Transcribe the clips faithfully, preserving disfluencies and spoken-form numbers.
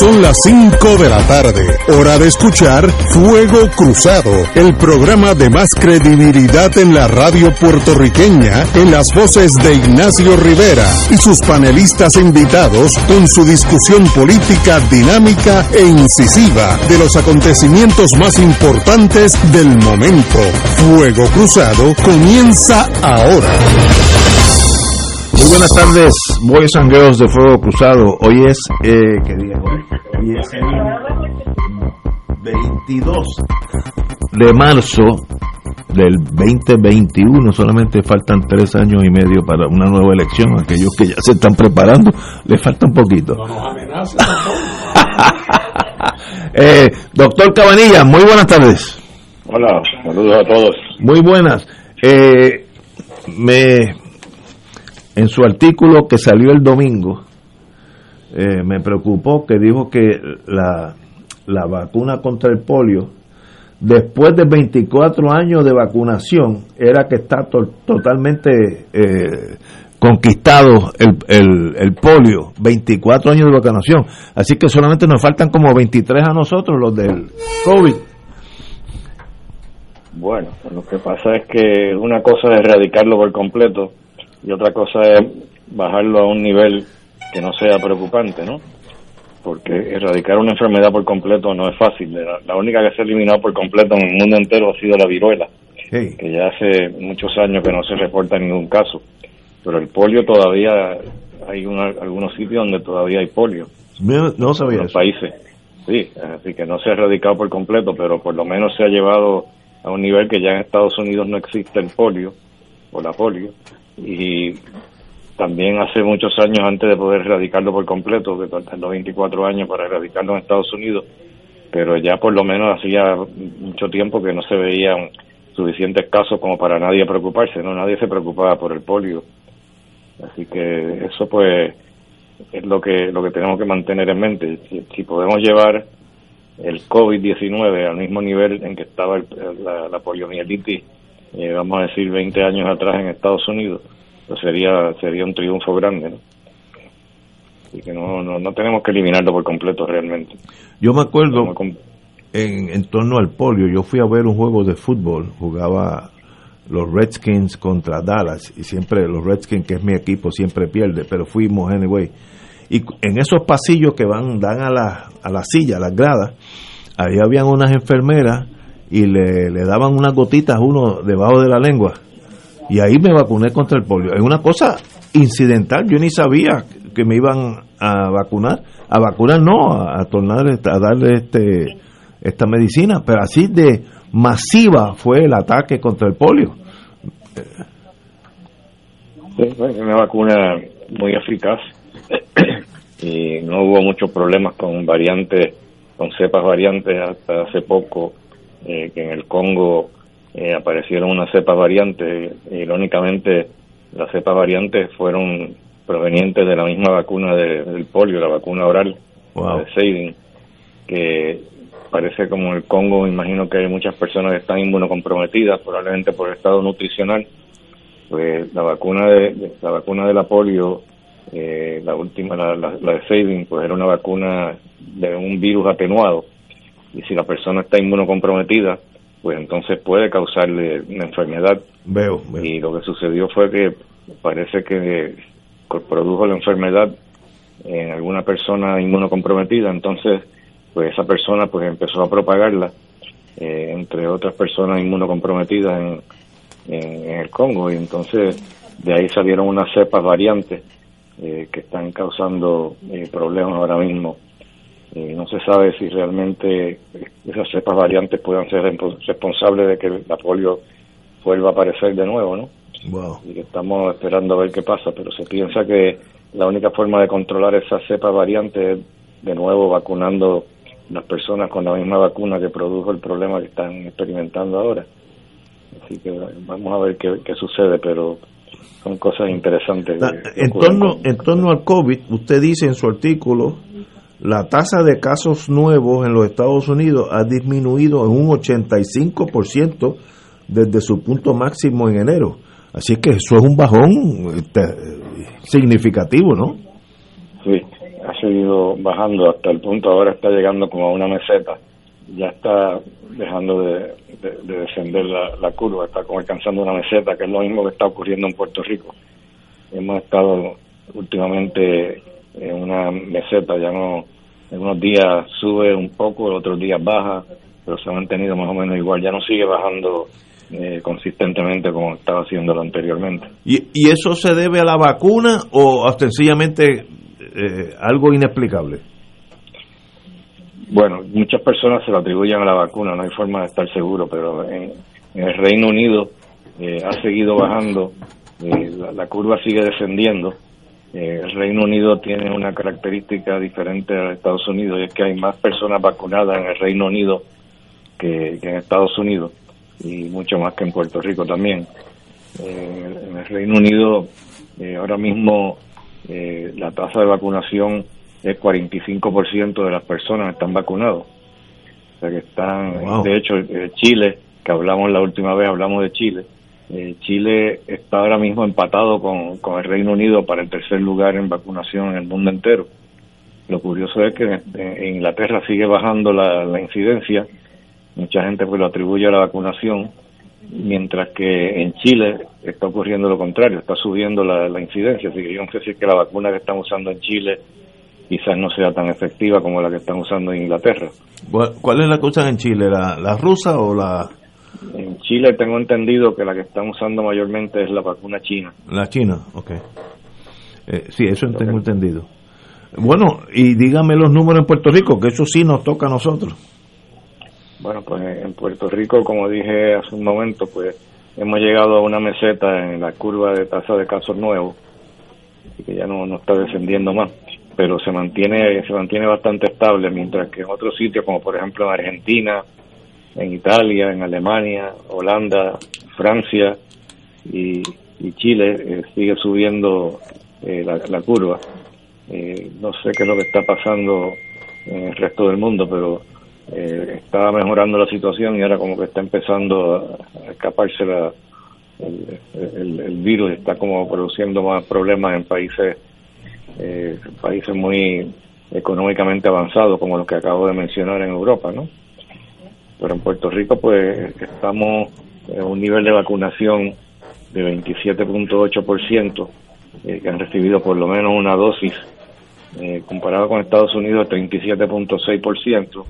Son las cinco de la tarde, hora de escuchar Fuego Cruzado, el programa de más credibilidad en la radio puertorriqueña, en las voces de Ignacio Rivera y sus panelistas invitados con su discusión política dinámica e incisiva de los acontecimientos más importantes del momento. Fuego Cruzado comienza ahora. Muy buenas tardes, Boys and Girls de Fuego Cruzado. Hoy es, eh, ¿qué día es hoy? Hoy es el veintidós de marzo del veinte veintiuno. Solamente faltan tres años y medio para una nueva elección. Aquellos que ya se están preparando, les falta un poquito. No nos amenacen. eh, doctor Cabanilla, muy buenas tardes. Hola, saludos a todos. Muy buenas. Eh, me... En su artículo que salió el domingo, eh, me preocupó que dijo que la, la vacuna contra el polio, después de veinticuatro años de vacunación, era que está to- totalmente eh, conquistado el, el, el polio. veinticuatro años de vacunación. Así que solamente nos faltan como veintitrés a nosotros, los del COVID. Bueno, lo que pasa es que una cosa es erradicarlo por completo y otra cosa es bajarlo a un nivel que no sea preocupante, ¿no? Porque erradicar una enfermedad por completo no es fácil. La, la única que se ha eliminado por completo en el mundo entero ha sido la viruela, sí, que ya hace muchos años que no se reporta ningún caso. Pero el polio todavía, hay una, algunos sitios donde todavía hay polio. No, no sabía en los eso. Países. Sí, así que no se ha erradicado por completo, pero por lo menos se ha llevado a un nivel que ya en Estados Unidos no existe el polio, o la polio. Y también hace muchos años, antes de poder erradicarlo por completo, que faltan los veinticuatro años para erradicarlo en Estados Unidos, pero ya por lo menos hacía mucho tiempo que no se veían suficientes casos como para nadie preocuparse, ¿no? Nadie se preocupaba por el polio. Así que eso pues es lo que lo que tenemos que mantener en mente. Si, si podemos llevar el COVID diecinueve al mismo nivel en que estaba el, la, la poliomielitis, Eh, vamos a decir veinte años atrás en Estados Unidos, pues sería sería un triunfo grande, ¿no? Así que no, no no tenemos que eliminarlo por completo realmente. Yo me acuerdo comp- en, en torno al polio, yo fui a ver un juego de fútbol, jugaba los Redskins contra Dallas y siempre los Redskins, que es mi equipo, siempre pierde, pero fuimos anyway. Y en esos pasillos que van dan a la a la silla, a las gradas, ahí habían unas enfermeras y le, le daban unas gotitas a uno debajo de la lengua, y ahí me vacuné contra el polio. Es una cosa incidental, yo ni sabía que me iban a vacunar, a vacunar no, a, a tornar, a darle este esta medicina, pero así de masiva fue el ataque contra el polio. Sí, es una vacuna muy eficaz y no hubo muchos problemas con variantes, con cepas variantes hasta hace poco. Eh, que en el Congo eh, aparecieron unas cepas variantes, e, irónicamente las cepas variantes fueron provenientes de la misma vacuna de, del polio, la vacuna oral, wow, de Sabin, que parece como en el Congo, me imagino que hay muchas personas que están inmunocomprometidas, probablemente por el estado nutricional, pues la vacuna de, de la vacuna de la polio, eh, la última, la, la, la de Sabin, pues era una vacuna de un virus atenuado. Y si la persona está inmunocomprometida, pues entonces puede causarle una enfermedad. Veo, veo. Y lo que sucedió fue que parece que produjo la enfermedad en alguna persona inmunocomprometida, entonces pues esa persona pues empezó a propagarla eh, entre otras personas inmunocomprometidas en, en, en el Congo, y entonces de ahí salieron unas cepas variantes eh, que están causando eh, problemas ahora mismo. Eh, no se sabe si realmente esas cepas variantes puedan ser responsables de que la polio vuelva a aparecer de nuevo, ¿no? Wow. Y que estamos esperando a ver qué pasa, pero se piensa que la única forma de controlar esas cepas variantes es de nuevo vacunando las personas con la misma vacuna que produjo el problema que están experimentando ahora. Así que vamos a ver qué, qué sucede, pero son cosas interesantes. La, en, torno, en torno al COVID, usted dice en su artículo, la tasa de casos nuevos en los Estados Unidos ha disminuido en un ochenta y cinco por ciento desde su punto máximo en enero. Así que eso es un bajón este, significativo, ¿no? Sí, ha seguido bajando hasta el punto, ahora está llegando como a una meseta, ya está dejando de, de, de descender la, la curva, está como alcanzando una meseta, que es lo mismo que está ocurriendo en Puerto Rico. Hemos estado últimamente en una meseta, ya no, en unos días sube un poco, otros días baja, pero se ha mantenido más o menos igual, ya no sigue bajando eh, consistentemente como estaba haciéndolo anteriormente. ¿Y, y eso se debe a la vacuna o sencillamente eh, algo inexplicable? Bueno, muchas personas se lo atribuyen a la vacuna, no hay forma de estar seguro, pero en, en el Reino Unido eh, ha seguido bajando, eh, la, la curva sigue descendiendo. Eh, el Reino Unido tiene una característica diferente a Estados Unidos, y es que hay más personas vacunadas en el Reino Unido que, que en Estados Unidos, y mucho más que en Puerto Rico también. Eh, en el Reino Unido eh, ahora mismo eh, la tasa de vacunación es cuarenta y cinco por ciento de las personas están vacunados. O sea que están, wow. De hecho, eh, Chile, que hablamos la última vez, hablamos de Chile, eh, Chile está ahora mismo empatado con, con el Reino Unido para el tercer lugar en vacunación en el mundo entero. Lo curioso es que en, en Inglaterra sigue bajando la, la incidencia, mucha gente pues lo atribuye a la vacunación, mientras que en Chile está ocurriendo lo contrario, está subiendo la, la incidencia, así que yo no sé si es que la vacuna que están usando en Chile quizás no sea tan efectiva como la que están usando en Inglaterra. ¿Cuál es la que usan en Chile? ¿La, la rusa o la...? En Chile tengo entendido que la que están usando mayormente es la vacuna china. La china, ok. Eh, sí, eso okay. Tengo entendido. Bueno, y dígame los números en Puerto Rico, que eso sí nos toca a nosotros. Bueno, pues en Puerto Rico, como dije hace un momento, pues hemos llegado a una meseta en la curva de tasa de casos nuevos, y que ya no, no está descendiendo más, pero se mantiene se mantiene bastante estable, mientras que en otros sitios, como por ejemplo en Argentina, en Italia, en Alemania, Holanda, Francia y, y Chile, eh, sigue subiendo eh, la, la curva. Eh, no sé qué es lo que está pasando en el resto del mundo, pero eh, está mejorando la situación y ahora como que está empezando a, a escaparse la, el, el, el virus, está como produciendo más problemas en países eh, países muy económicamente avanzados, como los que acabo de mencionar en Europa, ¿no? Pero en Puerto Rico pues estamos en un nivel de vacunación de veintisiete punto ocho por ciento, eh, que han recibido por lo menos una dosis, eh, comparado con Estados Unidos, treinta y siete punto seis por ciento.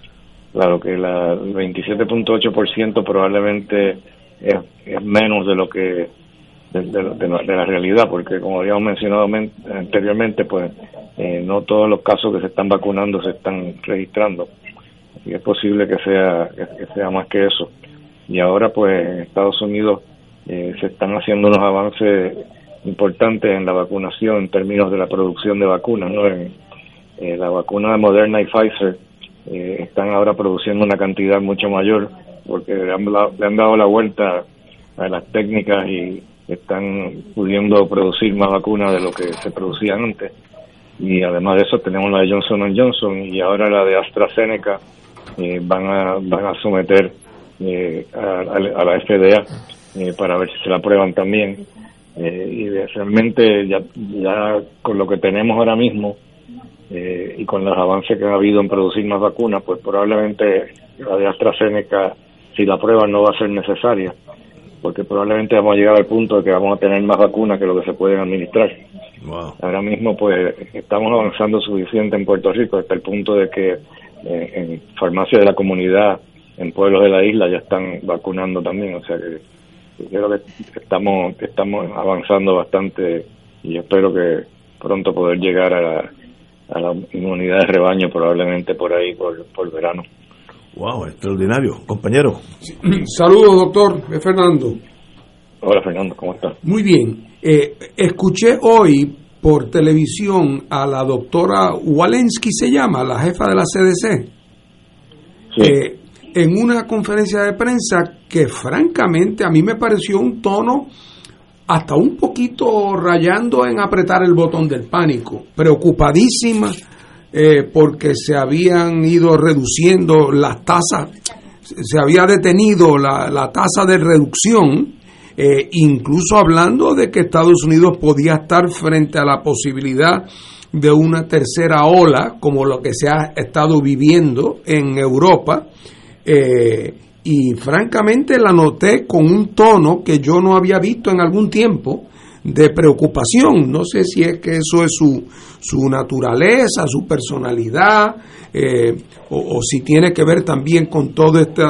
Claro que la, el veintisiete punto ocho por ciento probablemente es, es menos de lo que de, de, de, la, de la realidad, porque como habíamos mencionado men, anteriormente, pues eh, no todos los casos que se están vacunando se están registrando, y es posible que sea que sea más que eso. Y ahora pues en Estados Unidos eh, se están haciendo unos avances importantes en la vacunación en términos de la producción de vacunas, ¿no? En, eh, la vacuna de Moderna y Pfizer eh, están ahora produciendo una cantidad mucho mayor, porque le han, le han dado la vuelta a las técnicas y están pudiendo producir más vacunas de lo que se producían antes. Y además de eso tenemos la de Johnson and Johnson y ahora la de AstraZeneca. Eh, van a van a someter eh, a, a la F D A eh, para ver si se la aprueban también, eh, y realmente ya ya con lo que tenemos ahora mismo eh, y con los avances que ha habido en producir más vacunas, pues probablemente la de AstraZeneca, si la aprueban, no va a ser necesaria, porque probablemente vamos a llegar al punto de que vamos a tener más vacunas que lo que se pueden administrar. Wow. Ahora mismo pues estamos avanzando suficiente en Puerto Rico hasta el punto de que Eh, en farmacias de la comunidad, en pueblos de la isla ya están vacunando también, o sea que yo creo que estamos estamos avanzando bastante y espero que pronto poder llegar a la, a la inmunidad de rebaño, probablemente por ahí, por, por verano. Wow, extraordinario, compañero. Sí. Saludos, doctor, es Fernando. Hola, Fernando, ¿cómo estás? Muy bien. Eh, escuché hoy por televisión a la doctora Walensky, se llama, la jefa de la C D C, sí. eh, en una conferencia de prensa que francamente a mí me pareció un tono hasta un poquito rayando en apretar el botón del pánico, preocupadísima eh, porque se habían ido reduciendo las tasas, se había detenido la, la tasa de reducción. Eh, incluso hablando de que Estados Unidos podía estar frente a la posibilidad de una tercera ola como lo que se ha estado viviendo en Europa, eh, y francamente la noté con un tono que yo no había visto en algún tiempo, de preocupación. No sé si es que eso es su, su naturaleza, su personalidad, eh, o, o si tiene que ver también con todo este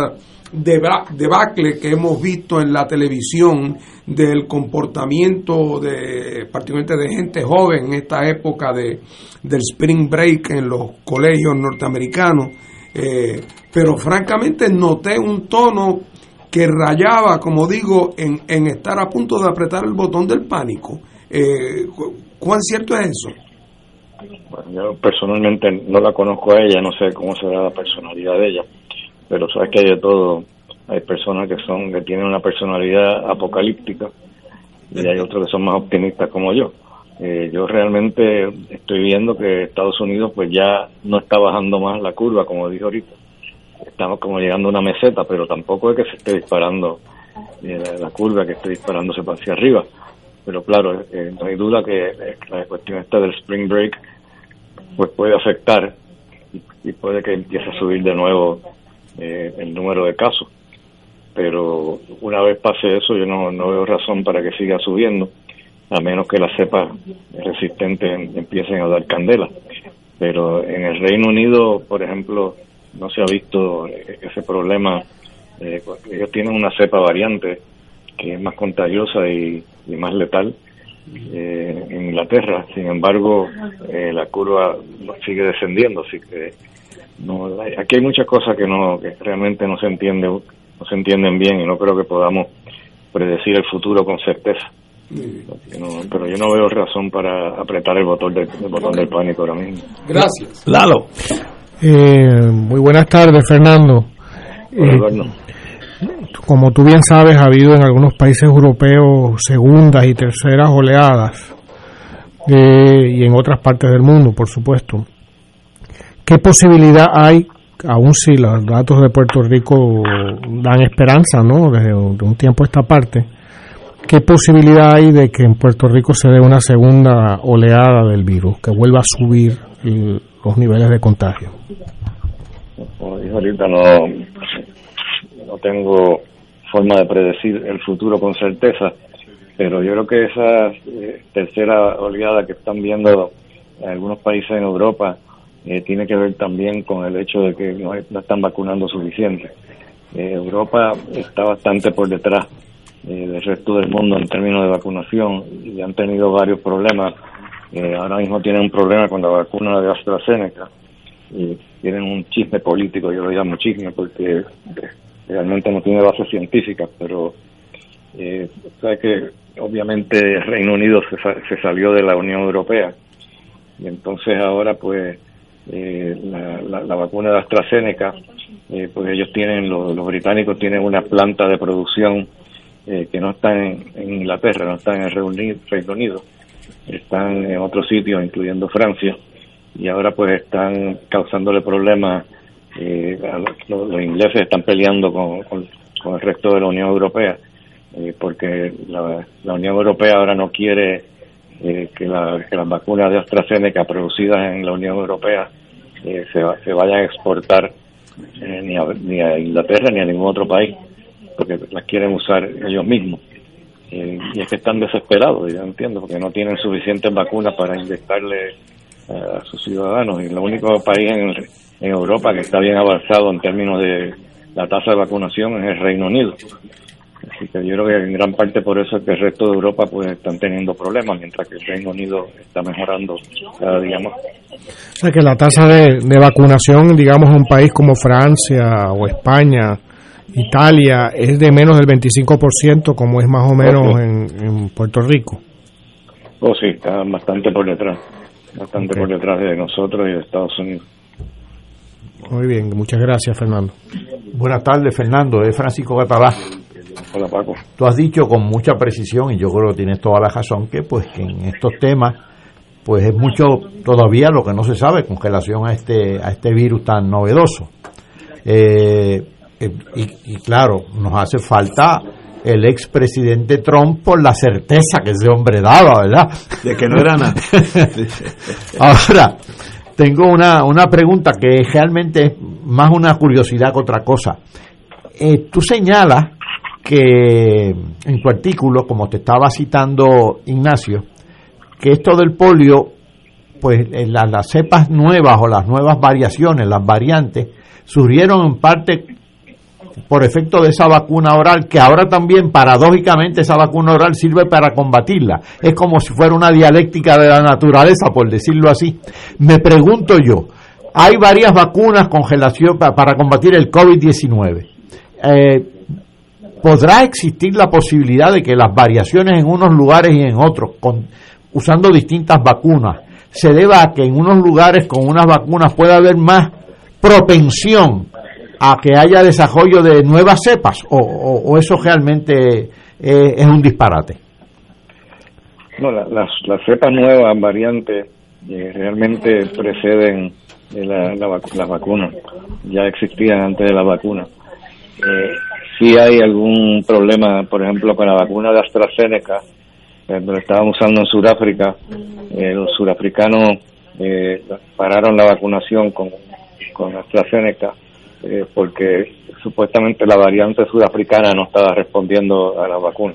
debacle que hemos visto en la televisión del comportamiento de particularmente de gente joven en esta época de del spring break en los colegios norteamericanos, eh, pero francamente noté un tono que rayaba, como digo, en, en estar a punto de apretar el botón del pánico. Eh, ¿Cuán cierto es eso? Bueno, yo personalmente no la conozco a ella, no sé cómo será la personalidad de ella, pero sabes que hay de todo. Hay personas que son que tienen una personalidad apocalíptica y hay otros que son más optimistas como yo. Eh, yo realmente estoy viendo que Estados Unidos pues ya no está bajando más la curva, como dije ahorita. Estamos como llegando a una meseta, pero tampoco es que se esté disparando eh, la, la curva, que esté disparándose para hacia arriba. Pero claro, eh, no hay duda que eh, la cuestión esta del spring break pues puede afectar y, y puede que empiece a subir de nuevo eh, el número de casos. Pero una vez pase eso, yo no, no veo razón para que siga subiendo, a menos que las cepas resistentes empiecen a dar candela. Pero en el Reino Unido, por ejemplo, no se ha visto ese problema. Eh, ellos tienen una cepa variante que es más contagiosa y, y más letal eh, en Inglaterra. Sin embargo, eh, la curva sigue descendiendo, así que no, aquí hay muchas cosas que no que realmente no se entiende, no se entienden bien, y no creo que podamos predecir el futuro con certeza. No, pero yo no veo razón para apretar el botón del, el botón del pánico ahora mismo. Gracias. Lalo. Eh, muy buenas tardes, Fernando. Eh, como tú bien sabes, ha habido en algunos países europeos segundas y terceras oleadas, eh, y en otras partes del mundo, por supuesto. ¿Qué posibilidad hay, aun si los datos de Puerto Rico dan esperanza, ¿no?, desde un tiempo a esta parte, qué posibilidad hay de que en Puerto Rico se dé una segunda oleada del virus, que vuelva a subir el, los niveles de contagio? Como dije ahorita, no, no tengo forma de predecir el futuro con certeza, pero yo creo que esa eh, tercera oleada que están viendo en algunos países en Europa eh, tiene que ver también con el hecho de que no, no están vacunando suficiente. Eh, Europa está bastante por detrás eh, del resto del mundo en términos de vacunación y han tenido varios problemas. Eh, ahora mismo tienen un problema con la vacuna de AstraZeneca y tienen un chisme político, yo lo llamo chisme porque realmente no tiene base científica, pero eh, sabe que obviamente el Reino Unido se, se salió de la Unión Europea y entonces ahora pues eh, la, la, la vacuna de AstraZeneca, eh, pues ellos tienen, los, los británicos tienen una planta de producción eh, que no está en, en Inglaterra, no está en el Reino Unido, están en otros sitios, incluyendo Francia, y ahora pues están causándole problemas. Eh, a los, los ingleses están peleando con, con, con el resto de la Unión Europea, eh, porque la, la Unión Europea ahora no quiere eh, que, la, que las vacunas de AstraZeneca producidas en la Unión Europea eh, se, se vayan a exportar eh, ni, a, ni a Inglaterra ni a ningún otro país, porque las quieren usar ellos mismos. Eh, y es que están desesperados, yo entiendo, porque no tienen suficientes vacunas para inyectarle uh, a sus ciudadanos, y el único país en, el, en Europa que está bien avanzado en términos de la tasa de vacunación es el Reino Unido. Así que yo creo que en gran parte por eso es que el resto de Europa pues están teniendo problemas, mientras que el Reino Unido está mejorando cada día más. O sea que la tasa de, de vacunación, digamos, en un país como Francia o España, Italia, es de menos del veinticinco por ciento, como es más o menos okay. en, en Puerto Rico. Oh, sí, está bastante por detrás, bastante okay. por detrás de nosotros y de Estados Unidos. Muy bien, muchas gracias, Fernando. Buenas tardes, Fernando, es Francisco Catalá. Hola, Paco. Tú has dicho con mucha precisión, y yo creo que tienes toda la razón, que pues que en estos temas pues es mucho todavía lo que no se sabe con relación a este a este virus tan novedoso. Eh, Y, y claro, nos hace falta el expresidente Trump por la certeza que ese hombre daba, ¿verdad? De que no era nada. Ahora, tengo una, una pregunta que realmente es más una curiosidad que otra cosa. Eh, tú señalas que en tu artículo, como te estaba citando Ignacio, que esto del polio, pues las, las cepas nuevas o las nuevas variaciones, las variantes, surgieron en parte por efecto de esa vacuna oral, que ahora también paradójicamente esa vacuna oral sirve para combatirla. Es como si fuera una dialéctica de la naturaleza, por decirlo así. Me pregunto yo, hay varias vacunas congelación para, para combatir el COVID diecinueve. Eh, ¿Podrá existir la posibilidad de que las variaciones en unos lugares y en otros, con, usando distintas vacunas, se deba a que en unos lugares con unas vacunas pueda haber más propensión a que haya desarrollo de nuevas cepas, o, o, o eso realmente eh, es un disparate? No, la, las, las cepas nuevas, variantes, eh, realmente preceden de la, la vac- las vacunas, ya existían antes de la vacuna. Eh, sí hay algún problema, por ejemplo, con la vacuna de AstraZeneca, eh, lo estaban usando en Sudáfrica, eh, los surafricanos eh, pararon la vacunación con, con AstraZeneca, Eh, porque supuestamente la variante sudafricana no estaba respondiendo a la vacuna.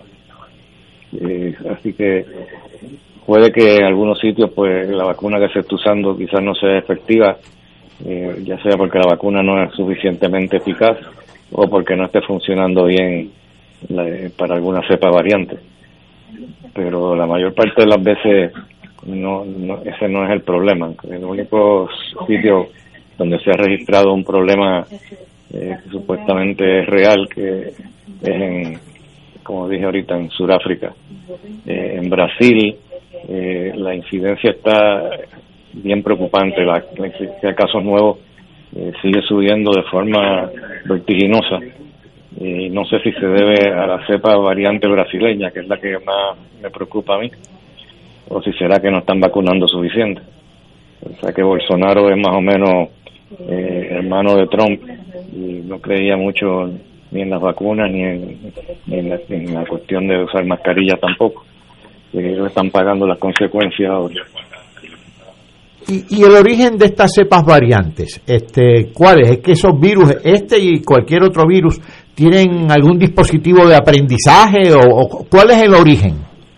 Eh, así que puede que en algunos sitios pues la vacuna que se está usando quizás no sea efectiva, eh, ya sea porque la vacuna no es suficientemente eficaz o porque no esté funcionando bien la, para alguna cepa variante. Pero la mayor parte de las veces no, no ese no es el problema. El único sitio donde se ha registrado un problema eh, que supuestamente es real, que es en, como dije ahorita, en Sudáfrica. Eh, en Brasil eh, la incidencia está bien preocupante, la, la incidencia de casos nuevos eh, sigue subiendo de forma vertiginosa, y no sé si se debe a la cepa variante brasileña, que es la que más me preocupa a mí, o si será que no están vacunando suficiente. O sea que Bolsonaro es más o menos eh, hermano de Trump y no creía mucho ni en las vacunas ni en, ni en, la, en la cuestión de usar mascarillas tampoco. Y ellos están pagando las consecuencias ahora. ¿Y, y el origen de estas cepas variantes? Este, ¿cuál es? ¿Es que esos virus, este y cualquier otro virus, tienen algún dispositivo de aprendizaje o, o cuál es el origen?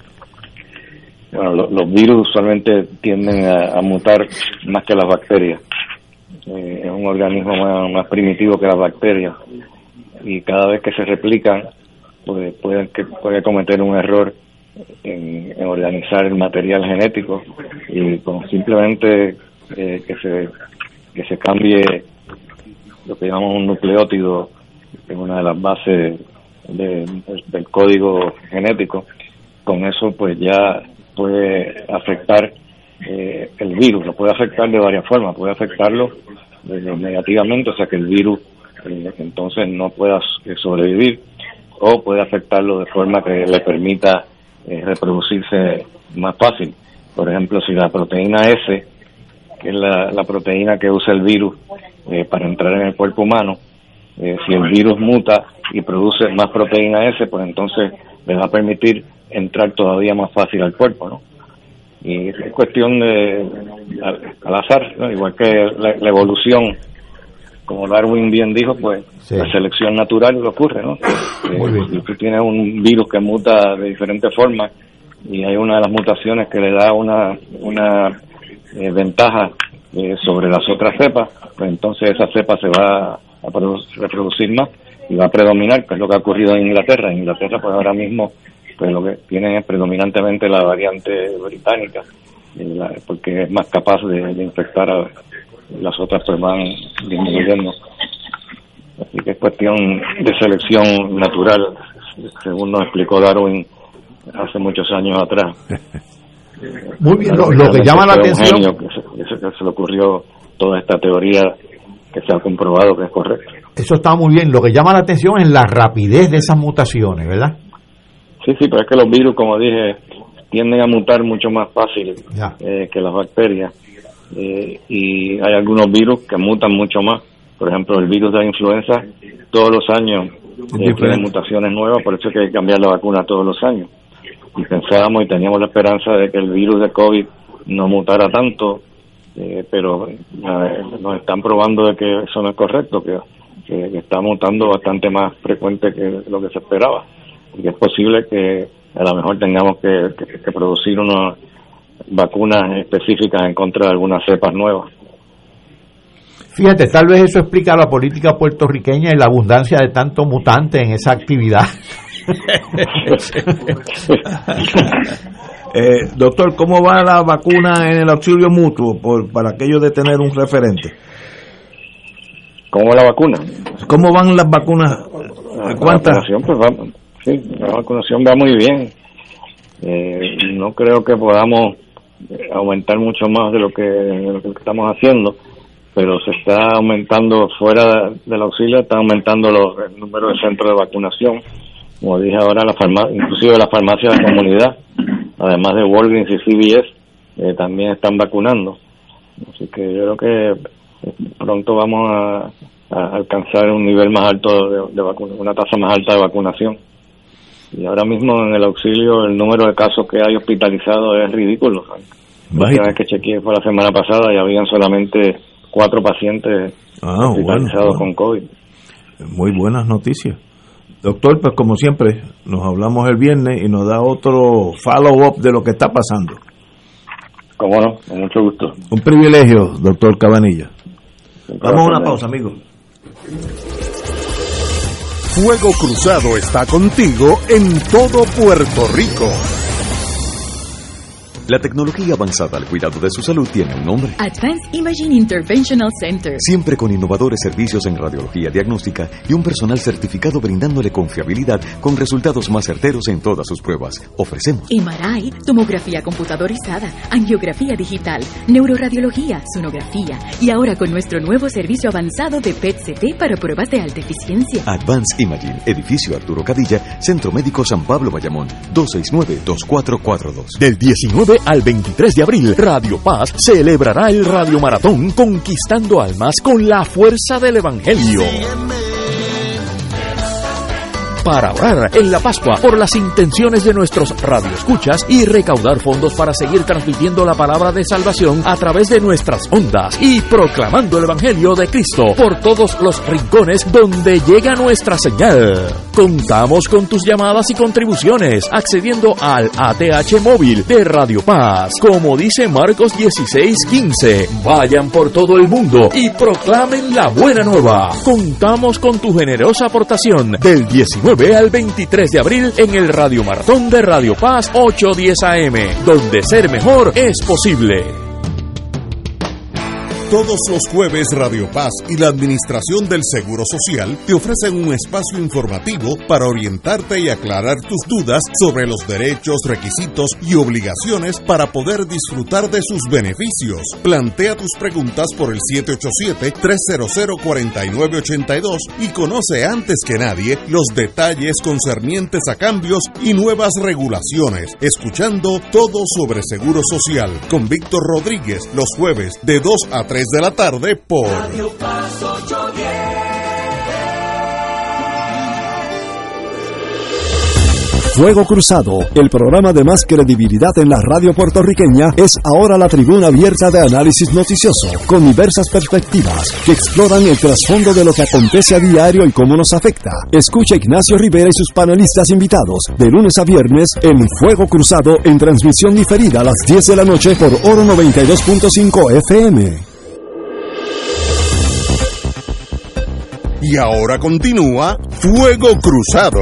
Bueno, lo, los virus usualmente tienden a, a mutar más que las bacterias. Eh, es un organismo más, más primitivo que las bacterias y cada vez que se replican pues pueden que puede cometer un error en, en organizar el material genético, y con simplemente eh, que se que se cambie lo que llamamos un nucleótido, que es una de las bases de, de, del código genético, con eso pues ya puede afectar eh, el virus. Lo puede afectar de varias formas. Puede afectarlo eh, negativamente, o sea que el virus eh, entonces no pueda sobrevivir, o puede afectarlo de forma que le permita eh, reproducirse más fácil. Por ejemplo, si la proteína S, que es la, la proteína que usa el virus eh, para entrar en el cuerpo humano, eh, si el virus muta y produce más proteína S, pues entonces le va a permitir entrar todavía más fácil al cuerpo, ¿no? Y es cuestión de al, al azar, ¿no? Igual que la, la evolución, como Darwin bien dijo, pues sí, la selección natural lo ocurre, ¿no? Eh, si tú tienes un virus que muta de diferentes formas y hay una de las mutaciones que le da una una eh, ventaja eh, sobre las otras cepas, pues entonces esa cepa se va a produ- reproducir más y va a predominar, que es lo que ha ocurrido en Inglaterra. En Inglaterra pues ahora mismo pues lo que tienen es predominantemente la variante británica, la, porque es más capaz de, de infectar a las otras, pues van disminuyendo. Así que es cuestión de selección natural, según nos explicó Darwin hace muchos años atrás. Muy bien, lo, lo que llama la atención, que se, que se le ocurrió toda esta teoría que se ha comprobado que es correcta. Eso está muy bien. Lo que llama la atención es la rapidez de esas mutaciones, ¿verdad? Sí, sí, pero es que los virus, como dije, tienden a mutar mucho más fácil eh, que las bacterias. Eh, y hay algunos virus que mutan mucho más. Por ejemplo, el virus de la influenza, todos los años eh, tienen mutaciones nuevas, por eso es que hay que cambiar la vacuna todos los años. Y pensábamos y teníamos la esperanza de que el virus de COVID no mutara tanto, eh, pero eh, nos están probando de que eso no es correcto, que, que está mutando bastante más frecuente que lo que se esperaba, y que es posible que a lo mejor tengamos que, que, que producir unas vacunas específicas en contra de algunas cepas nuevas. Fíjate, tal vez eso explica la política puertorriqueña y la abundancia de tanto mutante en esa actividad. eh, doctor, ¿cómo va la vacuna en el auxilio mutuo por, para aquello de tener un referente? ¿Cómo va la vacuna? ¿Cómo van las vacunas? ¿Cuántas? La vacunación, pues va, sí, la vacunación va muy bien. Eh, no creo que podamos aumentar mucho más de lo que, de lo que estamos haciendo, pero se está aumentando fuera del auxilio, está aumentando los, el número de centros de vacunación. Como dije ahora, la farma, inclusive las farmacias de la comunidad, además de Walgreens y C V S, eh, también están vacunando. Así que yo creo que pronto vamos a, a alcanzar un nivel más alto de, de vacunación, una tasa más alta de vacunación. Y ahora mismo en el auxilio el número de casos que hay hospitalizados es ridículo. La última vez que chequeé fue la semana pasada y habían solamente cuatro pacientes ah, hospitalizados bueno, con COVID. Muy buenas noticias. Doctor, pues como siempre, nos hablamos el viernes y nos da otro follow-up de lo que está pasando. Cómo no, con mucho gusto. Un privilegio, doctor Cabanilla. Vamos a una pausa, amigos. Fuego Cruzado está contigo en todo Puerto Rico. La tecnología avanzada al cuidado de su salud tiene un nombre. Advanced Imaging Interventional Center. Siempre con innovadores servicios en radiología diagnóstica y un personal certificado brindándole confiabilidad con resultados más certeros en todas sus pruebas. Ofrecemos M R I, tomografía computadorizada, angiografía digital, neuroradiología, sonografía y ahora con nuestro nuevo servicio avanzado de P E T C T para pruebas de alta eficiencia. Advanced Imaging, edificio Arturo Cadilla, Centro Médico San Pablo Bayamón, dos seis nueve, dos cuatro cuatro dos. Del diecinueve al veintitrés de abril, Radio Paz celebrará el Radio Maratón Conquistando Almas con la fuerza del Evangelio. Para orar en la Pascua por las intenciones de nuestros radioescuchas y recaudar fondos para seguir transmitiendo la palabra de salvación a través de nuestras ondas y proclamando el Evangelio de Cristo por todos los rincones donde llega nuestra señal. Contamos con tus llamadas y contribuciones accediendo al A T H móvil de Radio Paz. Como dice Marcos dieciséis quince, vayan por todo el mundo y proclamen la buena nueva. Contamos con tu generosa aportación del diecinueve al veintitrés de abril en el Radio Maratón de Radio Paz ochocientos diez A M, donde ser mejor es posible. Todos los jueves Radio Paz y la Administración del Seguro Social te ofrecen un espacio informativo para orientarte y aclarar tus dudas sobre los derechos, requisitos y obligaciones para poder disfrutar de sus beneficios. Plantea tus preguntas por el siete ocho siete, tres cero cero, cuatro nueve ocho dos y conoce antes que nadie los detalles concernientes a cambios y nuevas regulaciones, escuchando todo sobre Seguro Social con Víctor Rodríguez los jueves de dos a tres de la tarde por Radio Paz ochocientos diez. Fuego Cruzado, el programa de más credibilidad en la radio puertorriqueña, es ahora la tribuna abierta de análisis noticioso, con diversas perspectivas que exploran el trasfondo de lo que acontece a diario y cómo nos afecta. Escucha a Ignacio Rivera y sus panelistas invitados de lunes a viernes en Fuego Cruzado, en transmisión diferida a las diez de la noche por Oro noventa y dos punto cinco F M. Y ahora continúa Fuego Cruzado.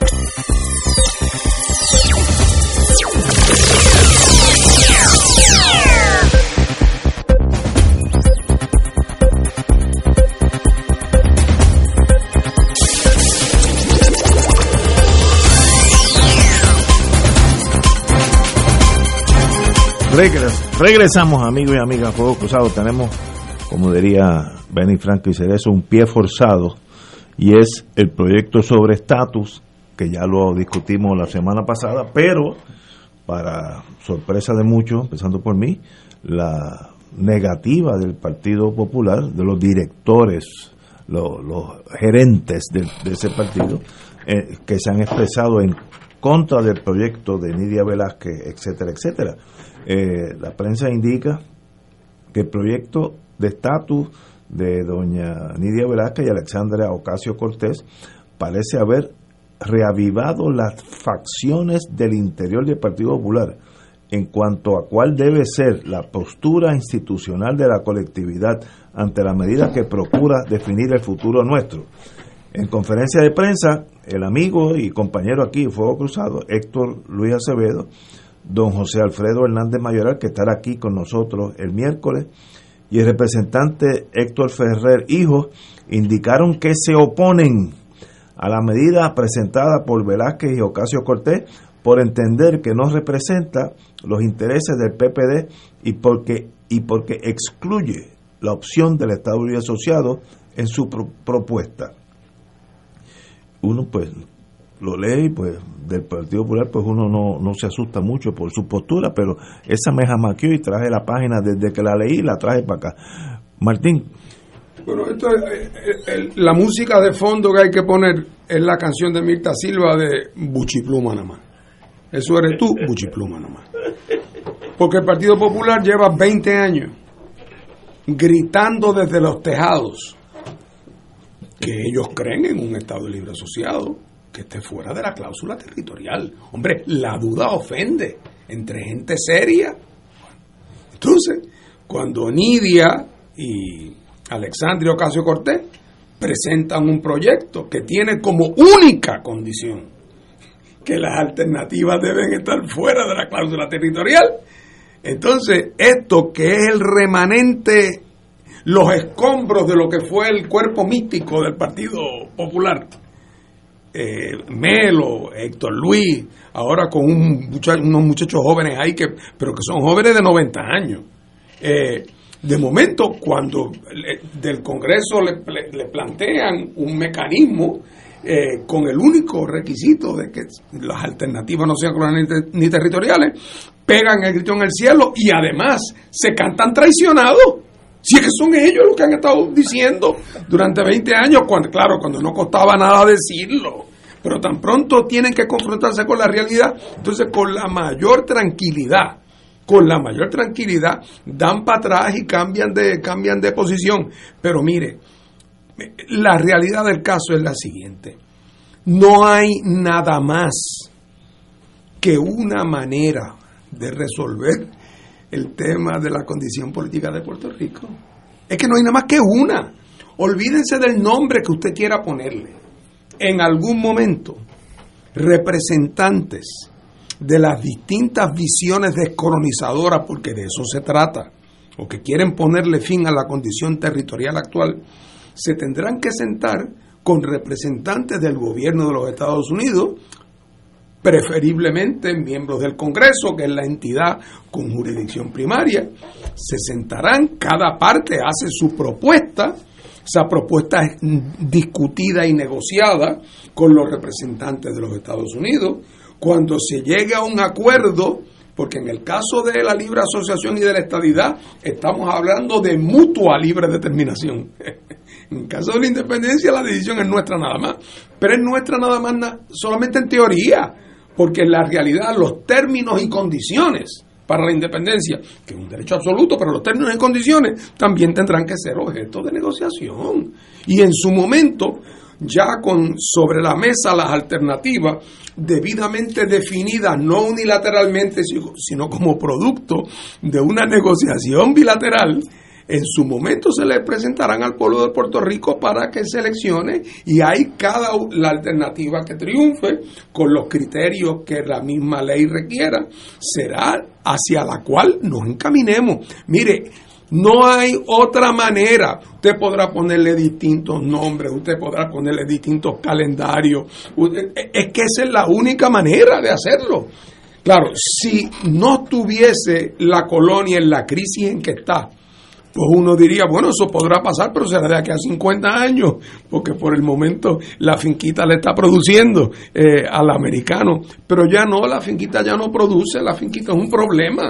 Regres, regresamos, amigos y amigas, Fuego Cruzado. Tenemos, como diría Benny Franco y Cerezo, un pie forzado, y es el proyecto sobre estatus, que ya lo discutimos la semana pasada, pero para sorpresa de muchos, empezando por mí, la negativa del Partido Popular, de los directores los, los gerentes de, de ese partido, eh, que se han expresado en contra del proyecto de Nidia Velázquez, etcétera, etcétera. Eh, la prensa indica que el proyecto de estatus de doña Nidia Velázquez y Alexandria Ocasio-Cortez parece haber reavivado las facciones del interior del Partido Popular en cuanto a cuál debe ser la postura institucional de la colectividad ante la medida que procura definir el futuro nuestro. En conferencia de prensa, el amigo y compañero aquí, Fuego Cruzado, Héctor Luis Acevedo, don José Alfredo Hernández Mayoral, que estará aquí con nosotros el miércoles, y el representante Héctor Ferrer Hijo, indicaron que se oponen a la medida presentada por Velázquez y Ocasio-Cortez por entender que no representa los intereses del P P D y porque, y porque excluye la opción del Estado Libre Asociado en su pro- propuesta. Uno pues lo lee y pues del Partido Popular pues uno no, no se asusta mucho por su postura, pero esa me jamaqueó y traje la página desde que la leí, la traje para acá. Martín. Bueno, esto es, el, el, la música de fondo que hay que poner es la canción de Mirta Silva de Buchipluma nada más. Eso eres tú, Buchipluma nada más. Porque el Partido Popular lleva veinte años gritando desde los tejados que ellos creen en un Estado Libre Asociado que esté fuera de la cláusula territorial. Hombre, la duda ofende entre gente seria. Entonces, cuando Nidia y Alexandria Ocasio-Cortez presentan un proyecto que tiene como única condición que las alternativas deben estar fuera de la cláusula territorial, entonces esto que es el remanente, los escombros de lo que fue el cuerpo místico del Partido Popular, eh, Melo, Héctor Luis, ahora con un muchacho, unos muchachos jóvenes ahí, que pero que son jóvenes de noventa años, eh, de momento cuando le, del Congreso le, le, le plantean un mecanismo eh, con el único requisito de que las alternativas no sean coloniales ni territoriales, pegan el grito en el cielo y además se cantan traicionados. Si es que son ellos los que han estado diciendo durante veinte años, cuando, claro, cuando no costaba nada decirlo, pero tan pronto tienen que confrontarse con la realidad, entonces con la mayor tranquilidad, con la mayor tranquilidad, dan para atrás y cambian de, cambian de posición. Pero mire, la realidad del caso es la siguiente: no hay nada más que una manera de resolver el tema de la condición política de Puerto Rico. Es que no hay nada más que una. Olvídense del nombre que usted quiera ponerle. En algún momento, representantes de las distintas visiones descolonizadoras, porque de eso se trata, o que quieren ponerle fin a la condición territorial actual, se tendrán que sentar con representantes del gobierno de los Estados Unidos, preferiblemente miembros del Congreso, que es la entidad con jurisdicción primaria. Se sentarán, cada parte hace su propuesta, esa propuesta es discutida y negociada con los representantes de los Estados Unidos. Cuando se llegue a un acuerdo, porque en el caso de la libre asociación y de la estadidad estamos hablando de mutua libre determinación. En el caso de la independencia la decisión es nuestra nada más, pero es nuestra nada más na- solamente en teoría, porque en la realidad los términos y condiciones para la independencia, que es un derecho absoluto, pero los términos y condiciones también tendrán que ser objeto de negociación. Y en su momento, ya con sobre la mesa las alternativas debidamente definidas, no unilateralmente, sino como producto de una negociación bilateral, en su momento se le presentarán al pueblo de Puerto Rico para que seleccione, y hay cada la alternativa que triunfe con los criterios que la misma ley requiera, será hacia la cual nos encaminemos. Mire, no hay otra manera. Usted podrá ponerle distintos nombres, usted podrá ponerle distintos calendarios. Es que esa es la única manera de hacerlo. Claro, si no tuviese la colonia en la crisis en que está, pues uno diría, bueno, eso podrá pasar, pero será de aquí a cincuenta años, porque por el momento la finquita le está produciendo eh, al americano. Pero ya no, la finquita ya no produce, la finquita es un problema.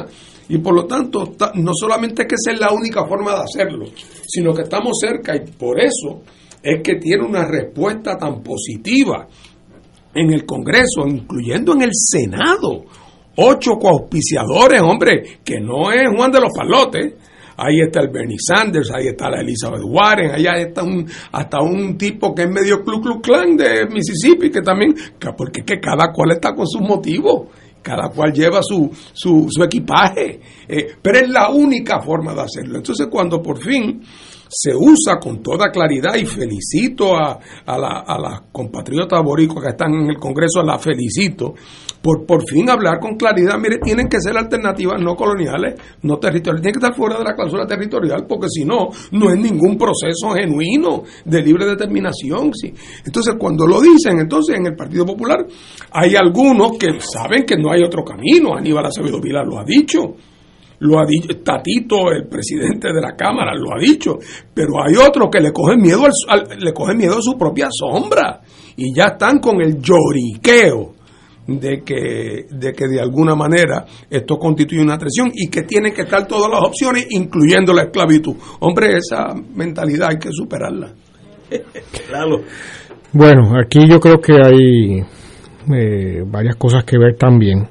Y por lo tanto, no solamente es que esa es la única forma de hacerlo, sino que estamos cerca, y por eso es que tiene una respuesta tan positiva en el Congreso, incluyendo en el Senado. Ocho coauspiciadores, hombre, que no es Juan de los Palotes. Ahí está el Bernie Sanders, ahí está la Elizabeth Warren, allá está un, hasta un tipo que es medio Ku Klux Klan de Mississippi, que también, porque que cada cual está con sus motivos, cada cual lleva su, su, su equipaje, eh, pero es la única forma de hacerlo. Entonces, cuando por fin se usa con toda claridad, y felicito a, a, la, a las compatriotas boricuas que están en el Congreso, las felicito, por por fin hablar con claridad. Mire, tienen que ser alternativas no coloniales, no territoriales, tienen que estar fuera de la cláusula territorial, porque si no, no es ningún proceso genuino de libre determinación. ¿Sí? Entonces, cuando lo dicen, entonces en el Partido Popular hay algunos que saben que no hay otro camino. Aníbal Acevedo Vilá lo ha dicho, lo ha dicho Tatito, el presidente de la Cámara, lo ha dicho, pero hay otros que le cogen miedo al, al, le cogen miedo a su propia sombra y ya están con el lloriqueo de que de que de alguna manera esto constituye una traición y que tienen que estar todas las opciones, incluyendo la esclavitud. Hombre, esa mentalidad hay que superarla. Claro. Bueno, aquí yo creo que hay eh, varias cosas que ver también.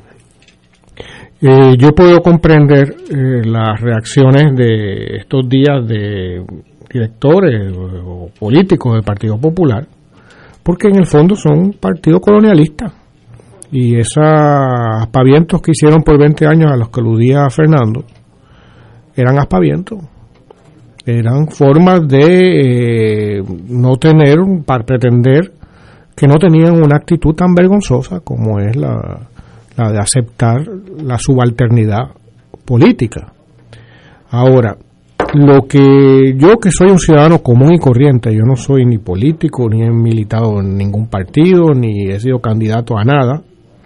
Eh, yo puedo comprender eh, las reacciones de estos días de directores o, o políticos del Partido Popular, porque en el fondo son un partido colonialista, y esos aspavientos que hicieron por veinte años a los que aludía Fernando eran aspavientos, eran formas de eh, no tener, para pretender que no tenían una actitud tan vergonzosa como es la la de aceptar la subalternidad política. Ahora, lo que yo, que soy un ciudadano común y corriente, yo no soy ni político, ni he militado en ningún partido, ni he sido candidato a nada,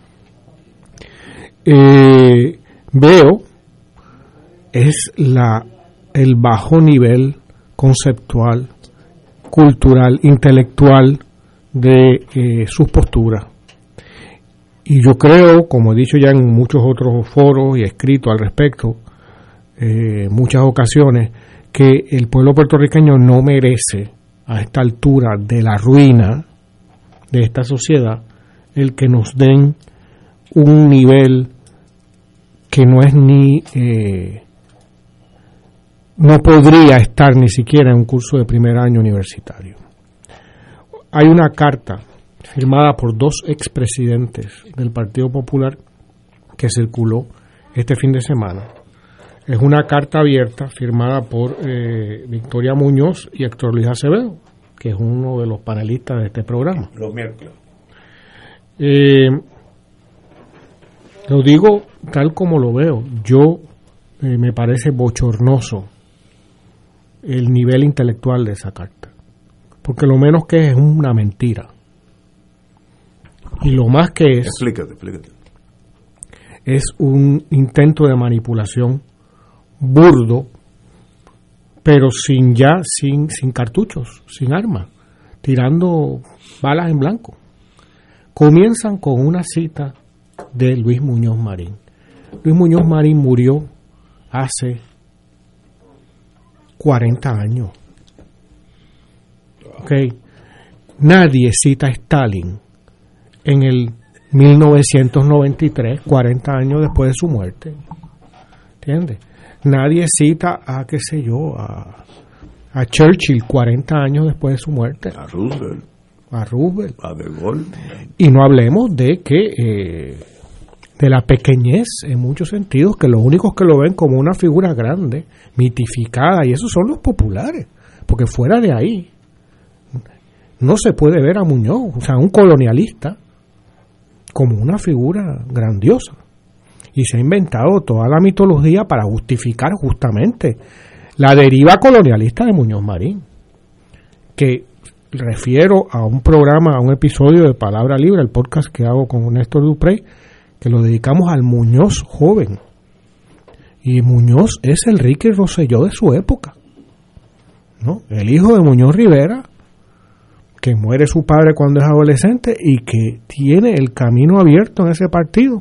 eh, veo es la el bajo nivel conceptual, cultural, intelectual de eh, sus posturas. Y yo creo, como he dicho ya en muchos otros foros y he escrito al respecto, eh, muchas ocasiones, que el pueblo puertorriqueño no merece, a esta altura de la ruina de esta sociedad, el que nos den un nivel que no es ni, eh, no podría estar ni siquiera en un curso de primer año universitario. Hay una carta firmada por dos expresidentes del Partido Popular que circuló este fin de semana. Es una carta abierta firmada por eh, Victoria Muñoz y Héctor Luis Acevedo, que es uno de los panelistas de este programa. Los miércoles. Eh, lo digo tal como lo veo. Yo eh, me parece bochornoso el nivel intelectual de esa carta, porque lo menos que es es una mentira. Y lo más que es, explícate, explícate. es un intento de manipulación burdo, pero sin ya, sin, sin cartuchos, sin armas, tirando balas en blanco. Comienzan con una cita de Luis Muñoz Marín. Luis Muñoz Marín murió hace cuarenta años. Okay. Nadie cita a Stalin en el mil novecientos noventa y tres, cuarenta años después de su muerte. ¿Entiendes? Nadie cita a, qué sé yo, a, a Churchill cuarenta años después de su muerte. A Roosevelt. A Roosevelt. A De Gaulle. Y no hablemos de que, eh, de la pequeñez en muchos sentidos, que los únicos que lo ven como una figura grande, mitificada, y esos son los populares, porque fuera de ahí no se puede ver a Muñoz, o sea, un colonialista, como una figura grandiosa. Y se ha inventado toda la mitología para justificar justamente la deriva colonialista de Muñoz Marín, que refiero a un programa, a un episodio de Palabra Libre, el podcast que hago con Néstor Duprey, que lo dedicamos al Muñoz joven. Y Muñoz es el Ricky Rosselló de su época, ¿no? El hijo de Muñoz Rivera, que muere su padre cuando es adolescente y que tiene el camino abierto en ese partido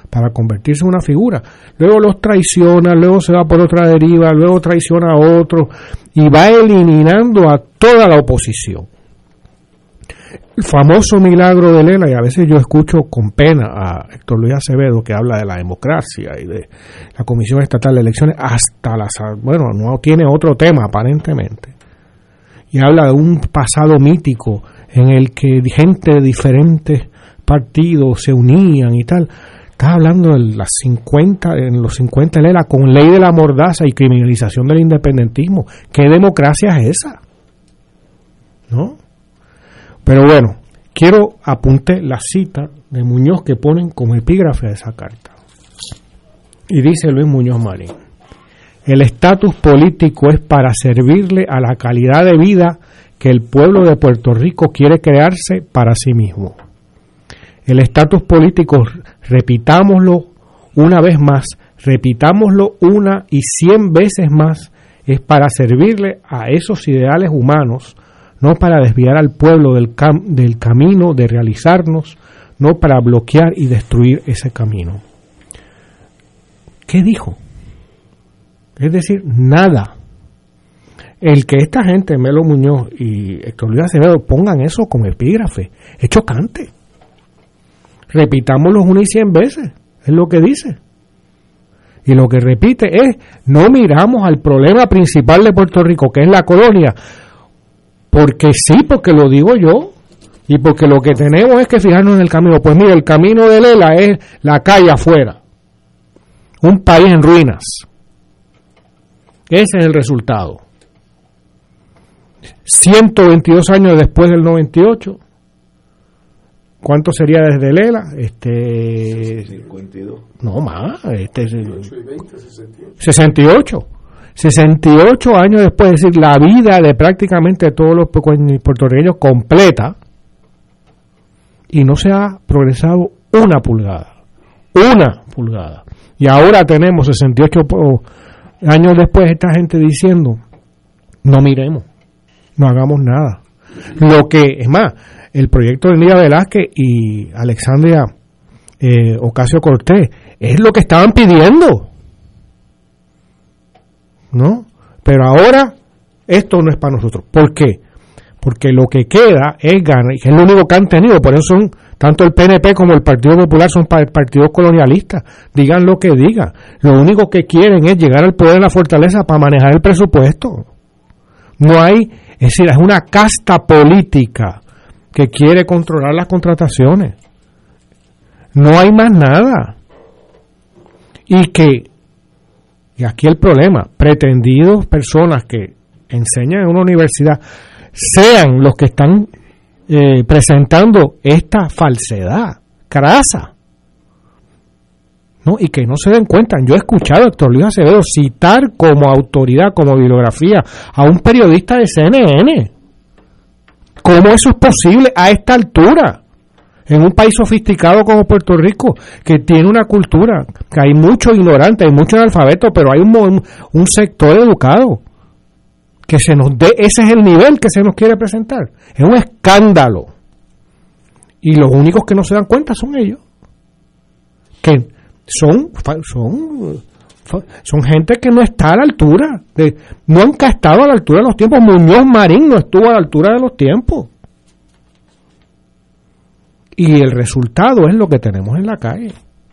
para convertirse en una figura. Luego los traiciona, luego se va por otra deriva, luego traiciona a otro y va eliminando a toda la oposición. El famoso milagro de Lela, y a veces yo escucho con pena a Héctor Luis Acevedo que habla de la democracia y de la Comisión Estatal de Elecciones, hasta las, bueno, no tiene otro tema aparentemente, y habla de un pasado mítico en el que gente de diferentes partidos se unían y tal. Está hablando de las cincuenta, en los cincuenta Lela, con ley de la mordaza y criminalización del independentismo. ¿Qué democracia es esa? ¿No? Pero bueno, quiero apuntar la cita de Muñoz que ponen como epígrafe de esa carta. Y dice Luis Muñoz Marín: el estatus político es para servirle a la calidad de vida que el pueblo de Puerto Rico quiere crearse para sí mismo. El estatus político, repitámoslo una vez más, repitámoslo una y cien veces más, es para servirle a esos ideales humanos, no para desviar al pueblo del, cam- del camino de realizarnos, no para bloquear y destruir ese camino. ¿Qué dijo? Es decir, nada. El que esta gente, Melo Muñoz y Héctor Luis Acevedo, pongan eso como epígrafe, es chocante. Repitámoslo una y cien veces, es lo que dice. Y lo que repite es, no miramos al problema principal de Puerto Rico, que es la colonia, porque sí, porque lo digo yo, y porque lo que tenemos es que fijarnos en el camino. Pues mire, el camino de Lela es la calle afuera, un país en ruinas. Ese es el resultado. ciento veintidós años después del noventa y ocho, ¿cuánto sería desde Lela? Este, cincuenta y dos. No más, este, sesenta y ocho. sesenta y ocho años después, es decir, la vida de prácticamente todos los puertorriqueños completa, y no se ha progresado una pulgada. Una pulgada. Y ahora tenemos sesenta y ocho años después esta gente diciendo, no miremos, no hagamos nada. Lo que, es más, el proyecto de Nidia Velázquez y Alexandria eh, Ocasio-Cortez es lo que estaban pidiendo, ¿no? Pero ahora esto no es para nosotros. ¿Por qué? Porque lo que queda es ganar, y es lo único que han tenido. Por eso son, tanto el P N P como el Partido Popular son partidos colonialistas. Digan lo que digan. Lo único que quieren es llegar al poder de la fortaleza para manejar el presupuesto. No hay, es decir, es una casta política que quiere controlar las contrataciones. No hay más nada. Y que, y aquí el problema, pretendidos personas que enseñan en una universidad sean los que están eh, presentando esta falsedad crasa, ¿no? Y que no se den cuenta. Yo he escuchado a Héctor Luis Acevedo citar como autoridad, como bibliografía, a un periodista de C N N. ¿Cómo eso es posible a esta altura? En un país sofisticado como Puerto Rico, que tiene una cultura, que hay muchos ignorantes, hay muchos analfabetos, pero hay un, un sector educado. Que se nos dé, ese es el nivel que se nos quiere presentar. Es un escándalo. Y los únicos que no se dan cuenta son ellos. Que son, son, son gente que no está a la altura. De, nunca ha estado a la altura de los tiempos. Muñoz Marín no estuvo a la altura de los tiempos. Y el resultado es lo que tenemos en la calle,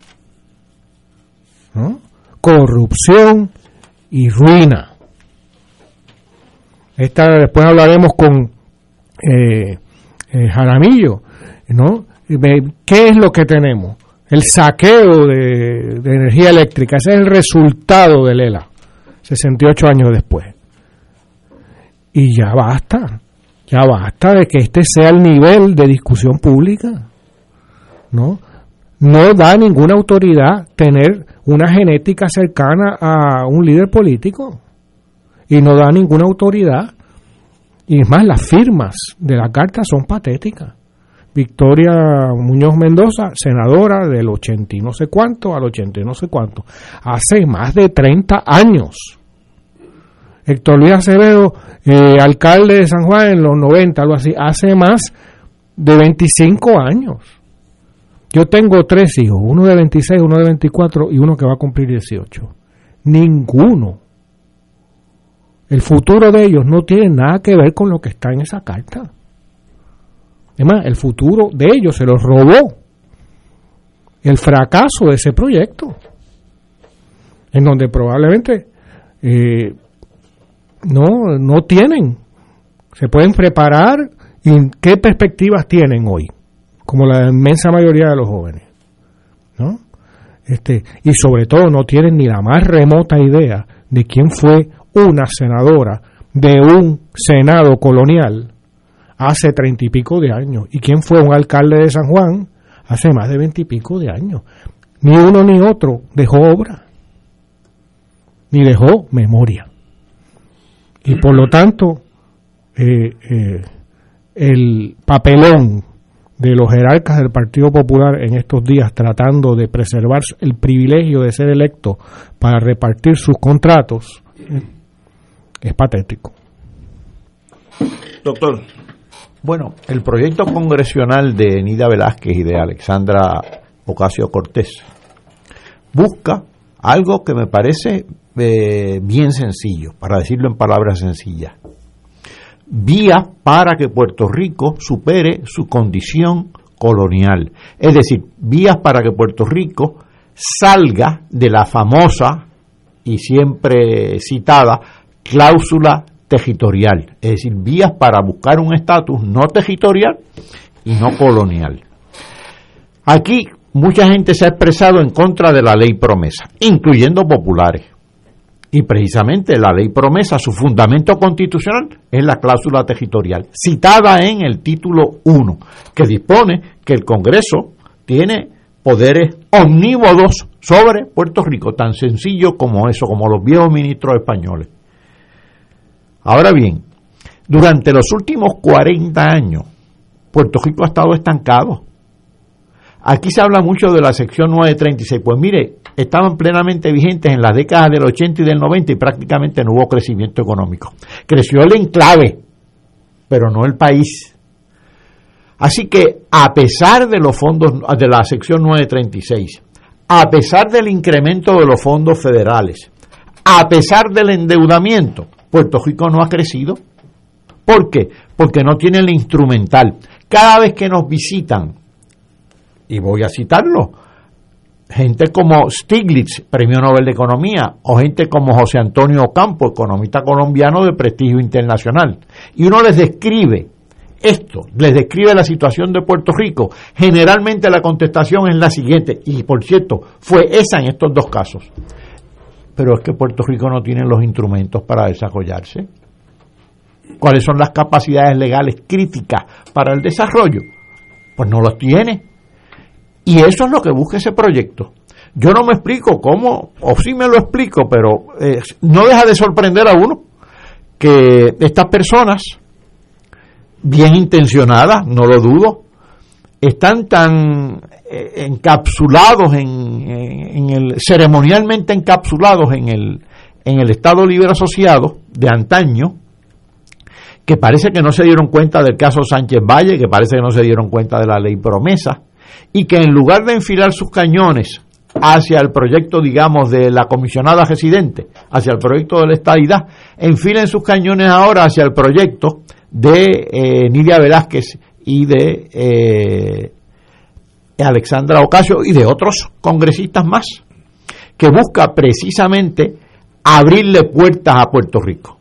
¿no? Corrupción y ruina. Esta, después hablaremos con eh, eh, Jaramillo, ¿no? ¿Qué es lo que tenemos? El saqueo de, de energía eléctrica. Ese es el resultado de Lela, sesenta y ocho años después. Y ya basta, ya basta de que este sea el nivel de discusión pública, ¿no? No da ninguna autoridad tener una genética cercana a un líder político. Y no da ninguna autoridad. Y es más, las firmas de la carta son patéticas. Victoria Muñoz Mendoza, senadora del ochenta y no sé cuánto al ochenta y no sé cuánto. Hace más de treinta años. Héctor Luis Acevedo, eh, alcalde de San Juan en los noventa, algo así. Hace más de veinticinco años. Yo tengo tres hijos, uno de veintiséis, uno de veinticuatro y uno que va a cumplir dieciocho. Ninguno. El futuro de ellos no tiene nada que ver con lo que está en esa carta. Es más, el futuro de ellos se los robó el fracaso de ese proyecto, en donde probablemente eh, no, no tienen, se pueden preparar. ¿Y qué perspectivas tienen hoy? Como la inmensa mayoría de los jóvenes, ¿no? Este, y sobre todo no tienen ni la más remota idea de quién fue una senadora de un senado colonial hace treinta y pico de años, y quién fue un alcalde de San Juan hace más de veinte y pico de años. Ni uno ni otro dejó obra, ni dejó memoria. Y por lo tanto, eh, eh, el papelón de los jerarcas del Partido Popular en estos días tratando de preservar el privilegio de ser electo para repartir sus contratos eh, es patético. Doctor. Bueno, el proyecto congresional de Nidia Velázquez y de Alexandra Ocasio-Cortez busca algo que me parece eh, bien sencillo, para decirlo en palabras sencillas. Vía para que Puerto Rico supere su condición colonial. Es decir, vías para que Puerto Rico salga de la famosa y siempre citada cláusula territorial, es decir, vías para buscar un estatus no territorial y no colonial. Aquí mucha gente se ha expresado en contra de la ley promesa, incluyendo populares, y precisamente la ley promesa, su fundamento constitucional es la cláusula territorial, citada en el título uno, que dispone que el Congreso tiene poderes omnívodos sobre Puerto Rico, tan sencillo como eso, como los viejos ministros españoles. Ahora bien, durante los últimos cuarenta años, Puerto Rico ha estado estancado. Aquí se habla mucho de la sección novecientos treinta y seis. Pues mire, estaban plenamente vigentes en las décadas del ochenta y del noventa y prácticamente no hubo crecimiento económico. Creció el enclave, pero no el país. Así que, a pesar de los fondos de la sección novecientos treinta y seis, a pesar del incremento de los fondos federales, a pesar del endeudamiento, Puerto Rico no ha crecido. ¿Por qué? Porque no tiene el instrumental. Cada vez que nos visitan, y voy a citarlo, gente como Stiglitz, Premio Nobel de Economía, o gente como José Antonio Ocampo, economista colombiano de prestigio internacional, y uno les describe esto, les describe la situación de Puerto Rico, generalmente la contestación es la siguiente, y por cierto, fue esa en estos dos casos: pero es que Puerto Rico no tiene los instrumentos para desarrollarse. ¿Cuáles son las capacidades legales críticas para el desarrollo? Pues no los tiene. Y eso es lo que busca ese proyecto. Yo no me explico cómo, o sí me lo explico, pero eh, no deja de sorprender a uno que estas personas, bien intencionadas, no lo dudo, están tan eh, encapsulados en, en, en el ceremonialmente encapsulados en el en el Estado Libre Asociado de antaño, que parece que no se dieron cuenta del caso Sánchez Valle, que parece que no se dieron cuenta de la ley promesa, y que en lugar de enfilar sus cañones hacia el proyecto, digamos, de la comisionada residente, hacia el proyecto de la estadidad, enfilen sus cañones ahora hacia el proyecto de eh, Nidia Velázquez y de eh, Alexandra Ocasio y de otros congresistas más, que busca precisamente abrirle puertas a Puerto Rico,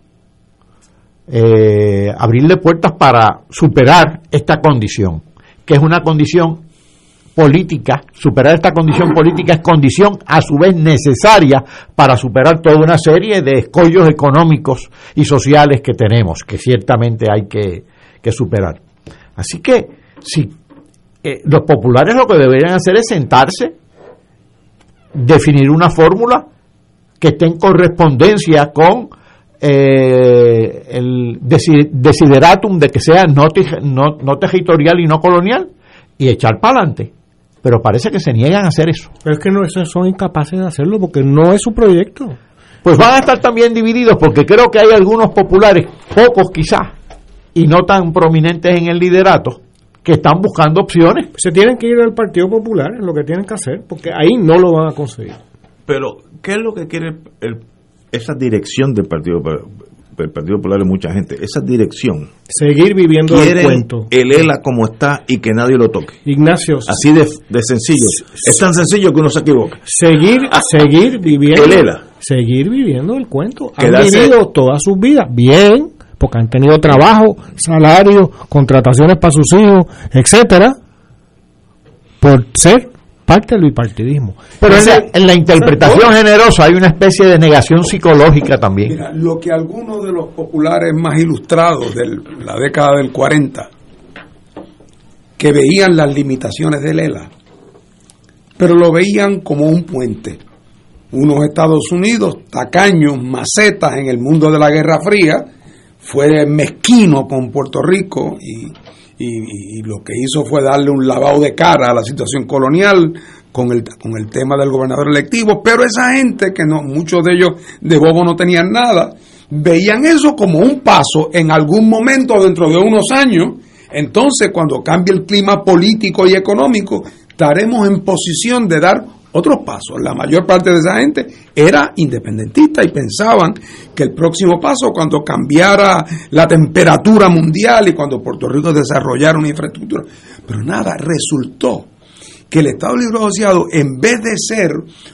eh, abrirle puertas para superar esta condición, que es una condición política. Superar esta condición política es condición a su vez necesaria para superar toda una serie de escollos económicos y sociales que tenemos, que ciertamente hay que, que superar. Así que si eh, los populares lo que deberían hacer es sentarse, definir una fórmula que esté en correspondencia con eh, el desideratum de que sea no, no, no territorial y no colonial, y echar para adelante. Pero parece que se niegan a hacer eso. Pero es que no, son incapaces de hacerlo porque no es su proyecto. Pues van a estar también divididos, porque creo que hay algunos populares, pocos quizás, y no tan prominentes en el liderato, que están buscando opciones. Se tienen que ir al Partido Popular, es lo que tienen que hacer, porque ahí no lo van a conseguir. Pero, ¿qué es lo que quiere el, esa dirección del Partido Popular? El Partido Popular de mucha gente, esa dirección. Seguir viviendo el cuento. El E L A como está y que nadie lo toque. Ignacio. Así de, de sencillo. Es tan sencillo que uno se equivoca. Seguir, seguir viviendo. El E L A. Seguir viviendo el cuento. Han Quedarse, vivido toda su vida bien, porque han tenido trabajo, salario, contrataciones para sus hijos, etcétera, por ser parte del bipartidismo. Pero en la, en la interpretación generosa hay una especie de negación psicológica también. Mira, lo que algunos de los populares más ilustrados de la década del cuarenta, que veían las limitaciones del E L A, pero lo veían como un puente. Unos Estados Unidos tacaños, macetas en el mundo de la Guerra Fría, fue mezquino con Puerto Rico y Y, y lo que hizo fue darle un lavado de cara a la situación colonial con el con el tema del gobernador electivo, pero esa gente, que no muchos de ellos de bobo no tenían nada, veían eso como un paso en algún momento dentro de unos años. Entonces, cuando cambie el clima político y económico, estaremos en posición de dar otros pasos. La mayor parte de esa gente era independentista y pensaban que el próximo paso, cuando cambiara la temperatura mundial y cuando Puerto Rico desarrollara una infraestructura, pero nada, resultó que el Estado Libre Asociado, en vez de ser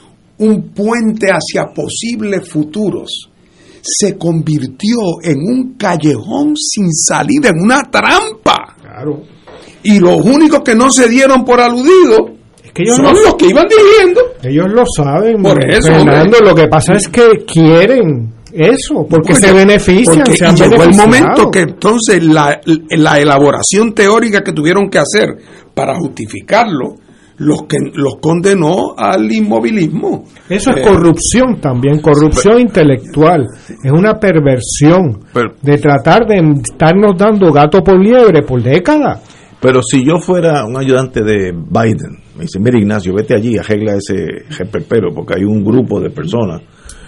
un puente hacia posibles futuros, se convirtió en un callejón sin salida, en una trampa. Claro. Y los únicos que no se dieron por aludidos que ellos son lo, los que iban dirigiendo. Ellos lo saben, por eso, Fernando. Lo que pasa es que quieren eso, porque, porque se benefician. Porque se han llegó el momento que entonces la, la elaboración teórica que tuvieron que hacer para justificarlo, los que los condenó al inmovilismo. Eso es eh, corrupción también, corrupción pero, intelectual. Es una perversión pero, de tratar de estarnos dando gato por liebre por décadas. Pero si yo fuera un ayudante de Biden, me dice, mira Ignacio, vete allí, arregla ese jeperpero, porque hay un grupo de personas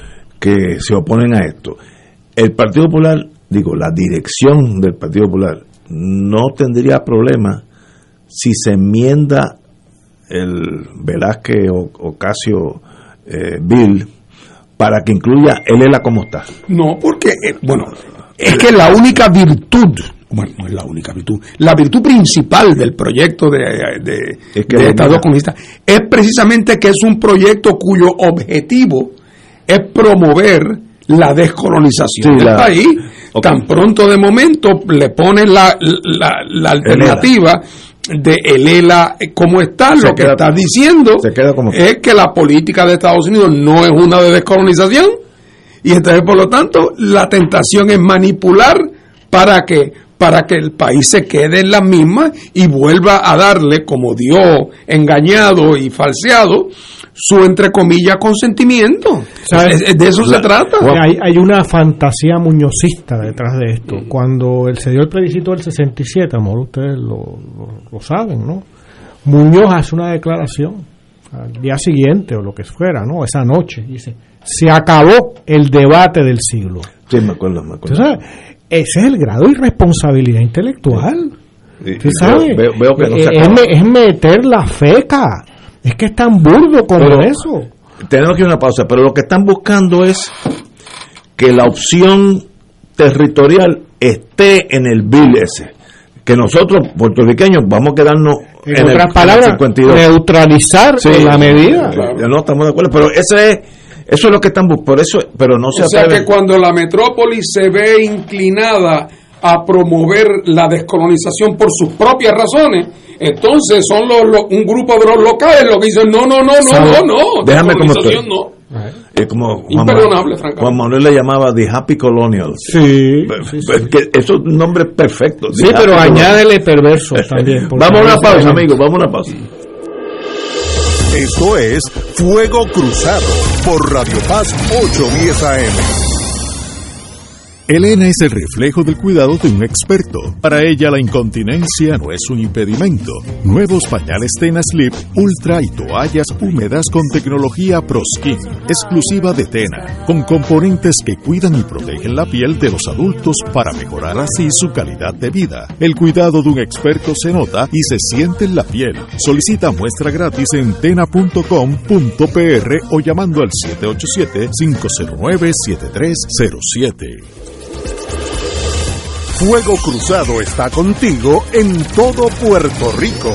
que se oponen a esto. El Partido Popular, digo, la dirección del Partido Popular no tendría problema si se enmienda el Velázquez Ocasio eh, Bill para que incluya el E L A como está. No, porque, eh, bueno, es que la única virtud, bueno, no es la única virtud, la virtud principal del proyecto de, de, es que de Estado Comunista es precisamente que es un proyecto cuyo objetivo es promover la descolonización sí, del la, país. Okay. Tan pronto de momento le ponen la, la, la alternativa de el E L A como está, se lo que está diciendo como es que la política de Estados Unidos no es una de descolonización, y entonces por lo tanto la tentación es manipular para que para que el país se quede en la misma y vuelva a darle, como dio engañado y falseado, su entre comillas consentimiento. ¿Sabes? De eso la, se trata. Hay, hay una fantasía muñozista detrás de esto. Cuando él se dio el plebiscito del sesenta y siete, amor, ustedes lo, lo, lo saben, ¿no? Muñoz hace una declaración al día siguiente o lo que fuera, ¿no? Esa noche, dice, se acabó el debate del siglo. Sí, me acuerdo, me acuerdo. Entonces, ese es el grado de irresponsabilidad intelectual. Sí. ¿Usted sabe? Veo, veo que no se es, es meter la feca. Es que es tan burdo como pero, eso. Tenemos que ir a una pausa, pero lo que están buscando es que la opción territorial esté en el bill ese. Que nosotros, puertorriqueños, vamos a quedarnos en, en otras el, palabras, cincuenta y dos. Neutralizar sí, en la medida. Claro. Ya no estamos de acuerdo, pero ese es, eso es lo que están buscando. Por eso, pero no se O sea que cuando la metrópoli se ve inclinada a promover la descolonización por sus propias razones, entonces son los, los un grupo de los locales los que dicen no, no, no, no, no, no, déjame como estoy. No. Es como imperdonable, Juan, Juan Manuel le llamaba The Happy Colonials. Sí, sí, sí. Que eso es un nombre perfecto. Sí, pero añádele perverso también. Vamos a una pausa, amigos, vamos a una pausa. Esto es Fuego Cruzado por Radio Paz ochocientos diez A M. Elena es el reflejo del cuidado de un experto. Para ella la incontinencia no es un impedimento. Nuevos pañales Tena Slip Ultra y toallas húmedas con tecnología ProSkin, exclusiva de Tena, con componentes que cuidan y protegen la piel de los adultos para mejorar así su calidad de vida. El cuidado de un experto se nota y se siente en la piel. Solicita muestra gratis en tena punto com punto p r o llamando al siete ocho siete, cinco cero nueve, siete tres cero siete. Fuego Cruzado está contigo en todo Puerto Rico.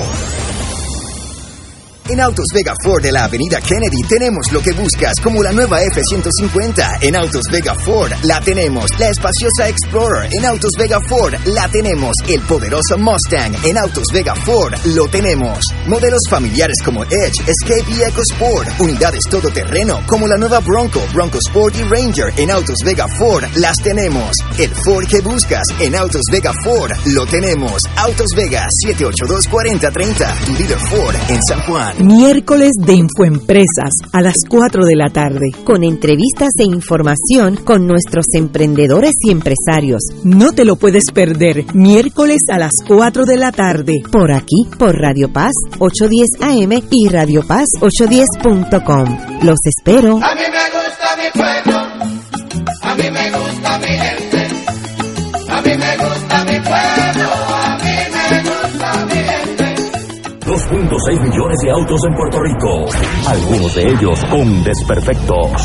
En Autos Vega Ford de la Avenida Kennedy tenemos lo que buscas, como la nueva F ciento cincuenta. En Autos Vega Ford la tenemos. La espaciosa Explorer. En Autos Vega Ford la tenemos. El poderoso Mustang. En Autos Vega Ford lo tenemos. Modelos familiares como Edge, Escape y EcoSport. Unidades todoterreno como la nueva Bronco, Bronco Sport y Ranger. En Autos Vega Ford las tenemos. El Ford que buscas. En Autos Vega Ford lo tenemos. Autos Vega, siete ocho dos, cuatro cero tres cero. Tu líder Ford en San Juan. Miércoles de Infoempresas a las cuatro de la tarde, con entrevistas e información con nuestros emprendedores y empresarios. No te lo puedes perder, miércoles a las cuatro de la tarde, por aquí, por Radio Paz ochocientos diez A M y Radio Paz ochocientos diez punto com. Los espero. A mí me gusta mi pueblo, a mí me gusta mi gente, a mí me gusta mi pueblo, a mí me gusta mi gente. dos punto seis millones de autos en Puerto Rico, algunos de ellos con desperfectos.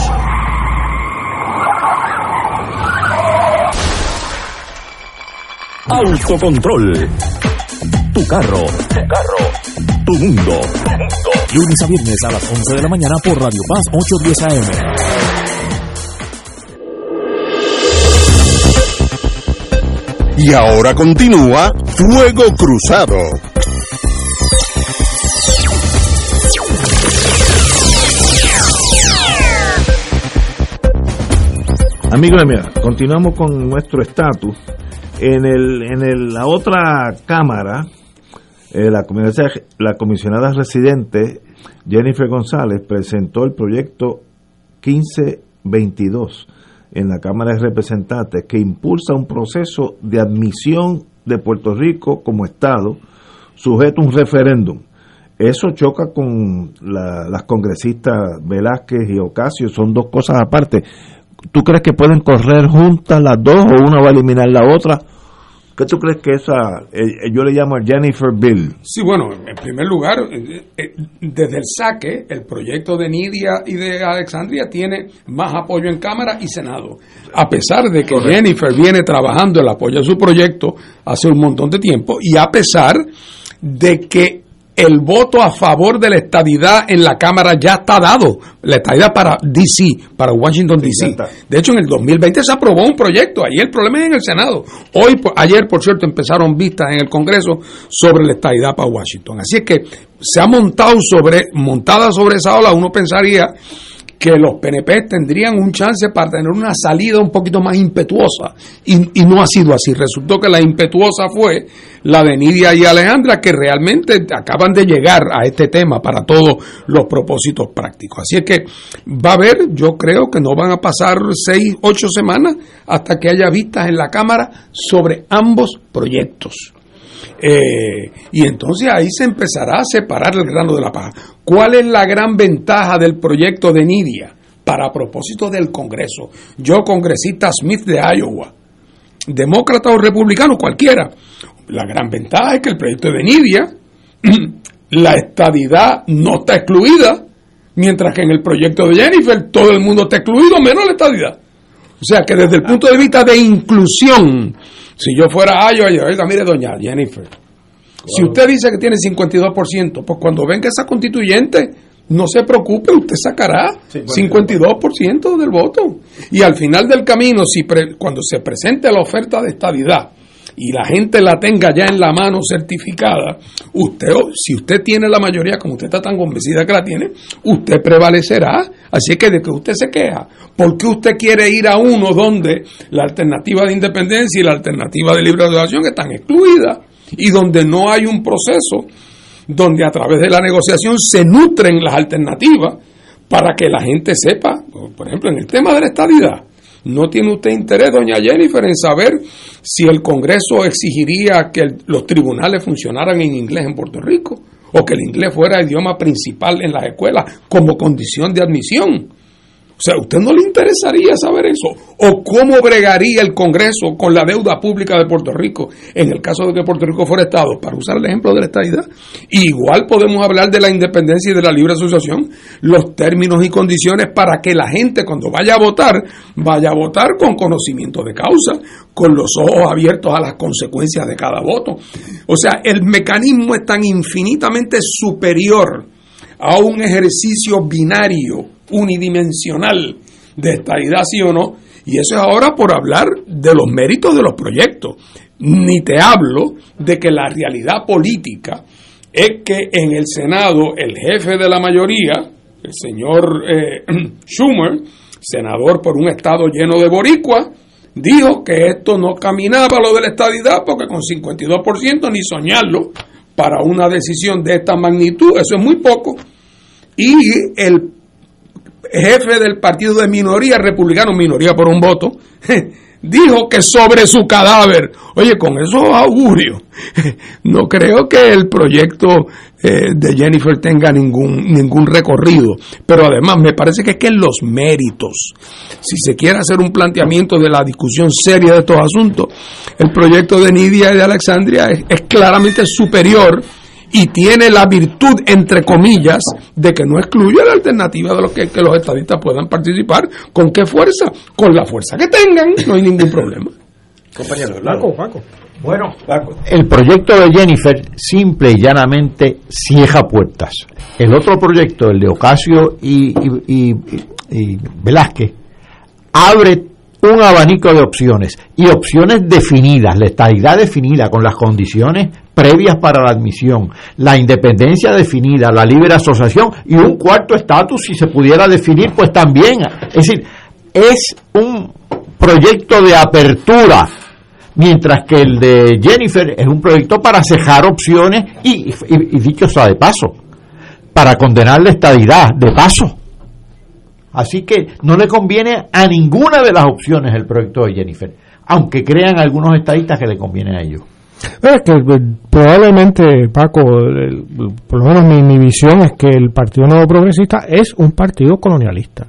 Autocontrol. Tu carro, tu carro, tu mundo. Lunes a viernes a las once de la mañana por Radio Paz ochocientos diez A M. Y ahora continúa Fuego Cruzado. Amigos y amigas, continuamos con nuestro estatus. En el en el, la otra cámara, eh, la, comisionada, la comisionada residente Jennifer González presentó el proyecto quince veintidós en la Cámara de Representantes, que impulsa un proceso de admisión de Puerto Rico como Estado sujeto a un referéndum. Eso choca con la, las congresistas Velázquez y Ocasio, son dos cosas aparte. ¿Tú crees que pueden correr juntas las dos o una va a eliminar la otra? ¿Qué tú crees que esa, eh, yo le llamo el Jennifer Bill? Sí, bueno, en primer lugar, eh, eh, desde el saque, el proyecto de Nidia y de Alexandria tiene más apoyo en Cámara y Senado. A pesar de que Correcto. Jennifer viene trabajando el apoyo a su proyecto hace un montón de tiempo, y a pesar de que el voto a favor de la estadidad en la Cámara ya está dado, la estadidad para D C, para Washington D C. De hecho, en el dos mil veinte se aprobó un proyecto, ahí el problema es en el Senado. Hoy, ayer, por cierto, empezaron vistas en el Congreso sobre la estadidad para Washington. Así es que se ha montado sobre, montada sobre esa ola, uno pensaría que los P N P tendrían un chance para tener una salida un poquito más impetuosa, y, y no ha sido así. Resultó que la impetuosa fue la de Nidia y Alejandra, que realmente acaban de llegar a este tema para todos los propósitos prácticos. Así es que va a haber, yo creo que no van a pasar seis, ocho semanas hasta que haya vistas en la Cámara sobre ambos proyectos. Eh, y entonces ahí se empezará a separar el grano de la paja. ¿Cuál es la gran ventaja del proyecto de Nidia para propósito del Congreso? Yo, congresista Smith de Iowa, demócrata o republicano, cualquiera, la gran ventaja es que el proyecto de Nidia, la estadidad no está excluida, mientras que en el proyecto de Jennifer todo el mundo está excluido, menos la estadidad. O sea que desde el punto de vista de inclusión, si yo fuera a Iowa, yo diría, mire, doña Jennifer, wow, si usted dice que tiene cincuenta y dos por ciento, pues cuando venga esa constituyente, no se preocupe, usted sacará cincuenta y dos por ciento del voto. Y al final del camino, si pre, cuando se presente la oferta de estadidad y la gente la tenga ya en la mano certificada, usted, si usted tiene la mayoría, como usted está tan convencida que la tiene, usted prevalecerá. Así que de que usted se queja, ¿por qué usted quiere ir a uno donde la alternativa de independencia y la alternativa de libre asociación están excluidas, y donde no hay un proceso donde a través de la negociación se nutren las alternativas para que la gente sepa? Por ejemplo, en el tema de la estadidad, ¿No tiene usted interés, doña Jennifer, en saber si el Congreso exigiría que el, los tribunales funcionaran en inglés en Puerto Rico? ¿O que el inglés fuera el idioma principal en las escuelas como condición de admisión? O sea, ¿a usted no le interesaría saber eso? ¿O cómo bregaría el Congreso con la deuda pública de Puerto Rico en el caso de que Puerto Rico fuera Estado? Para usar el ejemplo de la estadidad. Igual podemos hablar de la independencia y de la libre asociación, los términos y condiciones para que la gente cuando vaya a votar, vaya a votar con conocimiento de causa, con los ojos abiertos a las consecuencias de cada voto. O sea, el mecanismo es tan infinitamente superior a un ejercicio binario, unidimensional de estadidad sí o no, y eso es ahora por hablar de los méritos de los proyectos. Ni te hablo de que la realidad política es que en el Senado el jefe de la mayoría, el señor eh, Schumer, senador por un estado lleno de boricuas, dijo que esto no caminaba lo de la estadidad porque con cincuenta y dos por ciento ni soñarlo para una decisión de esta magnitud, eso es muy poco. Y el jefe del partido de minoría republicano, minoría por un voto, dijo que sobre su cadáver, oye, con esos augurios, no creo que el proyecto eh, de Jennifer tenga ningún ningún recorrido, pero además me parece que es que en los méritos, si se quiere hacer un planteamiento de la discusión seria de estos asuntos, el proyecto de Nidia y de Alexandria es, es claramente superior y tiene la virtud, entre comillas, de que no excluye la alternativa de los que, que los estadistas puedan participar. ¿Con qué fuerza? Con la fuerza que tengan, no hay ningún problema. Compañero, Paco, Paco. Bueno, Paco. El proyecto de Jennifer simple y llanamente cierra puertas. El otro proyecto, el de Ocasio y, y, y, y Velázquez, abre un abanico de opciones y opciones definidas, la estadidad definida con las condiciones previas para la admisión, la independencia definida, la libre asociación y un cuarto estatus si se pudiera definir, pues también. Es decir, es un proyecto de apertura, mientras que el de Jennifer es un proyecto para cejar opciones y, y, y dicho sea de paso, para condenar la estadidad de paso. Así que no le conviene a ninguna de las opciones el proyecto de Jennifer, aunque crean algunos estadistas que le conviene a ellos. Es que probablemente, Paco, el, por lo menos mi, mi visión es que el Partido Nuevo Progresista es un partido colonialista.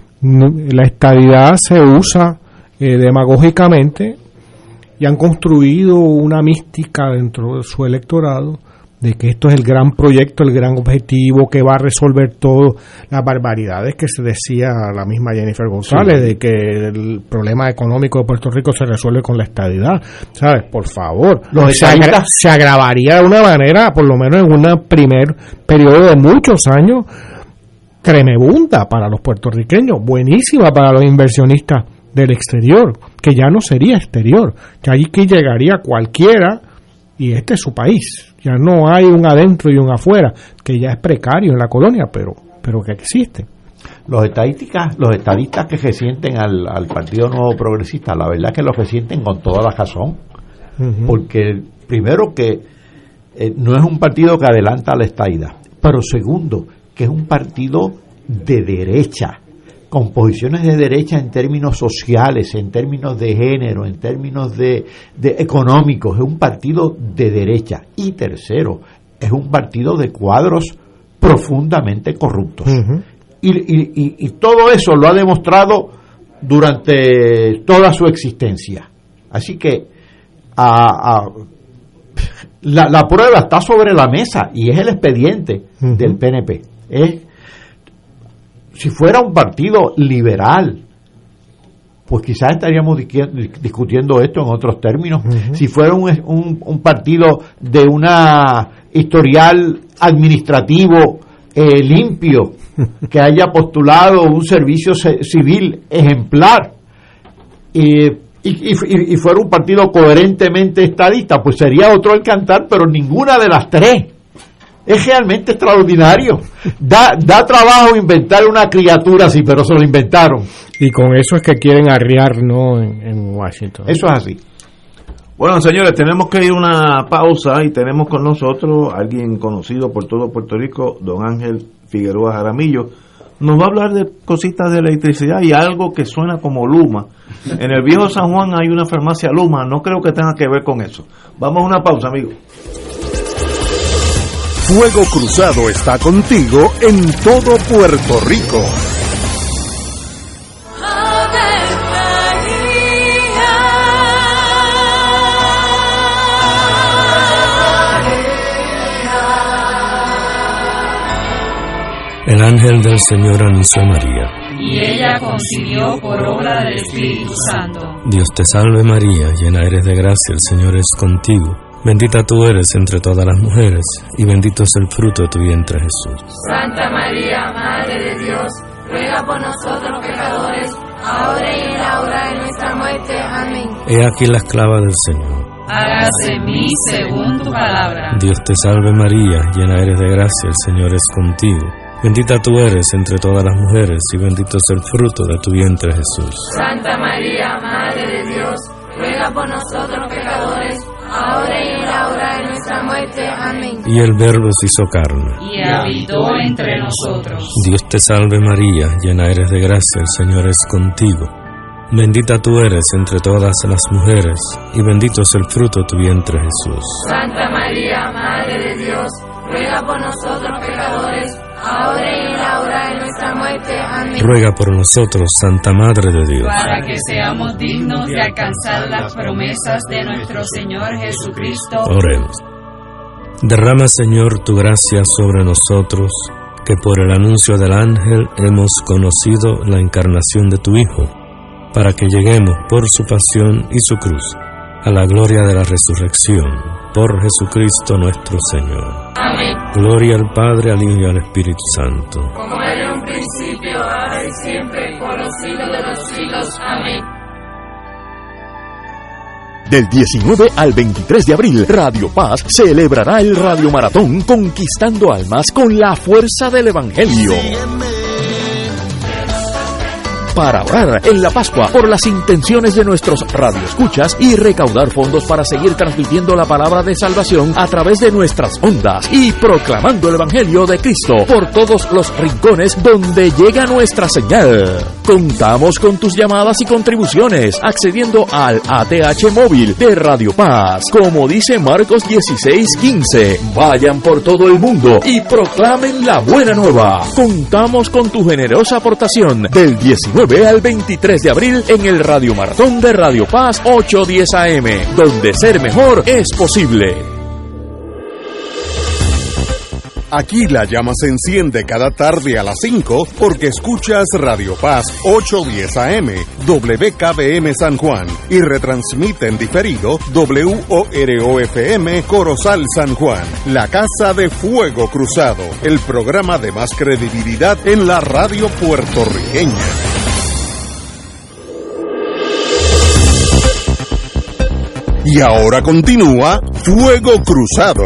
La estadidad se usa eh, demagógicamente y han construido una mística dentro de su electorado de que esto es el gran proyecto, el gran objetivo que va a resolver todo, las barbaridades que se decía la misma Jennifer González, sí, de que el problema económico de Puerto Rico se resuelve con la estadidad, ¿sabes? Por favor, Los se, agra- se agravaría de una manera, por lo menos en un primer periodo de muchos años, tremebunda para los puertorriqueños, buenísima para los inversionistas del exterior, que ya no sería exterior, que allí que llegaría cualquiera y este es su país. Ya no hay un adentro y un afuera, que ya es precario en la colonia, pero pero que existe. Los estadísticas, los estadistas que se sienten al, al Partido Nuevo Progresista, la verdad es que los que sienten con toda la razón, uh-huh. porque primero que eh, no es un partido que adelanta la estadidad, pero segundo, que es un partido de derecha, con posiciones de derecha en términos sociales, en términos de género, en términos de, de económicos, es un partido de derecha. Y tercero, es un partido de cuadros profundamente corruptos. Uh-huh. Y, y, y, y todo eso lo ha demostrado durante toda su existencia. Así que a, a, la, la prueba está sobre la mesa y es el expediente uh-huh. del P N P. Es Si fuera un partido liberal, pues quizás estaríamos discutiendo esto en otros términos. Uh-huh. Si fuera un, un, un partido de una historial administrativo eh, limpio, que haya postulado un servicio civil ejemplar, y, y, y, y fuera un partido coherentemente estadista, pues sería otro el cantar, pero ninguna de las tres. Es realmente extraordinario. Da, da trabajo inventar una criatura así, pero se lo inventaron. Y con eso es que quieren arriar, ¿no? En, en Washington. Eso es así. Bueno, señores, tenemos que ir a una pausa y tenemos con nosotros a alguien conocido por todo Puerto Rico, don Ángel Figueroa Jaramillo, nos va a hablar de cositas de electricidad y algo que suena como Luma. En el viejo San Juan hay una farmacia Luma, no creo que tenga que ver con eso. Vamos a una pausa, amigos. Fuego Cruzado está contigo en todo Puerto Rico. El ángel del Señor anunció a María, y ella concibió por obra del Espíritu Santo. Dios te salve María, llena eres de gracia, el Señor es contigo. Bendita tú eres entre todas las mujeres, y bendito es el fruto de tu vientre Jesús. Santa María, Madre de Dios, ruega por nosotros pecadores, ahora y en la hora de nuestra muerte. Amén. He aquí la esclava del Señor. Hágase en mí según tu palabra. Dios te salve María, llena eres de gracia, el Señor es contigo. Bendita tú eres entre todas las mujeres, y bendito es el fruto de tu vientre Jesús. Santa María, Madre de Dios, ruega por nosotros pecadores, ahora y en la hora de nuestra muerte. Amén. Y el Verbo se hizo carne, y habitó entre nosotros. Dios te salve María, llena eres de gracia, el Señor es contigo. Bendita tú eres entre todas las mujeres, y bendito es el fruto de tu vientre Jesús. Santa María, Madre de Dios, ruega por nosotros pecadores, ahora y en la hora de nuestra muerte. Amén. Ruega por nosotros, Santa Madre de Dios, para que seamos dignos de alcanzar las promesas de nuestro Señor Jesucristo. Oremos. Derrama, Señor, tu gracia sobre nosotros, que por el anuncio del ángel hemos conocido la encarnación de tu Hijo, para que lleguemos por su pasión y su cruz a la gloria de la resurrección, por Jesucristo nuestro Señor. Amén. Gloria al Padre, al Hijo y al Espíritu Santo, como era en un principio, ahora y siempre, por los siglos de los siglos. Amén. Del diecinueve al veintitrés de abril, Radio Paz celebrará el Radio Maratón Conquistando Almas con la fuerza del Evangelio. Para orar en la Pascua por las intenciones de nuestros radioescuchas y recaudar fondos para seguir transmitiendo la palabra de salvación a través de nuestras ondas y proclamando el Evangelio de Cristo por todos los rincones donde llega nuestra señal. Contamos con tus llamadas y contribuciones accediendo al A T H móvil de Radio Paz. Como dice Marcos dieciséis quince, vayan por todo el mundo y proclamen la buena nueva. Contamos con tu generosa aportación del diecinueve al veintitrés de abril en el Radio Maratón de Radio Paz ocho diez A M, donde ser mejor es posible. Aquí la llama se enciende cada tarde a las cinco porque escuchas Radio Paz ocho diez A M, W K B M San Juan y retransmite en diferido W O R O F M Corozal San Juan, la Casa de Fuego Cruzado, el programa de más credibilidad en la radio puertorriqueña. Y ahora continúa Fuego Cruzado.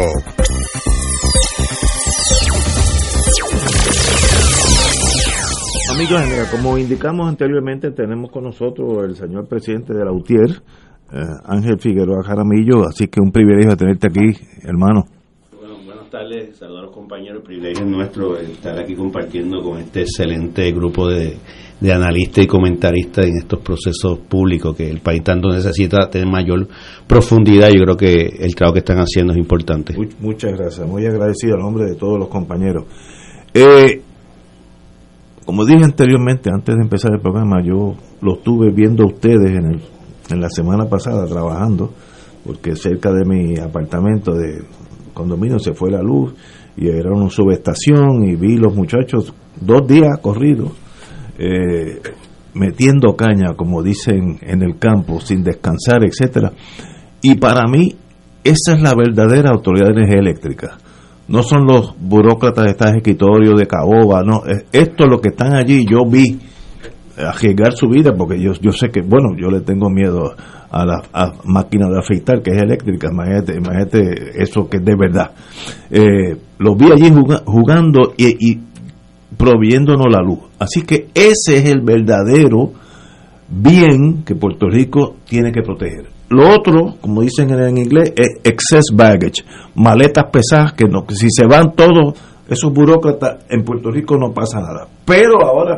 Amigos, como indicamos anteriormente, tenemos con nosotros el señor presidente de la U T I E R, eh, Ángel Figueroa Jaramillo, así que un privilegio tenerte aquí, hermano. Bueno, buenas tardes, saludos a los compañeros, el privilegio es nuestro estar aquí compartiendo con este excelente grupo de, de analistas y comentaristas en estos procesos públicos que el país tanto necesita tener mayor profundidad. Yo creo que el trabajo que están haciendo es importante. Muchas gracias, muy agradecido a nombre de todos los compañeros. Eh, como dije anteriormente, antes de empezar el programa, yo lo estuve viendo a ustedes en, el, en la semana pasada trabajando, porque cerca de mi apartamento de condominio se fue la luz y era una subestación y vi los muchachos dos días corridos eh, metiendo caña, como dicen en el campo, sin descansar, etcétera. Y para mí esa es la verdadera autoridad de energía eléctrica. No son los burócratas de este escritorio de caoba, no, esto es lo que están allí. Yo vi arriesgar su vida, porque yo yo sé que, bueno, yo le tengo miedo a la a máquina de afeitar que es eléctrica, imagínate, imagínate eso que es de verdad. Eh, los vi allí jug, jugando y, y proviéndonos la luz. Así que ese es el verdadero bien que Puerto Rico tiene que proteger. Lo otro, como dicen en inglés, es excess baggage, maletas pesadas que, no, que si se van todos esos burócratas, en Puerto Rico no pasa nada. Pero ahora,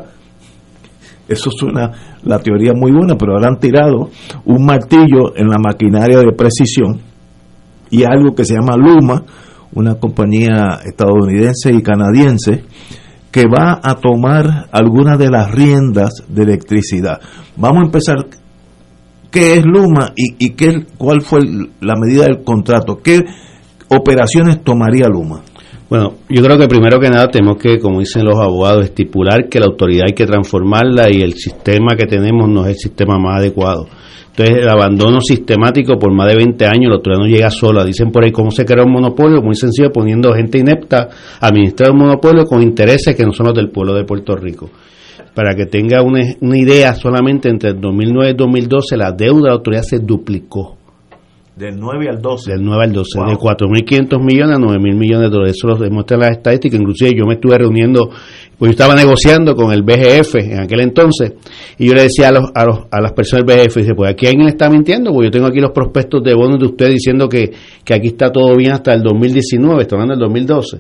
eso suena la teoría muy buena, pero ahora han tirado un martillo en la maquinaria de precisión y algo que se llama Luma, una compañía estadounidense y canadiense, que va a tomar algunas de las riendas de electricidad. Vamos a empezar. ¿Qué es Luma y, y qué, cuál fue el, la medida del contrato? ¿Qué operaciones tomaría Luma? Bueno, yo creo que primero que nada tenemos que, como dicen los abogados, estipular que la autoridad hay que transformarla y el sistema que tenemos no es el sistema más adecuado. Entonces, el abandono sistemático por más de veinte años, la autoridad no llega sola. Dicen por ahí cómo se crea un monopolio, muy sencillo, poniendo gente inepta a administrar un monopolio con intereses que no son los del pueblo de Puerto Rico. Para que tenga una, una idea, solamente entre el dos mil nueve y dos mil doce la deuda de la autoridad se duplicó. Del nueve al doce. Del nueve al doce, wow. De cuatro mil quinientos millones a nueve mil millones de dólares. Eso lo demuestran las estadísticas. Inclusive yo me estuve reuniendo, pues yo estaba negociando con el B G F en aquel entonces, y yo le decía a los, a los a las personas del B G F, dice, pues aquí alguien está mintiendo, porque yo tengo aquí los prospectos de bonos de usted diciendo que, que aquí está todo bien hasta el dos mil diecinueve, estoy hablando del dos mil doce.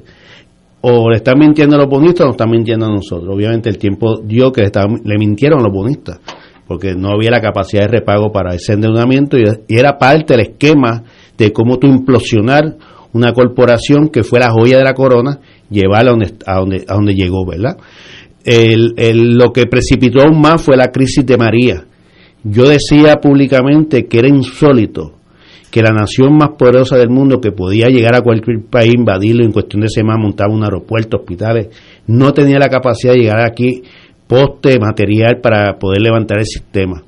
O le están mintiendo a los bonistas o nos están mintiendo a nosotros. Obviamente el tiempo dio que le, estaban, le mintieron a los bonistas, porque no había la capacidad de repago para ese endeudamiento, y, y era parte del esquema de cómo tú implosionar una corporación que fue la joya de la corona, llevarla a donde, a donde, a donde llegó, ¿verdad? El, el, lo que precipitó aún más fue la crisis de María. Yo decía públicamente que era insólito que la nación más poderosa del mundo, que podía llegar a cualquier país, invadirlo en cuestión de semanas, montaba un aeropuerto, hospitales, no tenía la capacidad de llegar aquí, poste, material para poder levantar el sistema.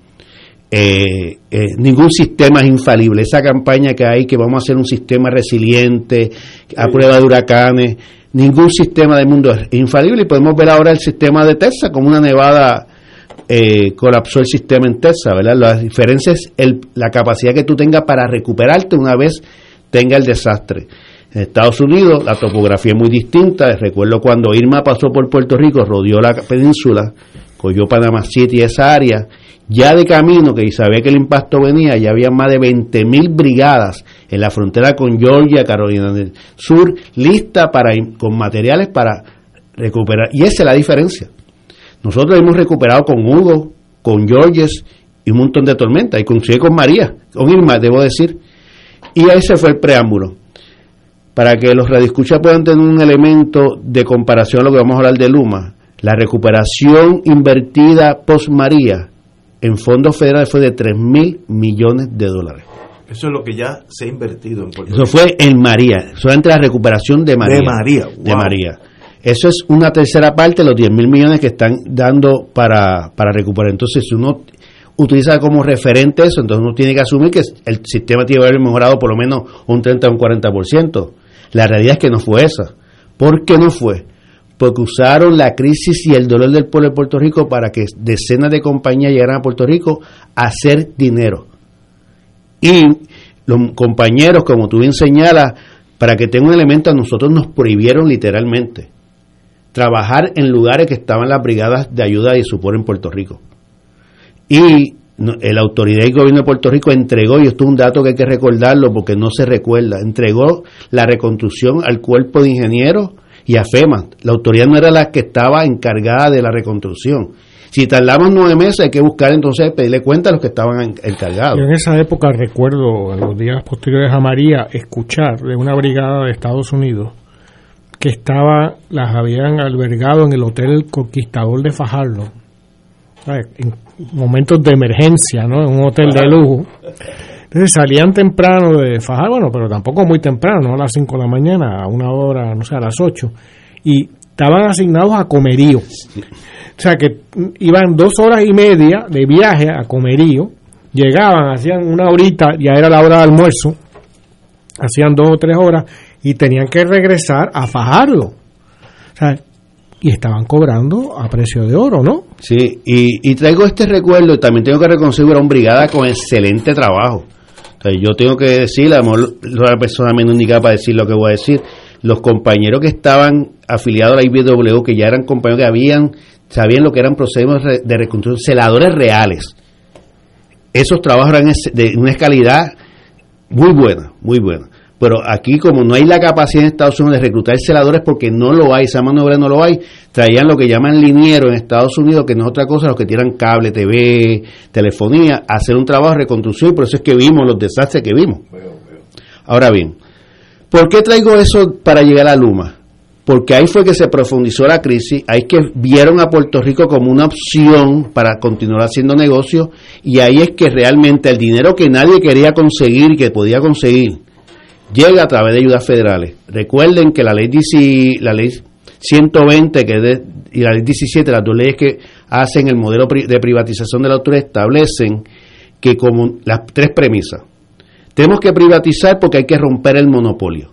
Eh, eh, ningún sistema es infalible. Esa campaña que hay, que vamos a hacer un sistema resiliente, a prueba de huracanes, ningún sistema del mundo es infalible, y podemos ver ahora el sistema de Texas, como una nevada eh, colapsó el sistema en Texas, ¿verdad? La diferencia es el, la capacidad que tú tengas para recuperarte una vez tenga el desastre. En Estados Unidos la topografía es muy distinta. Recuerdo cuando Irma pasó por Puerto Rico, rodeó la península, cogió Panama City, esa área, ya de camino, que sabía que el impacto venía, ya había más de veinte mil brigadas en la frontera con Georgia, Carolina del Sur, listas para, con materiales para recuperar. Y esa es la diferencia. Nosotros hemos recuperado con Hugo, con Georges y un montón de tormentas, y coincide con María, con Irma, debo decir. Y ese fue el preámbulo. Para que los radioescuchas puedan tener un elemento de comparación a lo que vamos a hablar de Luma, la recuperación invertida post María en fondos federales fue de tres mil millones de dólares. Eso es lo que ya se ha invertido en Puerto Rico. Eso fue en María, solamente la recuperación de María. De María, wow. De María. Eso es una tercera parte de los diez mil millones que están dando para, para recuperar. Entonces, si uno utiliza como referente eso, entonces uno tiene que asumir que el sistema tiene que haber mejorado por lo menos un treinta o un cuarenta por ciento. La realidad es que no fue esa. ¿Por qué no fue? Porque usaron la crisis y el dolor del pueblo de Puerto Rico para que decenas de compañías llegaran a Puerto Rico a hacer dinero. Y los compañeros, como tú bien señalas, para que tenga un elemento, a nosotros nos prohibieron literalmente trabajar en lugares que estaban las brigadas de ayuda y socorro en Puerto Rico. Y la autoridad y gobierno de Puerto Rico entregó, y esto es un dato que hay que recordarlo porque no se recuerda, entregó la reconstrucción al cuerpo de ingenieros y a FEMA. La autoridad no era la que estaba encargada de la reconstrucción. Si tardamos nueve meses, hay que buscar entonces pedirle cuenta a los que estaban encargados. Yo en esa época recuerdo, en los días posteriores a María, escuchar de una brigada de Estados Unidos que estaba, las habían albergado en el Hotel Conquistador de Fajardo, ¿sabes? En momentos de emergencia, ¿no? En un hotel de lujo. Entonces salían temprano de Fajardo, bueno, pero tampoco muy temprano, no a las cinco de la mañana, a una hora, no sé, a las ocho, y estaban asignados a Comerío. O sea que iban dos horas y media de viaje a Comerío, llegaban, hacían una horita, ya era la hora de almuerzo, hacían dos o tres horas y tenían que regresar a Fajardo. O sea, y estaban cobrando a precio de oro, ¿no? Sí, y, y traigo este recuerdo, y también tengo que reconocer a una brigada con excelente trabajo. O sea, yo tengo que decir, a lo mejor la persona menos indicada para decir lo que voy a decir, los compañeros que estaban afiliados a la I B W, que ya eran compañeros que habían, sabían lo que eran procesos de reconstrucción, celadores reales. Esos trabajos eran de una calidad muy buena, muy buena. Pero aquí, como no hay la capacidad en Estados Unidos de reclutar celadores, porque no lo hay, esa mano de obra no lo hay, traían lo que llaman liniero en Estados Unidos, que no es otra cosa, los que tiran cable, T V, telefonía, a hacer un trabajo de reconstrucción, y por eso es que vimos los desastres que vimos. Ahora bien, ¿por qué traigo eso para llegar a Luma? Porque ahí fue que se profundizó la crisis, ahí que vieron a Puerto Rico como una opción para continuar haciendo negocios, y ahí es que realmente el dinero que nadie quería conseguir, que podía conseguir, llega a través de ayudas federales. Recuerden que la ley la ley ciento veinte que de, y la ley diecisiete, las dos leyes que hacen el modelo de privatización de la autoridad, establecen que como las tres premisas. Tenemos que privatizar porque hay que romper el monopolio.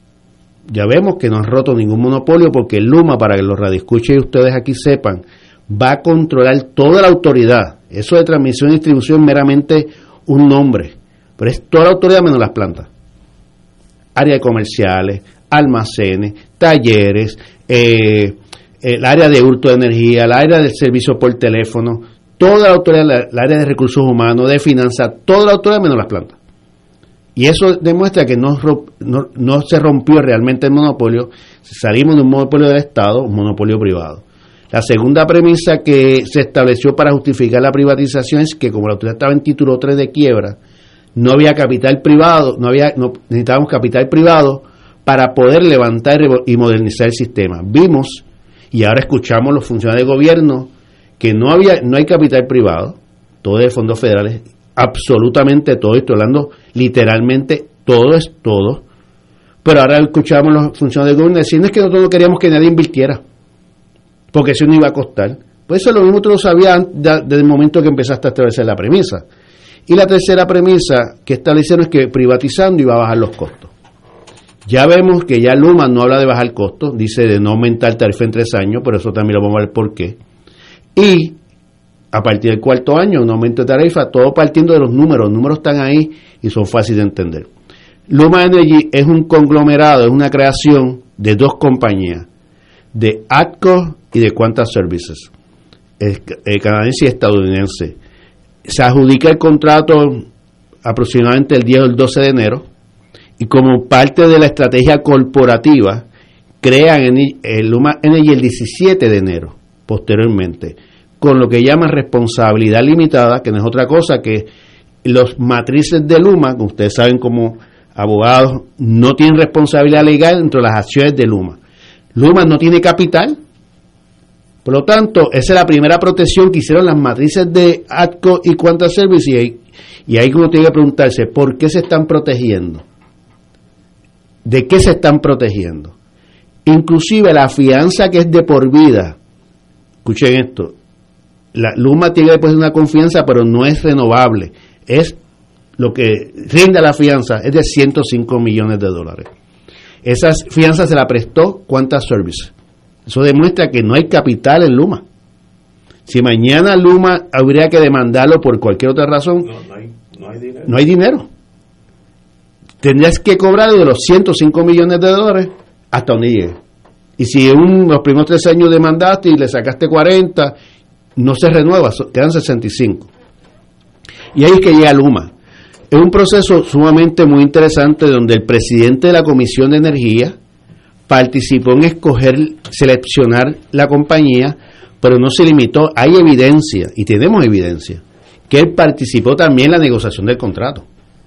Ya vemos que no han roto ningún monopolio, porque el Luma, para que los radioescuchas y ustedes aquí sepan, va a controlar toda la autoridad. Eso de transmisión y distribución es meramente un nombre, pero es toda la autoridad menos las plantas. Áreas comerciales, almacenes, talleres, eh, el área de hurto de energía, el área del servicio por teléfono, toda la autoridad, la, la área de recursos humanos, de finanzas, toda la autoridad menos las plantas. Y eso demuestra que no, no, no se rompió realmente el monopolio, salimos de un monopolio del Estado, un monopolio privado. La segunda premisa que se estableció para justificar la privatización es que como la autoridad estaba en título tres de quiebra, no había capital privado, no había no, necesitábamos capital privado para poder levantar y modernizar el sistema. Vimos, y ahora escuchamos los funcionarios de gobierno, que no había no hay capital privado, todo de fondos federales, absolutamente todo, estoy hablando literalmente todo es todo, pero ahora escuchamos los funcionarios de gobierno diciendo es que nosotros no queríamos que nadie invirtiera, porque eso no iba a costar. Pues eso lo mismo tú lo sabías desde el momento que empezaste a establecer la premisa. Y la tercera premisa que establecieron es que privatizando iba a bajar los costos. Ya vemos que ya Luma no habla de bajar costos, dice de no aumentar tarifa en tres años, pero eso también lo vamos a ver por qué. Y a partir del cuarto año, un aumento de tarifa, todo partiendo de los números. Los números están ahí y son fáciles de entender. Luma Energy es un conglomerado, es una creación de dos compañías, de ATCO y de Quanta Services, el, el canadiense y estadounidense. Se adjudica el contrato aproximadamente el diez o el doce de enero, y como parte de la estrategia corporativa, crean el Luma Energy el diecisiete de enero, posteriormente, con lo que llaman responsabilidad limitada, que no es otra cosa que los matrices de Luma, que ustedes saben como abogados, no tienen responsabilidad legal dentro de las acciones de Luma. Luma no tiene capital, por lo tanto, esa es la primera protección que hicieron las matrices de ATCO y Quanta Service, y ahí, y ahí uno tiene que preguntarse, ¿por qué se están protegiendo? ¿De qué se están protegiendo? Inclusive la fianza que es de por vida, escuchen esto, la Luma tiene después una confianza, pero no es renovable, es lo que rinde la fianza, es de ciento cinco millones de dólares. Esas fianzas se la prestó Quanta Service. Eso demuestra que no hay capital en Luma. Si mañana Luma habría que demandarlo por cualquier otra razón, no, no, hay, no hay dinero. No hay dinero. Tendrías que cobrar de los ciento cinco millones de dólares hasta donde llegue. Y si en los primeros tres años demandaste y le sacaste cuarenta, no se renueva, quedan sesenta y cinco. Y ahí es que llega Luma. Es un proceso sumamente muy interesante donde el presidente de la Comisión de Energía participó en escoger, seleccionar la compañía, pero no se limitó. Hay evidencia, y tenemos evidencia, que él participó también en la negociación del contrato.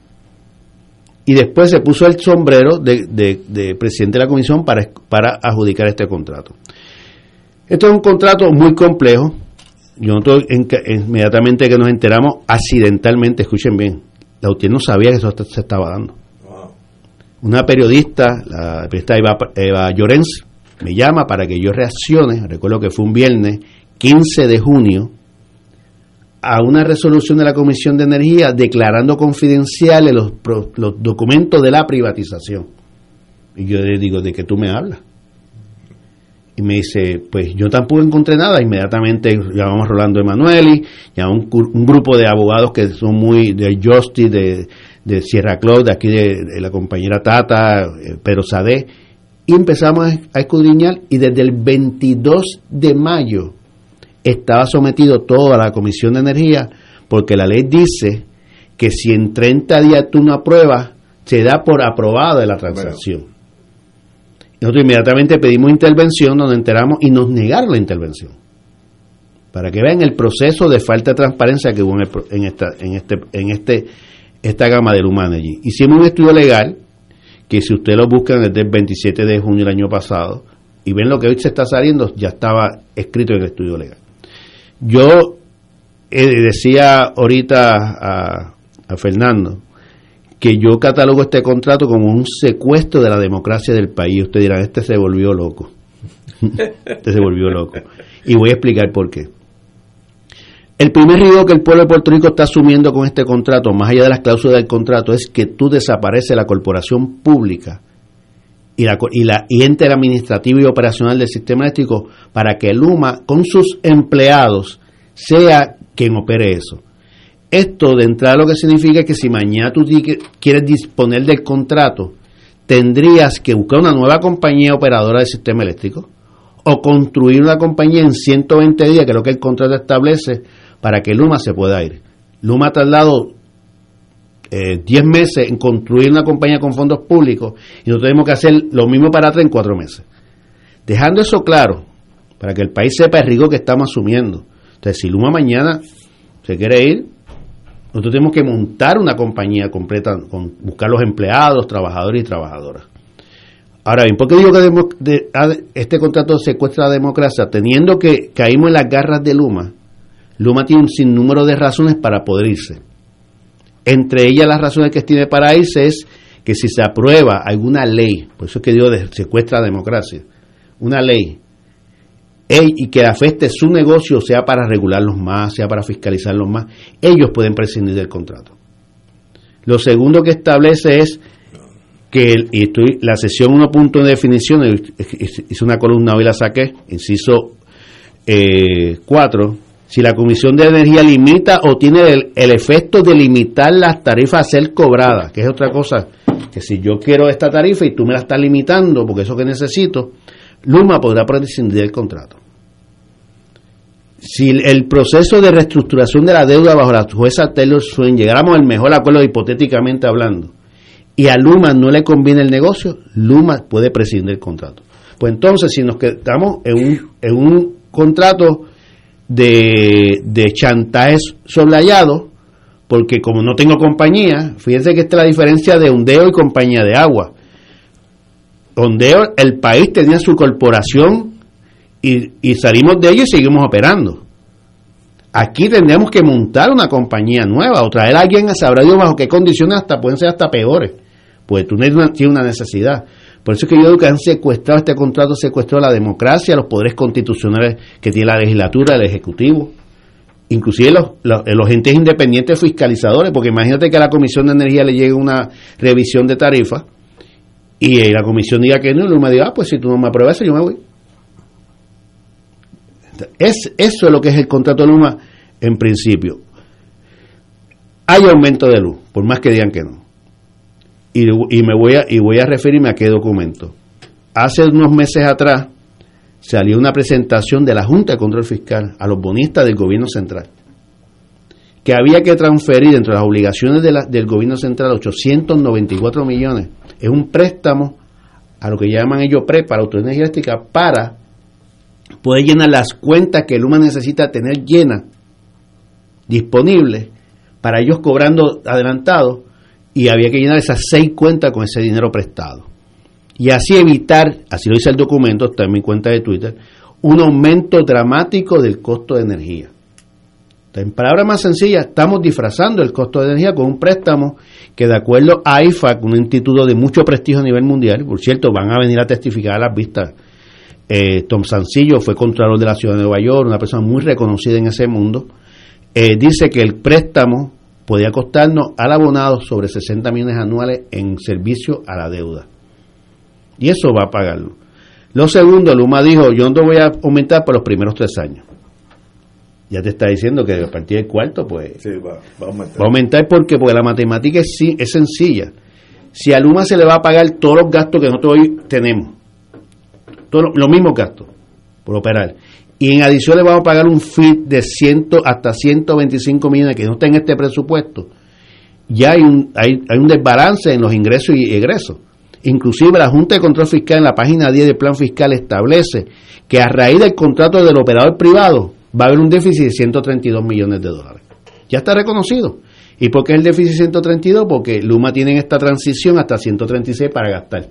Y después se puso el sombrero de, de, de presidente de la comisión para, para adjudicar este contrato. Esto es un contrato muy complejo. Yo noto en, en, inmediatamente que nos enteramos, accidentalmente, escuchen bien, la U T I E R no sabía que eso se estaba dando. Una periodista, la periodista Eva, Eva Llorens, me llama para que yo reaccione, recuerdo que fue un viernes quince de junio, a una resolución de la Comisión de Energía declarando confidenciales los, los documentos de la privatización. Y yo le digo, ¿de qué tú me hablas? Y me dice, pues yo tampoco encontré nada. Inmediatamente llamamos a Rolando Emanueli, llamamos un, un grupo de abogados que son muy de Justice, de, de Sierra Club, de aquí de, de la compañera Tata, eh, Pedro Sadé, y empezamos a, a escudriñar, y desde el veintidós de mayo estaba sometido todo a la Comisión de Energía, porque la ley dice que si en treinta días tú no apruebas, se da por aprobada la transacción. Bueno. Nosotros inmediatamente pedimos intervención, nos enteramos y nos negaron la intervención. Para que vean el proceso de falta de transparencia que hubo en, el, en esta en este en este esta gama de Luma Energy. Hicimos un estudio legal que, si ustedes lo buscan, desde el veintisiete de junio del año pasado y ven lo que hoy se está saliendo, ya estaba escrito en el estudio legal. Yo eh, decía ahorita a, a Fernando que yo catalogo este contrato como un secuestro de la democracia del país. Usted dirá, este se volvió loco. Este se volvió loco. Y voy a explicar por qué. El primer riesgo que el pueblo de Puerto Rico está asumiendo con este contrato, más allá de las cláusulas del contrato, es que tú desapareces la corporación pública y la, y la y ente administrativo y operacional del sistema eléctrico para que Luma, con sus empleados, sea quien opere eso. Esto, de entrada, lo que significa es que si mañana tú quieres disponer del contrato, tendrías que buscar una nueva compañía operadora del sistema eléctrico o construir una compañía en ciento veinte días, que es lo que el contrato establece, para que Luma se pueda ir. Luma ha tardado eh, diez meses en construir una compañía con fondos públicos y nosotros tenemos que hacer lo mismo para atrás en cuatro meses. Dejando eso claro, para que el país sepa el riesgo que estamos asumiendo. Entonces, si Luma mañana se quiere ir, nosotros tenemos que montar una compañía completa, con buscar los empleados, trabajadores y trabajadoras. Ahora bien, ¿por qué digo que de, de, este contrato secuestra la democracia? Teniendo que caímos en las garras de Luma, Luma tiene un sinnúmero de razones para poder irse. Entre ellas, las razones que tiene para irse es que si se aprueba alguna ley, por eso es que digo de secuestra la democracia, una ley, y que afecte su negocio, sea para regularlos más, sea para fiscalizarlos más, ellos pueden prescindir del contrato. Lo segundo que establece es que, el, y estoy, la sección uno punto de definiciones, hice una columna, hoy la saqué, inciso eh, cuatro, si la Comisión de Energía limita o tiene el, el efecto de limitar las tarifas a ser cobradas, que es otra cosa, que si yo quiero esta tarifa y tú me la estás limitando, porque eso que necesito, Luma podrá prescindir del contrato. Si el proceso de reestructuración de la deuda bajo la jueza Taylor Swain, llegáramos al mejor acuerdo hipotéticamente hablando, y a Luma no le conviene el negocio, Luma puede prescindir del contrato. Pues entonces, si nos quedamos en un, en un contrato de, de chantaje soslayado, porque como no tengo compañía, fíjense que esta es la diferencia de Ondeo y compañía de agua. Ondeo, el país tenía su corporación y, y salimos de ello y seguimos operando. Aquí tendríamos que montar una compañía nueva o traer a alguien, sabrá Dios bajo qué condiciones, hasta pueden ser hasta peores, pues tú tienes una, tienes una necesidad. Por eso es que yo digo que han secuestrado este contrato, secuestró la democracia, los poderes constitucionales que tiene la legislatura, el ejecutivo, inclusive los, los, los entes independientes fiscalizadores, porque imagínate que a la Comisión de Energía le llegue una revisión de tarifas y la comisión diga que no, y Luma diga, ah, pues si tú no me apruebas eso, yo me voy. Es, eso es lo que es el contrato de Luma en principio. Hay aumento de luz, por más que digan que no. Y, y me voy a y voy a referirme a qué documento. Hace unos meses atrás salió una presentación de la Junta de Control Fiscal a los bonistas del gobierno central, que había que transferir entre las obligaciones de la, del gobierno central ochocientos noventa y cuatro millones. Es un préstamo a lo que llaman ellos P R E, para autonomía eléctrica, para poder llenar las cuentas que Luma necesita tener llenas, disponibles, para ellos cobrando adelantado, y había que llenar esas seis cuentas con ese dinero prestado. Y así evitar, así lo dice el documento, está en mi cuenta de Twitter, un aumento dramático del costo de energía. En palabras más sencillas, estamos disfrazando el costo de energía con un préstamo que, de acuerdo a I F A C, un instituto de mucho prestigio a nivel mundial, por cierto, van a venir a testificar a las vistas. Eh, Tom Sancillo fue contralor de la ciudad de Nueva York, una persona muy reconocida en ese mundo, eh, dice que el préstamo podía costarnos al abonado sobre sesenta millones anuales en servicio a la deuda. Y eso va a pagarlo. Lo segundo, Luma dijo, yo no te voy a aumentar por los primeros tres años. Ya te está diciendo que a partir del cuarto, pues, sí, va, va a aumentar. Va a aumentar porque, porque la matemática es, es sencilla. Si a Luma se le va a pagar todos los gastos que nosotros hoy tenemos, todos los, los mismos gastos por operar, y en adición le vamos a pagar un fee de cien hasta ciento veinticinco millones que no está en este presupuesto, ya hay un, hay, hay un desbalance en los ingresos y egresos. Inclusive la Junta de Control Fiscal en la página diez del Plan Fiscal establece que a raíz del contrato del operador privado va a haber un déficit de ciento treinta y dos millones de dólares. Ya está reconocido. ¿Y por qué el déficit ciento treinta y dos? Porque Luma tiene esta transición hasta ciento treinta y seis para gastar.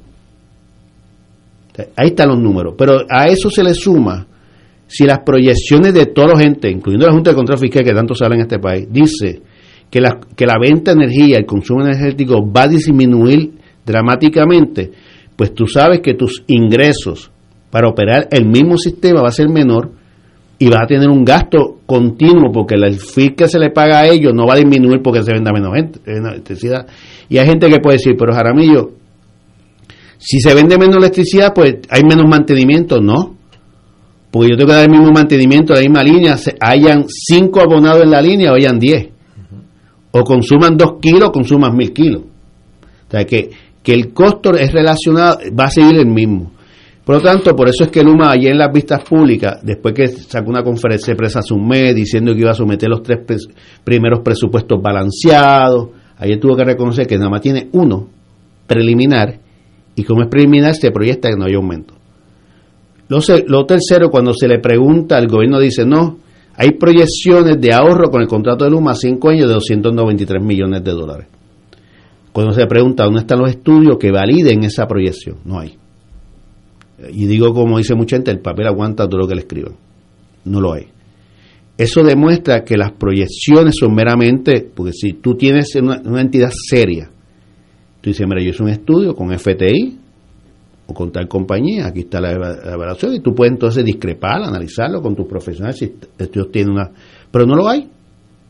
Ahí están los números. Pero a eso se le suma, si las proyecciones de toda la gente, incluyendo la Junta de Control Fiscal que tanto se habla en este país, dice que la, que la venta de energía, el consumo energético va a disminuir dramáticamente, pues tú sabes que tus ingresos para operar el mismo sistema va a ser menor y vas a tener un gasto continuo porque el fee que se le paga a ellos no va a disminuir porque se venda menos electricidad. Y hay gente que puede decir, pero Jaramillo, si se vende menos electricidad, pues hay menos mantenimiento. No, porque yo tengo que dar el mismo mantenimiento de la misma línea, se, hayan cinco abonados en la línea o hayan diez. Uh-huh. O consuman dos kilos, consuman mil kilos. O sea, que, que el costo es relacionado, va a seguir el mismo. Por lo tanto, por eso es que Luma ayer en las vistas públicas, después que sacó una conferencia de prensa hace un mes diciendo que iba a someter los tres pres- primeros presupuestos balanceados, ayer tuvo que reconocer que nada más tiene uno preliminar, y como es preliminar se proyecta que no hay aumento. Lo, se, lo tercero, cuando se le pregunta, el gobierno dice no, hay proyecciones de ahorro con el contrato de Luma a cinco años de doscientos noventa y tres millones de dólares. Cuando se pregunta dónde están los estudios que validen esa proyección, no hay. Y digo, como dice mucha gente, el papel aguanta todo lo que le escriban. No lo hay. Eso demuestra que las proyecciones son meramente, porque si tú tienes una, una entidad seria, tú dices, mira, yo hice un estudio con F T I o con tal compañía, aquí está la, la evaluación, y tú puedes entonces discrepar, analizarlo con tus profesionales si ellos tienen una... Pero no lo hay.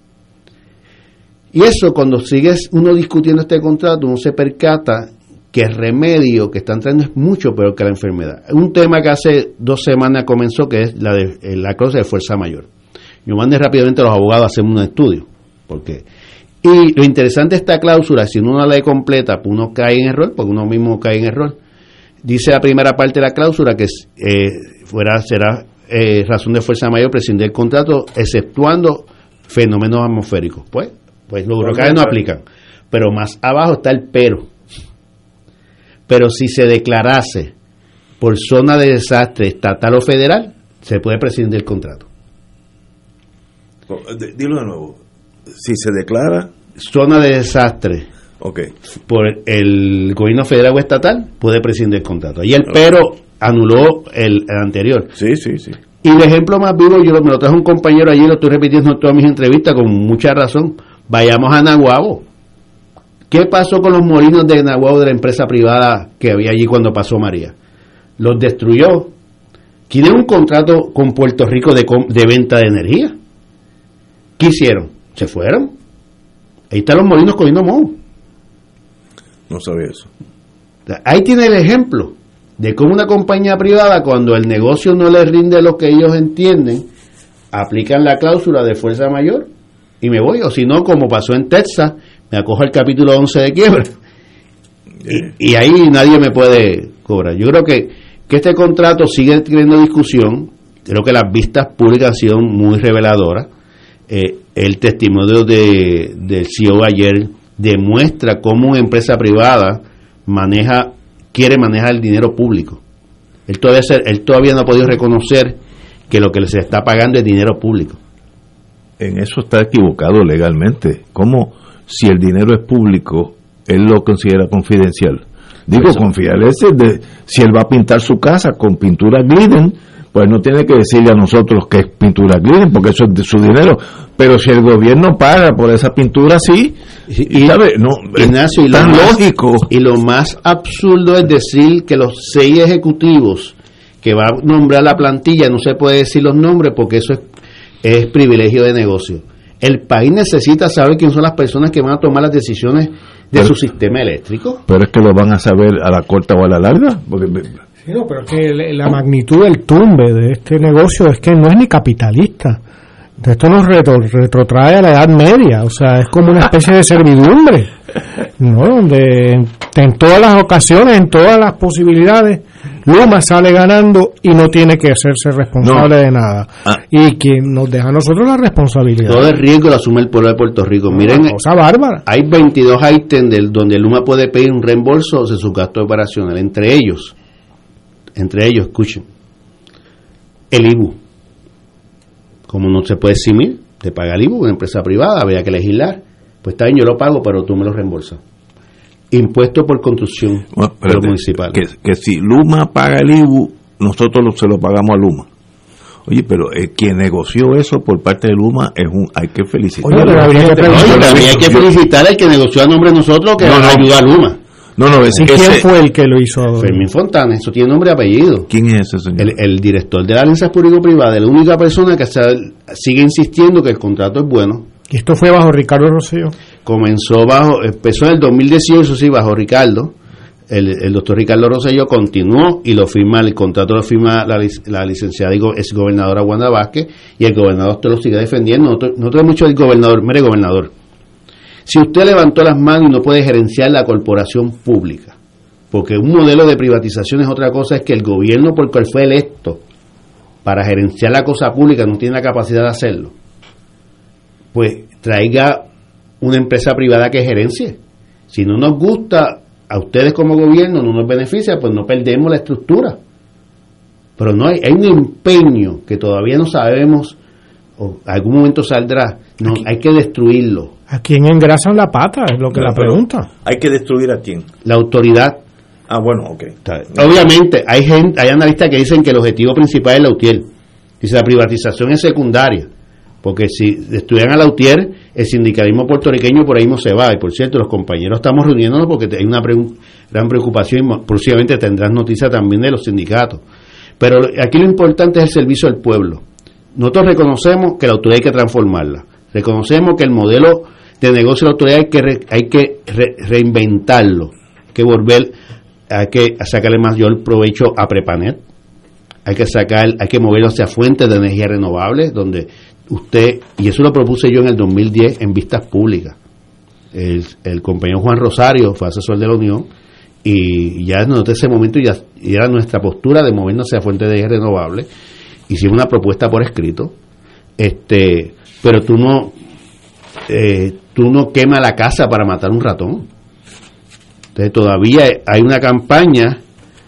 Y eso, cuando sigues uno discutiendo este contrato, uno se percata que el remedio que están trayendo es mucho peor que la enfermedad. Un tema que hace dos semanas comenzó, que es la de la cláusula de fuerza mayor. Yo mandé rápidamente a los abogados a hacer un estudio, porque y lo interesante de esta cláusula, si uno la lee completa, pues uno cae en error, porque uno mismo cae en error. Dice la primera parte de la cláusula que eh, fuera será eh, razón de fuerza mayor prescindir del contrato, exceptuando fenómenos atmosféricos. Pues, pues los huracanes no aplican. Pero más abajo está el pero. Pero si se declarase por zona de desastre estatal o federal, se puede prescindir del contrato. Dilo de nuevo. Si se declara zona de desastre, okay, por el gobierno federal o estatal, puede prescindir del contrato. Y el okay, pero anuló el, el anterior. Sí, sí, sí. Y el ejemplo más vivo, yo me lo trajo un compañero allí, lo estoy repitiendo en todas mis entrevistas con mucha razón. Vayamos a Naguabo. ¿Qué pasó con los molinos de Naguabo de la empresa privada que había allí cuando pasó María? Los destruyó. Tienen un contrato con Puerto Rico de, de venta de energía. ¿Qué hicieron? Se fueron. Ahí están los molinos cogiendo moho. No sabía eso. Ahí tiene el ejemplo de cómo una compañía privada, cuando el negocio no les rinde lo que ellos entienden, aplican la cláusula de fuerza mayor y me voy. O si no, como pasó en Texas, me acojo al capítulo once de quiebra. Y, y ahí nadie me puede cobrar. Yo creo que, que este contrato sigue teniendo discusión. Creo que las vistas públicas han sido muy reveladoras. Eh, el testimonio de, del C E O ayer demuestra cómo una empresa privada maneja, quiere manejar el dinero público. Él todavía, él todavía no ha podido reconocer que lo que se está pagando es dinero público. En eso está equivocado legalmente. ¿Cómo, si el dinero es público, él lo considera confidencial? Digo, confidencial es de, si él va a pintar su casa con pintura Glidden, pues no tiene que decirle a nosotros que es pintura Glidden, porque eso es de su dinero. Pero si el gobierno paga por esa pintura, sí. Y, y ¿sabe? No, Ignacio, es tan lógico. Y lo más absurdo es decir que los seis ejecutivos que va a nombrar la plantilla, no se puede decir los nombres porque eso es, es privilegio de negocio. El país necesita saber quiénes son las personas que van a tomar las decisiones de pero, su sistema eléctrico. Pero es que lo van a saber a la corta o a la larga. Porque sí, no, pero es que la magnitud del tumbe de este negocio es que no es ni capitalista. Esto nos retro, retrotrae a la Edad Media, o sea, es como una especie de servidumbre, ¿no? Donde en, en todas las ocasiones, en todas las posibilidades, Luma sale ganando y no tiene que hacerse responsable no. de nada. Ah. Y quien nos deja a nosotros la responsabilidad. Todo el riesgo lo asume el pueblo de Puerto Rico. Miren, una cosa bárbara. Hay veintidós ítems del, donde Luma puede pedir un reembolso de sus gastos operacionales. Entre ellos, entre ellos, escuchen, el I B U. Como no se puede eximir de pagar el I B U, una empresa privada, había que legislar. Pues está bien, yo lo pago, pero tú me lo reembolsas. Impuesto por construcción bueno, de los municipales. Que, que si Luma paga el I B U, nosotros lo, se lo pagamos a Luma. Oye, pero eh, quien negoció eso por parte de Luma es un hay que felicitar. Oye, pero habría que, Oye, también hay que felicitar al que negoció a nombre de nosotros que no, no, ayuda a Luma. No, no, ese, ¿Y quién ese, fue el que lo hizo? Fermín Fontana, eso tiene nombre y apellido. ¿Quién es ese señor? El, el director de la alianza público-privada, es la única persona que se, sigue insistiendo que el contrato es bueno. ¿Y esto fue bajo Ricardo Rosselló? Comenzó bajo, empezó en el dos mil dieciocho, sí, bajo Ricardo. El, el doctor Ricardo Rosselló continuó y lo firma, el contrato lo firma la, la licenciada y ex gobernadora Wanda Vázquez, y el gobernador te lo sigue defendiendo. No, no tengo mucho el gobernador, mire gobernador. Si usted levantó las manos y no puede gerenciar la corporación pública, porque un modelo de privatización es otra cosa, es que el gobierno por el cual fue electo para gerenciar la cosa pública no tiene la capacidad de hacerlo, pues traiga una empresa privada que gerencie. Si no nos gusta a ustedes como gobierno, no nos beneficia, pues no perdemos la estructura. Pero no hay, hay un empeño que todavía no sabemos, o algún momento saldrá, no, hay que destruirlo. ¿A quién engrasan la pata? Es lo que no, la pregunta. ¿Hay que destruir a quién? La autoridad. Ah, bueno, ok. Obviamente, hay gente, hay analistas que dicen que el objetivo principal es la UTIER. Dice, la privatización es secundaria. Porque si destruyeran a la UTIER, el sindicalismo puertorriqueño por ahí no se va. Y por cierto, los compañeros estamos reuniéndonos porque hay una pre- gran preocupación y próximamente tendrás noticias también de los sindicatos. Pero aquí lo importante es el servicio al pueblo. Nosotros reconocemos que la autoridad hay que transformarla. Reconocemos que el modelo de negocio de la autoridad hay que, re, hay que re, reinventarlo. Hay que volver, hay que sacarle mayor provecho a Prepanet. Hay que sacar, hay que moverlo hacia fuentes de energía renovable, donde usted, y eso lo propuse yo en el dos mil diez en vistas públicas. El, el compañero Juan Rosario fue asesor de la Unión y ya en ese momento ya era nuestra postura de movernos hacia fuentes de energía renovable. Hicimos una propuesta por escrito, este, pero tú no, eh, tú no quemas la casa para matar un ratón. Entonces todavía hay una campaña,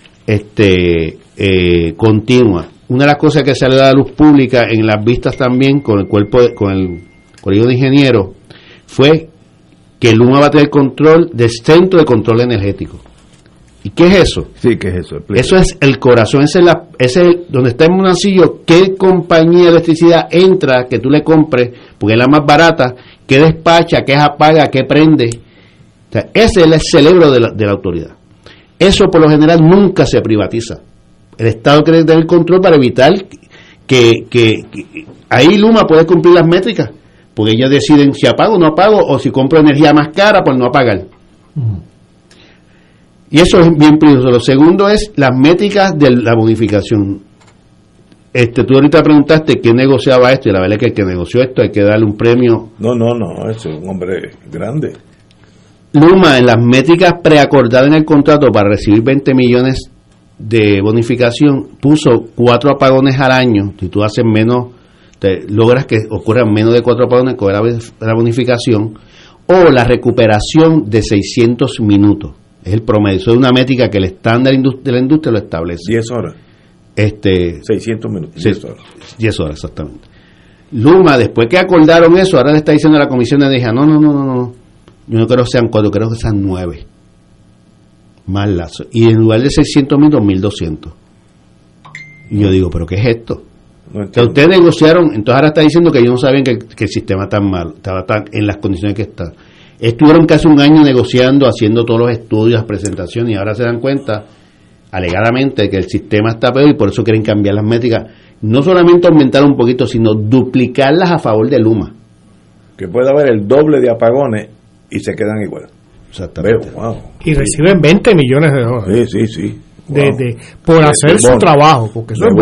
este, eh, continua. Una de las cosas que salió a la luz pública en las vistas también con el cuerpo de, con el colegio de ingenieros fue que Luma va a tener control del centro de control energético. ¿Y qué es eso? Sí, ¿qué es eso? Explica. Eso es el corazón, ese es, la, ese es el, donde está en Monacillo, qué compañía de electricidad entra, que tú le compres, porque es la más barata, qué despacha, qué apaga, qué prende. O sea, ese es el cerebro de la, de la autoridad. Eso por lo general nunca se privatiza. El Estado quiere tener control para evitar que, que, que ahí Luma puede cumplir las métricas, porque ellos deciden si apago o no apago, o si compro energía más cara por no apagar. Uh-huh. Y eso es bien peligroso. Lo segundo es las métricas de la bonificación. Este, tú ahorita preguntaste quién negociaba esto, y la verdad es que el que negoció esto hay que darle un premio. No, no, no, es un hombre grande. Luma, en las métricas preacordadas en el contrato para recibir veinte millones de bonificación, puso cuatro apagones al año. Si tú haces menos, te logras que ocurran menos de cuatro apagones con la bonificación, o la recuperación de seiscientos minutos. Es el promedio, eso es una métrica que el estándar de la industria lo establece. diez horas. Este, seiscientos minutos. diez horas. diez horas, exactamente. Luma, después que acordaron eso, ahora le está diciendo a la Comisión de Energía, no, no, no, no, no, yo no creo que sean cuatro, creo que sean nueve. Más lazos. Y en lugar de seiscientos minutos, mil doscientos. Y yo digo, ¿pero qué es esto? No que ustedes negociaron, entonces ahora está diciendo que ellos no sabían que, que el sistema está mal, estaba tan en las condiciones que está. Estuvieron casi un año negociando, haciendo todos los estudios, las presentaciones, y ahora se dan cuenta, alegadamente, que el sistema está peor y por eso quieren cambiar las métricas. No solamente aumentar un poquito, sino duplicarlas a favor de Luma. Que puede haber el doble de apagones y se quedan igual. Exactamente. Veo, wow. Y reciben veinte millones de dólares. Sí, sí, sí. Wow. De, de, por hacer su trabajo, porque eso es bueno.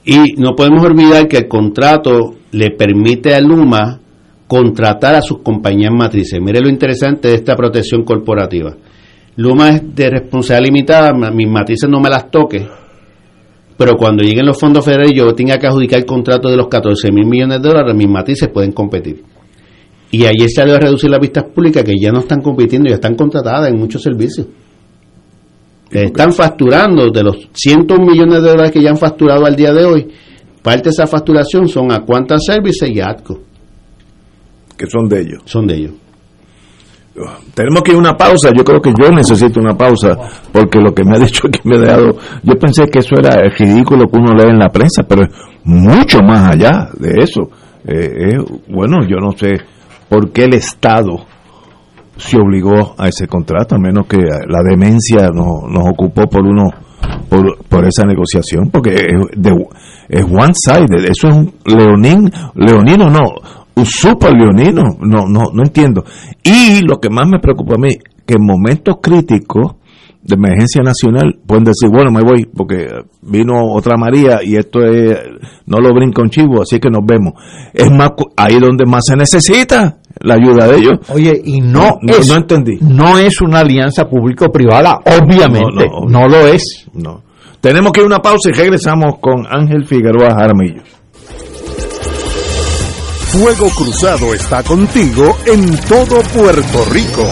Y no podemos olvidar que el contrato le permite a Luma contratar a sus compañías matrices. Mire lo interesante de esta protección corporativa. Luma es de responsabilidad limitada, mis matrices no me las toque, pero cuando lleguen los fondos federales y yo tenga que adjudicar el contrato de los catorce mil millones de dólares, mis matrices pueden competir. Y ahí se debe reducir las vistas públicas que ya no están compitiendo, ya están contratadas en muchos servicios. Están facturando de los cientos millones de dólares que ya han facturado al día de hoy. Parte de esa facturación son a Quanta Services y a ATCO. Que son de ellos. Son de ellos. Tenemos que ir a una pausa. Yo creo que yo necesito una pausa porque lo que me ha dicho que me ha dado, yo pensé que eso era el ridículo que uno lee en la prensa, pero es mucho más allá de eso. Eh, eh, bueno, yo no sé por qué el Estado se obligó a ese contrato, a menos que la demencia nos, nos ocupó por uno por, por esa negociación, porque es, de, es one sided, eso es un leonín, leonino no, un super leonino, no, no, no entiendo. Y lo que más me preocupa a mí, que en momentos críticos de emergencia nacional pueden decir, bueno, me voy porque vino otra María y esto es, no lo brinca un chivo, así que nos vemos. Es más, ahí donde más se necesita la ayuda de ellos. Oye, y no, no, es, no entendí. No es una alianza público-privada, obviamente, no, no, no lo es. No. Tenemos que ir a una pausa y regresamos con Ángel Figueroa Jaramillo. Fuego Cruzado está contigo en todo Puerto Rico.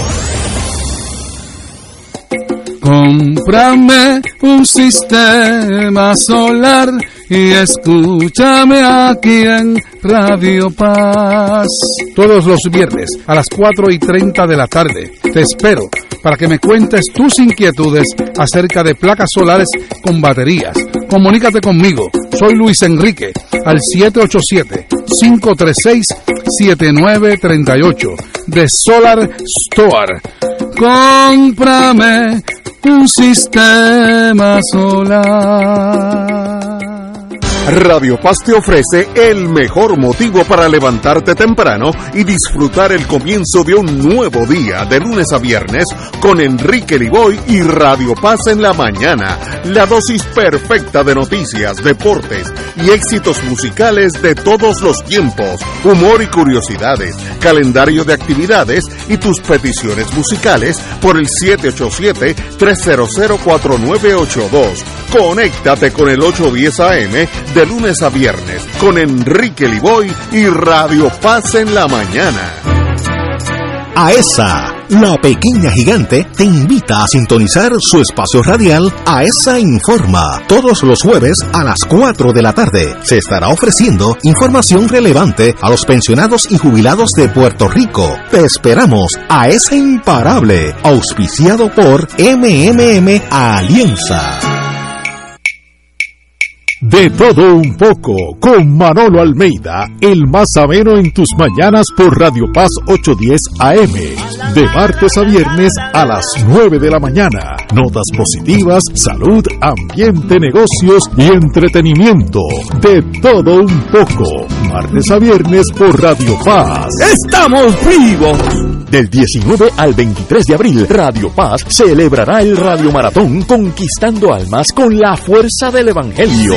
Cómprame un sistema solar y escúchame aquí en Radio Paz. Todos los viernes a las cuatro y treinta de la tarde te espero para que me cuentes tus inquietudes acerca de placas solares con baterías. Comunícate conmigo, soy Luis Enrique, al siete ocho siete, cinco tres seis, siete nueve tres ocho de Solar Store. Cómprame un sistema solar. Radio Paz te ofrece el mejor motivo para levantarte temprano y disfrutar el comienzo de un nuevo día de lunes a viernes con Enrique Liboy y Radio Paz en la mañana. La dosis perfecta de noticias, deportes y éxitos musicales de todos los tiempos, humor y curiosidades, calendario de actividades y tus peticiones musicales por el siete ocho siete, tres cero cero, cuatro nueve ocho dos. Conéctate con el ocho diez A M de lunes a viernes con Enrique Liboy y Radio Paz en la mañana. AESA, la pequeña gigante, te invita a sintonizar su espacio radial AESA Informa. Todos los jueves a las cuatro de la tarde se estará ofreciendo información relevante a los pensionados y jubilados de Puerto Rico. Te esperamos, AESA Imparable, auspiciado por M M M Alianza. De todo un poco, con Manolo Almeida, el más ameno en tus mañanas por Radio Paz ochocientos diez A M, de martes a viernes a las nueve de la mañana. Notas positivas, salud, ambiente, negocios y entretenimiento. De todo un poco, martes a viernes por Radio Paz. ¡Estamos vivos! Del diecinueve al veintitrés de abril, Radio Paz celebrará el Radio Maratón Conquistando Almas con la fuerza del Evangelio.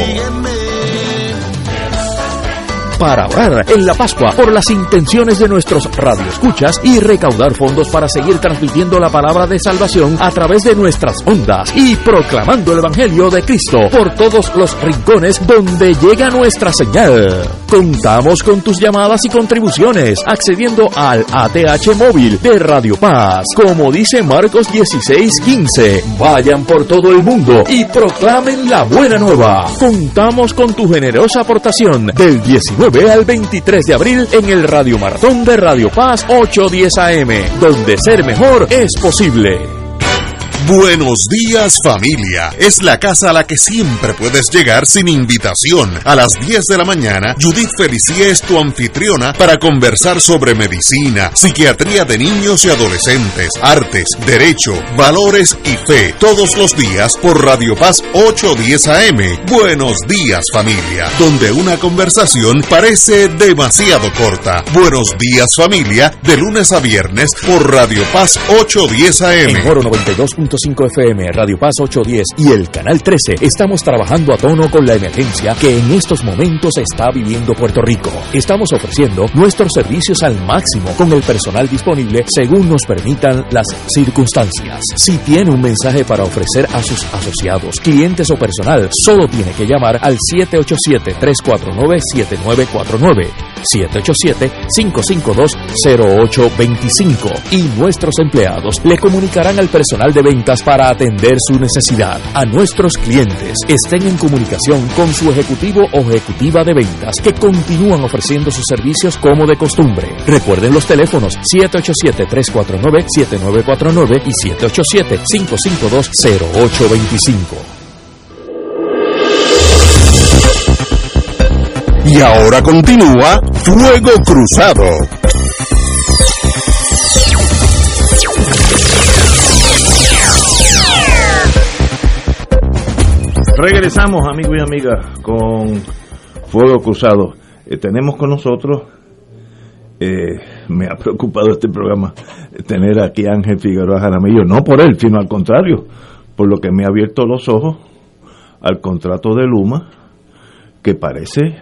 Para orar en la Pascua por las intenciones de nuestros radioescuchas y recaudar fondos para seguir transmitiendo la palabra de salvación a través de nuestras ondas y proclamando el Evangelio de Cristo por todos los rincones donde llega nuestra señal. Contamos con tus llamadas y contribuciones accediendo al A T H móvil de Radio Paz. Como dice Marcos dieciséis quince, vayan por todo el mundo y proclamen la buena nueva. Contamos con tu generosa aportación del diecinueve al veintitrés de abril en el Radio Maratón de Radio Paz ochocientos diez A M, donde ser mejor es posible. Buenos días, familia. Es la casa a la que siempre puedes llegar sin invitación. A las diez de la mañana, Judith Felicie es tu anfitriona para conversar sobre medicina, psiquiatría de niños y adolescentes, artes, derecho, valores y fe. Todos los días por Radio Paz ochocientos diez A M. Buenos días, familia. Donde una conversación parece demasiado corta. Buenos días, familia. De lunes a viernes por Radio Paz ochocientos diez A M. En Oro noventa y dos punto punto cinco F M, Radio Paz ochocientos diez y el Canal trece estamos trabajando a tono con la emergencia que en estos momentos está viviendo Puerto Rico. Estamos ofreciendo nuestros servicios al máximo con el personal disponible según nos permitan las circunstancias. Si tiene un mensaje para ofrecer a sus asociados, clientes o personal, solo tiene que llamar al siete ocho siete, tres cuatro nueve, siete nueve cuatro nueve, siete ocho siete, cinco cinco dos, cero ocho dos cinco y nuestros empleados le comunicarán al personal de ventas para atender su necesidad. A nuestros clientes estén en comunicación con su ejecutivo o ejecutiva de ventas que continúan ofreciendo sus servicios como de costumbre. Recuerden los teléfonos siete ocho siete, tres cuatro nueve, siete nueve cuatro nueve y siete ocho siete, cinco cinco dos, cero ocho dos cinco. Y ahora continúa Fuego Cruzado. Regresamos, amigos y amigas, con Fuego Cruzado. Eh, tenemos con nosotros, eh, me ha preocupado este programa, tener aquí a Ángel Figueroa Jaramillo, no por él, sino al contrario, por lo que me ha abierto los ojos al contrato de Luma, que parece,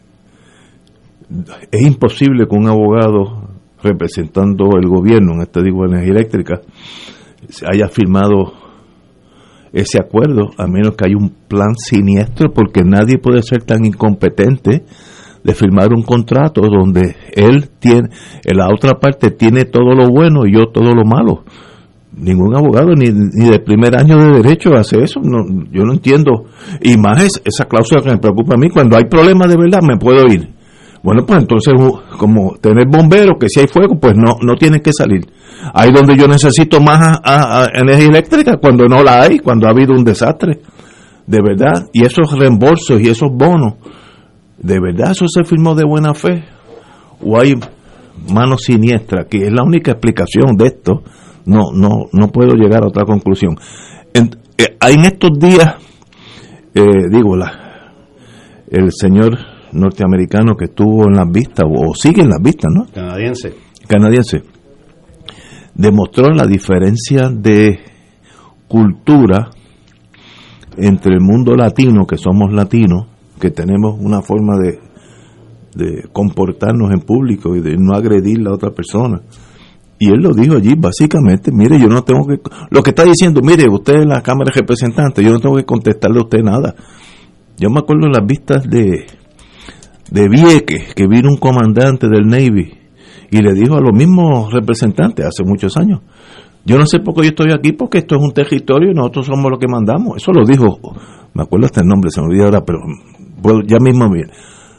es imposible que un abogado representando el gobierno, en este digo energía eléctrica, haya firmado ese acuerdo, a menos que haya un plan siniestro, porque nadie puede ser tan incompetente de firmar un contrato donde él tiene, en la otra parte tiene todo lo bueno y yo todo lo malo. Ningún abogado ni, ni de primer año de derecho hace eso. No, yo no entiendo. Y más es esa cláusula que me preocupa a mí, cuando hay problemas de verdad me puedo ir. Bueno, pues entonces, como tener bomberos, que si hay fuego, pues no no tienen que salir. Ahí donde yo necesito más a, a, a energía eléctrica, cuando no la hay, cuando ha habido un desastre, de verdad. Y esos reembolsos y esos bonos, ¿de verdad eso se firmó de buena fe? ¿O hay mano siniestra? Que es la única explicación de esto. No no no puedo llegar a otra conclusión. En, eh, en estos días, eh, digo, la, el señor norteamericano que estuvo en las vistas, o, o sigue en las vistas, ¿no? Canadiense. Canadiense. Demostró la diferencia de cultura entre el mundo latino, que somos latinos, que tenemos una forma de, de comportarnos en público y de no agredir a la otra persona. Y él lo dijo allí, básicamente, mire, yo no tengo que... Lo que está diciendo, mire, usted en la Cámara de Representantes, yo no tengo que contestarle a usted nada. Yo me acuerdo en las vistas de, de Vieques, que vino un comandante del Navy y le dijo a los mismos representantes hace muchos años, yo no sé por qué yo estoy aquí, porque esto es un territorio y nosotros somos los que mandamos. Eso lo dijo, me acuerdo hasta el nombre, se me olvidó ahora, pero bueno, ya mismo bien.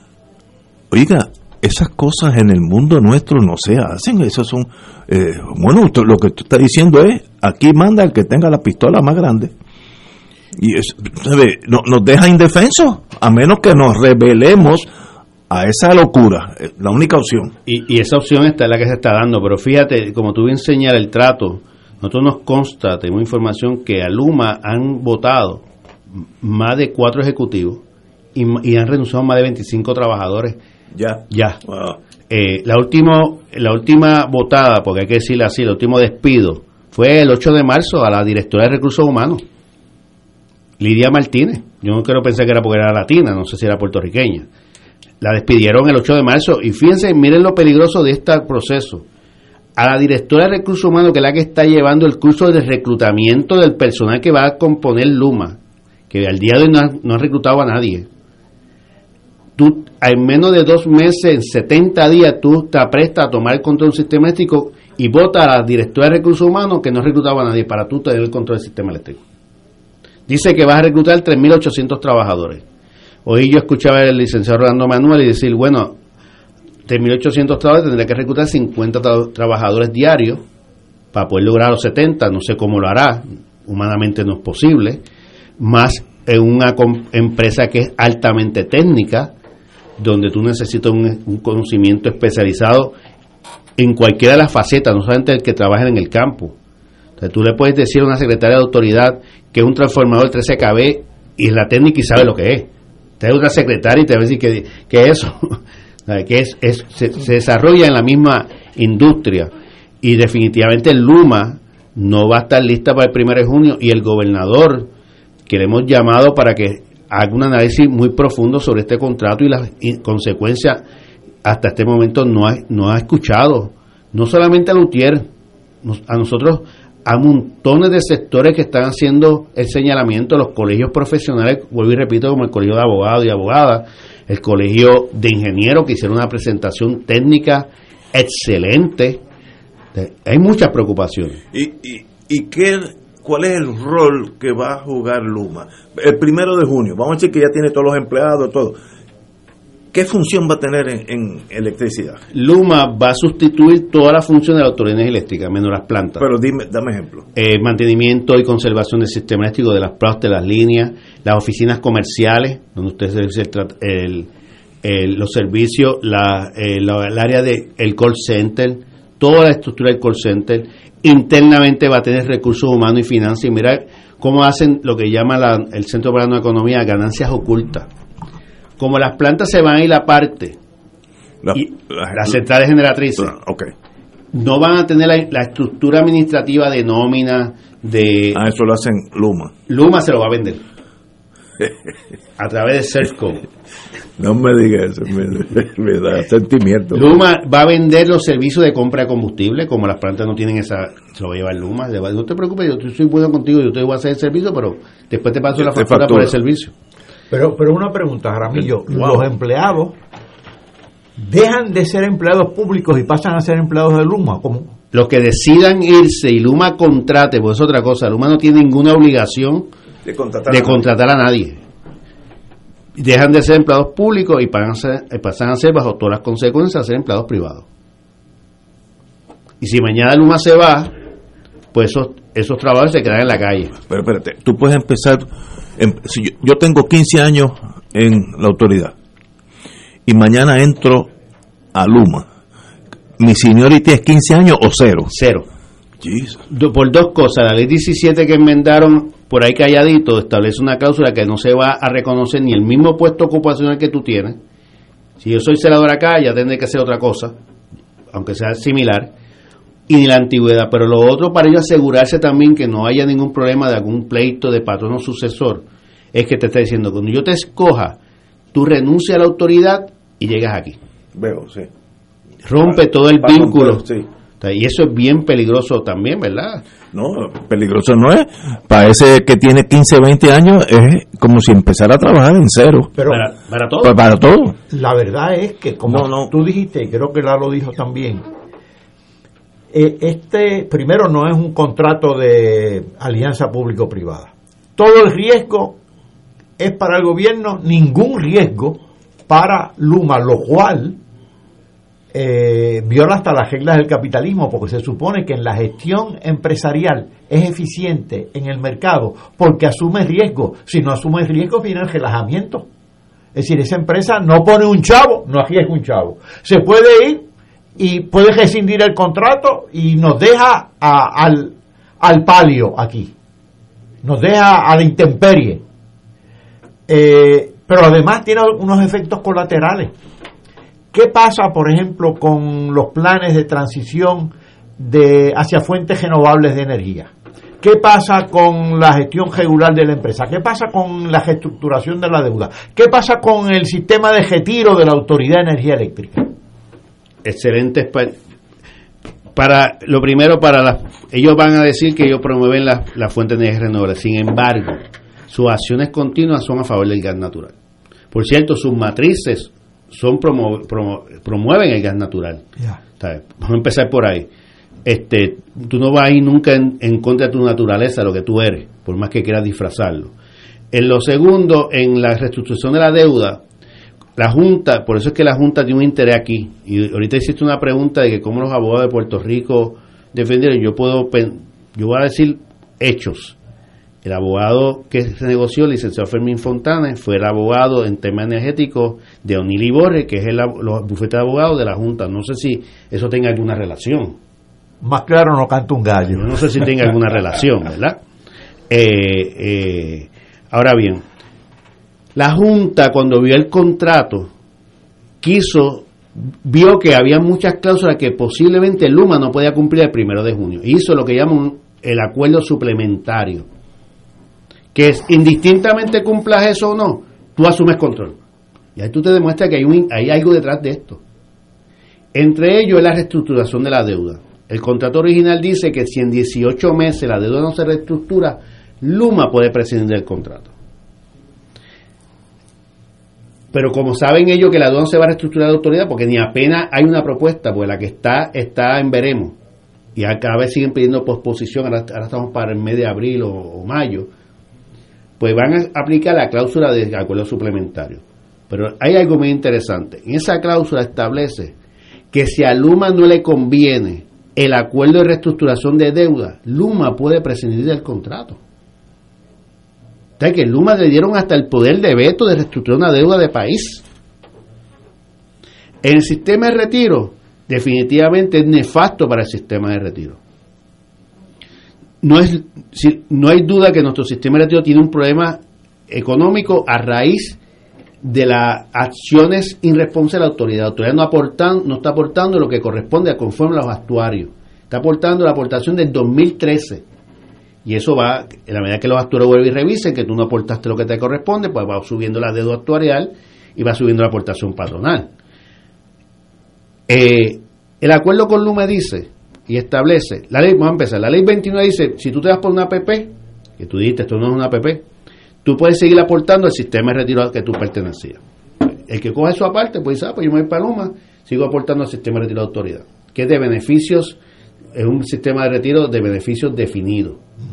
Oiga, esas cosas en el mundo nuestro no se hacen, eso son, eh, bueno, usted, lo que tú estás diciendo es, aquí manda el que tenga la pistola más grande. Y es, ¿sabe? No, nos deja indefensos, a menos que nos rebelemos a esa locura, la única opción. Y, y esa opción está la que se está dando, pero fíjate, como tú bien señalas el trato, nosotros nos consta, tenemos información que a Luma han votado más de cuatro ejecutivos y, y han renunciado más de veinticinco trabajadores. Ya. Ya. Wow. Eh, la, último, la última votada, porque hay que decirle así, el último despido, fue el ocho de marzo a la directora de Recursos Humanos, Lidia Martínez. Yo no quiero pensar que era porque era latina, no sé si era puertorriqueña. La despidieron el ocho de marzo y fíjense, miren lo peligroso de este proceso. A la directora de Recursos Humanos, que es la que está llevando el curso de reclutamiento del personal que va a componer Luma, que al día de hoy no ha, no ha reclutado a nadie. Tú, en menos de dos meses, en setenta días, tú te aprestas a tomar el control del sistema eléctrico y vota a la directora de Recursos Humanos que no reclutaba a nadie para tú tener el control del sistema eléctrico. Dice que vas a reclutar tres mil ochocientos trabajadores. Hoy yo escuchaba al licenciado Rolando Manuel y decir, bueno, tres mil ochocientos trabajadores, tendría que reclutar cincuenta tra- trabajadores diarios para poder lograr los setenta, no sé cómo lo hará, humanamente no es posible, más en una com- empresa que es altamente técnica, donde tú necesitas un, un conocimiento especializado en cualquiera de las facetas, no solamente el que trabaja en el campo. Entonces tú le puedes decir a una secretaria de autoridad que es un transformador trece K V y es la técnica y sabe lo que es. Te da una secretaria y te va a decir que, que eso, que es, es se, se desarrolla en la misma industria. Y definitivamente Luma no va a estar lista para el primero de junio, y el gobernador, que le hemos llamado para que haga un análisis muy profundo sobre este contrato y las consecuencias, hasta este momento no ha, no ha escuchado, no solamente a Lutier, a nosotros, a montones de sectores que están haciendo el señalamiento, los colegios profesionales, vuelvo y repito, como el colegio de abogados y abogadas, el colegio de ingenieros, que hicieron una presentación técnica excelente. Hay muchas preocupaciones. ¿Y, y, y qué, cuál es el rol que va a jugar Luma? El primero de junio, vamos a decir que ya tiene todos los empleados, todo. ¿Qué función va a tener en, en electricidad? Luma va a sustituir toda la función de la Autoridad de Energía Eléctrica, menos las plantas. Pero dime, dame ejemplo. Eh, mantenimiento y conservación del sistema eléctrico, de las plantas, de las líneas, las oficinas comerciales, donde usted se trata, el, el, los servicios, la, eh, la, el área del de, call center, toda la estructura del call center. Internamente va a tener recursos humanos y finanzas. Y mira cómo hacen lo que llama la, el Centro Plano de Economía ganancias ocultas. Como las plantas se van a ir aparte, la, y la, las centrales generatrices okay. no van a tener la, la estructura administrativa de nómina, de... Ah, eso lo hacen Luma. Luma se lo va a vender a través de Serco. No me digas eso, me, me da sentimiento. Luma va a vender los servicios de compra de combustible, como las plantas no tienen esa, se lo va a llevar Luma. Va, no te preocupes, yo soy bueno contigo, yo te voy a hacer el servicio, pero después te paso la factura, factura por el servicio. Pero pero una pregunta, Jaramillo, wow. Los empleados dejan de ser empleados públicos y pasan a ser empleados de Luma, ¿cómo? Los que decidan irse y Luma contrate, pues es otra cosa, Luma no tiene ninguna obligación de contratar, de a, contratar nadie. a nadie. Dejan de ser empleados públicos y pasan a ser, pasan a ser, bajo todas las consecuencias, a ser empleados privados. Y si mañana Luma se va, pues esos, esos trabajadores se quedan en la calle. Pero espérate, tú puedes empezar... Si yo, yo tengo quince años en la autoridad y mañana entro a Luma, ¿mi seniority es quince años o cero? Cero. Jesus. Por dos cosas. La ley diecisiete que enmendaron por ahí calladito establece una cláusula que no se va a reconocer ni el mismo puesto ocupacional que tú tienes. Si yo soy celador acá, ya tendré que hacer otra cosa, aunque sea similar, y ni la antigüedad. Pero lo otro, para ellos asegurarse también que no haya ningún problema de algún pleito de patrono sucesor, es que te está diciendo, cuando yo te escoja, tú renuncias a la autoridad y llegas aquí. Veo, sí. Rompe para, todo el vínculo. Sí. Y eso es bien peligroso también, ¿verdad? No, peligroso no es. Para ese que tiene quince, veinte años, es como si empezara a trabajar en cero. Pero para, para todo. Para, para todo. La verdad es que, como no, no. tú dijiste, y creo que Lalo dijo también, este primero no es un contrato de alianza público-privada. Todo el riesgo es para el gobierno, ningún riesgo para Luma, lo cual eh, viola hasta las reglas del capitalismo, porque se supone que en la gestión empresarial es eficiente en el mercado porque asume riesgo. Si no asume riesgo, viene el relajamiento. Es decir, esa empresa no pone un chavo, no arriesga un chavo. Se puede ir y puede rescindir el contrato y nos deja a, al, al palio aquí, nos deja a la intemperie, eh, pero además tiene unos efectos colaterales. ¿Qué pasa, por ejemplo, con los planes de transición de hacia fuentes renovables de energía? ¿Qué pasa con la gestión regular de la empresa? ¿Qué pasa con la reestructuración de la deuda? ¿Qué pasa con el sistema de retiro de la Autoridad de Energía Eléctrica? Excelentes para, para lo primero para las, ellos van a decir que ellos promueven las la fuentes de energía renovable. Sin embargo, sus acciones continuas son a favor del gas natural. Por cierto, sus matrices son promo, promo, promueven el gas natural. Yeah. Vamos a empezar por ahí. Este, tú no vas a ir nunca en, en contra de tu naturaleza, lo que tú eres, por más que quieras disfrazarlo. En lo segundo, en la reestructuración de la deuda, la Junta, por eso es que la Junta tiene un interés aquí, y ahorita hiciste una pregunta de que cómo los abogados de Puerto Rico defendieron. Yo puedo, yo voy a decir hechos. El abogado que se negoció, el licenciado Fermín Fontana, fue el abogado en temas energéticos de O'Neill y Borges, que es el los bufetes de abogados de la Junta. No sé si eso tenga alguna relación. Más claro no canta un gallo. No sé si tenga alguna relación, ¿verdad? Eh, eh, ahora bien, la Junta, cuando vio el contrato, quiso, vio que había muchas cláusulas que posiblemente Luma no podía cumplir el primero de junio. Hizo lo que llaman un, el acuerdo suplementario, que es, indistintamente cumplas eso o no, tú asumes control. Y ahí tú te demuestras que hay, un, hay algo detrás de esto. Entre ellos es la reestructuración de la deuda. El contrato original dice que si en dieciocho meses la deuda no se reestructura, Luma puede prescindir del contrato. Pero como saben ellos que la deuda no se va a reestructurar de autoridad, porque ni apenas hay una propuesta, porque la que está, está en veremos, y cada vez siguen pidiendo posposición, ahora, ahora estamos para el mes de abril o, o mayo, pues van a aplicar la cláusula de acuerdo suplementario. Pero hay algo muy interesante. En esa cláusula establece que si a Luma no le conviene el acuerdo de reestructuración de deuda, Luma puede prescindir del contrato. O sea que Luma le dieron hasta el poder de veto de reestructurar una deuda de país. En el sistema de retiro, definitivamente es nefasto para el sistema de retiro. No es, no hay duda que nuestro sistema de retiro tiene un problema económico a raíz de las acciones irresponsables de la autoridad. La autoridad no, aportan, no está aportando lo que corresponde a conforme a los actuarios. Está aportando la aportación del dos mil trece. Y eso va, en la medida que los actuarios vuelven y revisen que tú no aportaste lo que te corresponde, pues va subiendo la deuda actuarial y va subiendo la aportación patronal. Eh, el acuerdo con Luma dice y establece, la ley, vamos a empezar, la ley veintinueve dice, si tú te vas por una A P P, que tú dijiste, esto no es una A P P, tú puedes seguir aportando al sistema de retiro al que tú pertenecías. El que coja eso aparte, pues dice, ah, pues yo me voy para Luma, sigo aportando al sistema de retiro de autoridad, que es de beneficios, es un sistema de retiro de beneficios definidos.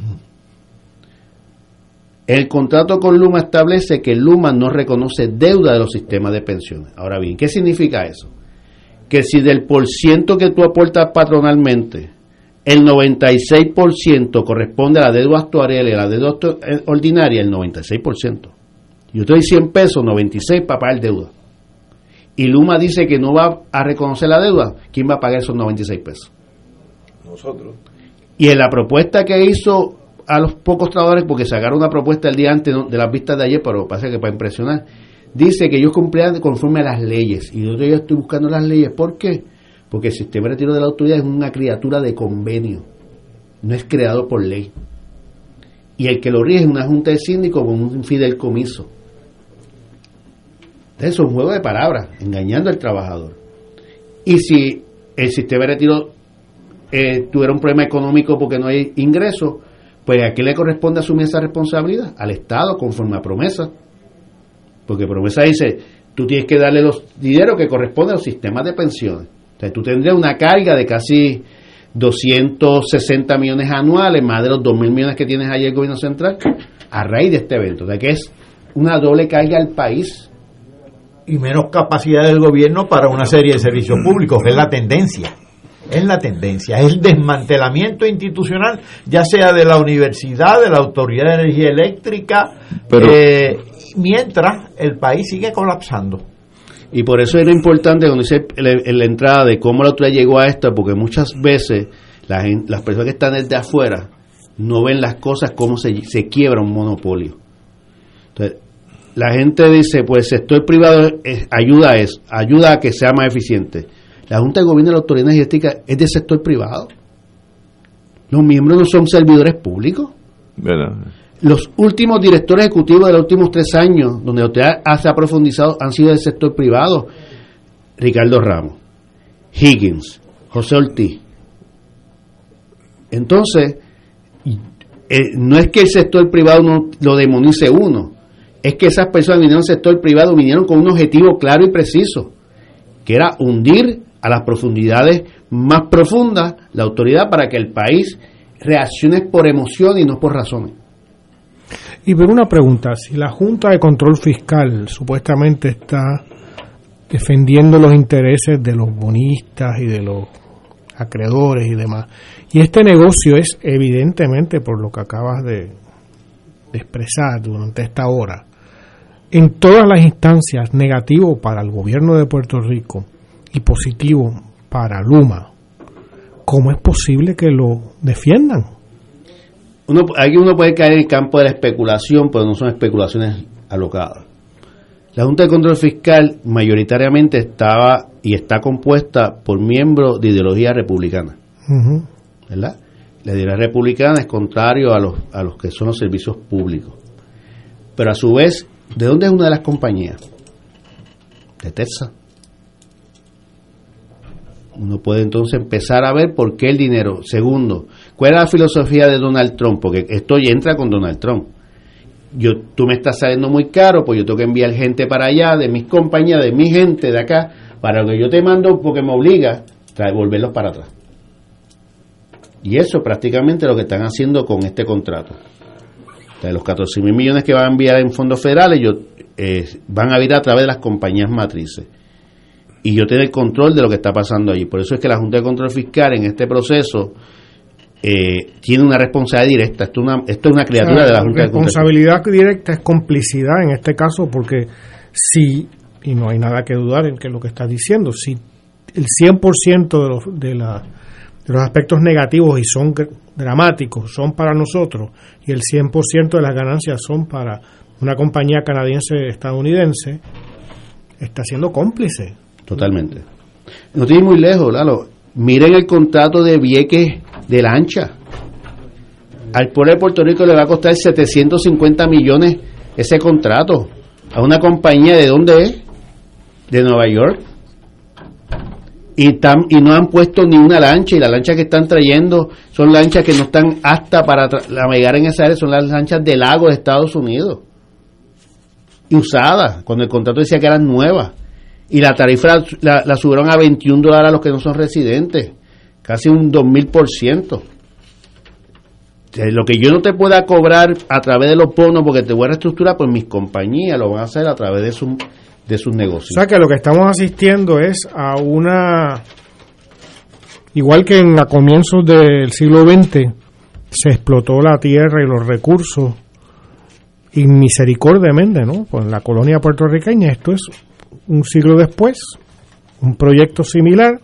El contrato con Luma establece que Luma no reconoce deuda de los sistemas de pensiones. Ahora bien, ¿qué significa eso? Que si del por ciento que tú aportas patronalmente, el noventa y seis por ciento corresponde a la deuda actuarial y a la deuda ordinaria, el noventa y seis por ciento. Yo te doy cien pesos, noventa y seis para pagar deuda. Y Luma dice que no va a reconocer la deuda, ¿quién va a pagar esos noventa y seis pesos? Nosotros. Y en la propuesta que hizo a los pocos trabajadores, porque sacaron una propuesta el día antes de las vistas de ayer, pero pasa que para impresionar, dice que ellos cumplían conforme a las leyes. Y yo, yo estoy buscando las leyes. ¿Por qué? Porque el sistema de retiro de la autoridad es una criatura de convenio, no es creado por ley. Y el que lo rige es una junta de síndicos con un fideicomiso. Entonces es un juego de palabras, engañando al trabajador. Y si el sistema de retiro eh, tuviera un problema económico porque no hay ingresos, pues ¿a qué le corresponde asumir esa responsabilidad? Al Estado, conforme a promesa. Porque promesa dice, tú tienes que darle los dineros que corresponden a los sistemas de pensiones. O sea, tú tendrías una carga de casi doscientos sesenta millones anuales, más de los dos mil millones que tienes ahí el gobierno central, a raíz de este evento. O sea, que es una doble carga al país. Y menos capacidad del gobierno para una serie de servicios públicos, que es la tendencia. Es la tendencia, es el desmantelamiento institucional, ya sea de la universidad, de la Autoridad de Energía Eléctrica, pero eh, mientras el país sigue colapsando. Y por eso era importante cuando dice en la entrada de cómo la autoridad llegó a esto, porque muchas veces la gente, las personas que están desde afuera no ven las cosas como se, se quiebra un monopolio. Entonces, la gente dice, pues el sector privado es, ayuda a eso, ayuda a que sea más eficiente. La Junta de Gobierno de la Autoridad Energética es del sector privado. Los miembros no son servidores públicos. ¿Verdad? Los últimos directores ejecutivos de los últimos tres años, donde la autoridad se ha profundizado, han sido del sector privado. Ricardo Ramos, Higgins, José Ortiz. Entonces, eh, no es que el sector privado no lo demonice uno, es que esas personas vinieron al sector privado, vinieron con un objetivo claro y preciso, que era hundir a las profundidades más profundas la autoridad para que el país reaccione por emoción y no por razones. Y por una pregunta, si la Junta de Control Fiscal supuestamente está defendiendo los intereses de los bonistas y de los acreedores y demás, y este negocio es evidentemente, por lo que acabas de, de expresar durante esta hora, en todas las instancias negativo para el gobierno de Puerto Rico y positivo para Luma, ¿cómo es posible que lo defiendan? Uno, aquí uno puede caer en el campo de la especulación, pero no son especulaciones alocadas. La Junta de Control Fiscal mayoritariamente estaba y está compuesta por miembros de ideología republicana, uh-huh. ¿verdad? la ideología republicana es contrario a los, a los que son los servicios públicos. Pero a su vez, ¿de dónde es una de las compañías? De Texas. Uno puede entonces empezar a ver por qué el dinero. Segundo, ¿cuál es la filosofía de Donald Trump? Porque esto ya entra con Donald Trump. Yo, tú me estás saliendo muy caro, pues yo tengo que enviar gente para allá, de mis compañías, de mi gente de acá, para lo que yo te mando, porque me obliga a devolverlos para atrás. Y eso es prácticamente lo que están haciendo con este contrato. O sea, los catorce mil millones que van a enviar en fondos federales, yo, eh, van a ir a través de las compañías matrices. Y yo tener control de lo que está pasando allí. Por eso es que la Junta de Control Fiscal en este proceso eh, tiene una responsabilidad directa. Esto, una, esto es una criatura, o sea, de la Junta de Control Fiscal. Responsabilidad directa es complicidad en este caso, porque si, y no hay nada que dudar en que lo que estás diciendo, si el cien por ciento de los, de, la, de los aspectos negativos y son dramáticos son para nosotros y el cien por ciento de las ganancias son para una compañía canadiense estadounidense, está siendo cómplice. Totalmente. No tiene muy lejos, Lalo. Miren el contrato de Vieques de lancha. Al pueblo de Puerto Rico le va a costar setecientos cincuenta millones ese contrato. A una compañía, ¿de dónde es? De Nueva York. Y, tam, y no han puesto ni una lancha. Y las lanchas que están trayendo son lanchas que no están aptas para tra- navegar en esa área. Son las lanchas del lago de Estados Unidos. Y usadas, cuando el contrato decía que eran nuevas. Y la tarifa la, la subieron a veintiún dólares a los que no son residentes, casi un dos mil por ciento. Lo que yo no te pueda cobrar a través de los bonos porque te voy a reestructurar, pues mis compañías lo van a hacer a través de, su, de sus negocios. O sea que lo que estamos asistiendo es a una, igual que en a comienzos del siglo veinte se explotó la tierra y los recursos inmisericordiamente, ¿no? Con la colonia puertorriqueña. Esto es un siglo después, un proyecto similar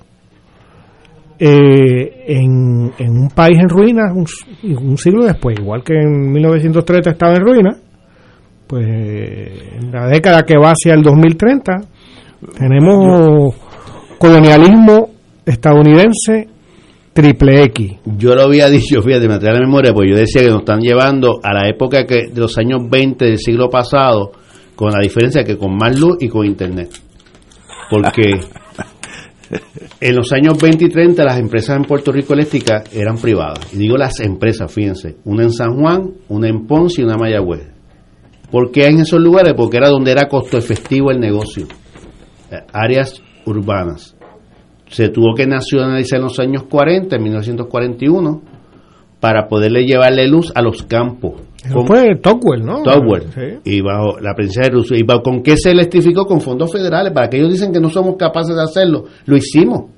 eh, en, en un país en ruinas, un, un siglo después, igual que en mil novecientos treinta estaba en ruinas, pues en la década que va hacia el dos mil treinta tenemos colonialismo estadounidense triple X. Yo lo había dicho, fíjate, me trae la memoria, pues yo decía que nos están llevando a la época que de los años veinte del siglo pasado, con la diferencia que con más luz y con internet. Porque en los años veinte y treinta las empresas en Puerto Rico eléctricas eran privadas. Y digo las empresas, fíjense, una en San Juan, una en Ponce y una en Mayagüez. ¿Por qué en esos lugares? Porque era donde era costo efectivo el negocio. Áreas urbanas. Se tuvo que nacionalizar en los años cuarenta, en mil novecientos cuarenta y uno, para poderle llevarle luz a los campos. Con, fue Tocqueville, ¿no? Tocqueville. Sí. Y bajo la princesa de Roosevelt. ¿Y bajo, con qué se electrificó? Con fondos federales. Para que ellos dicen que no somos capaces de hacerlo, lo hicimos.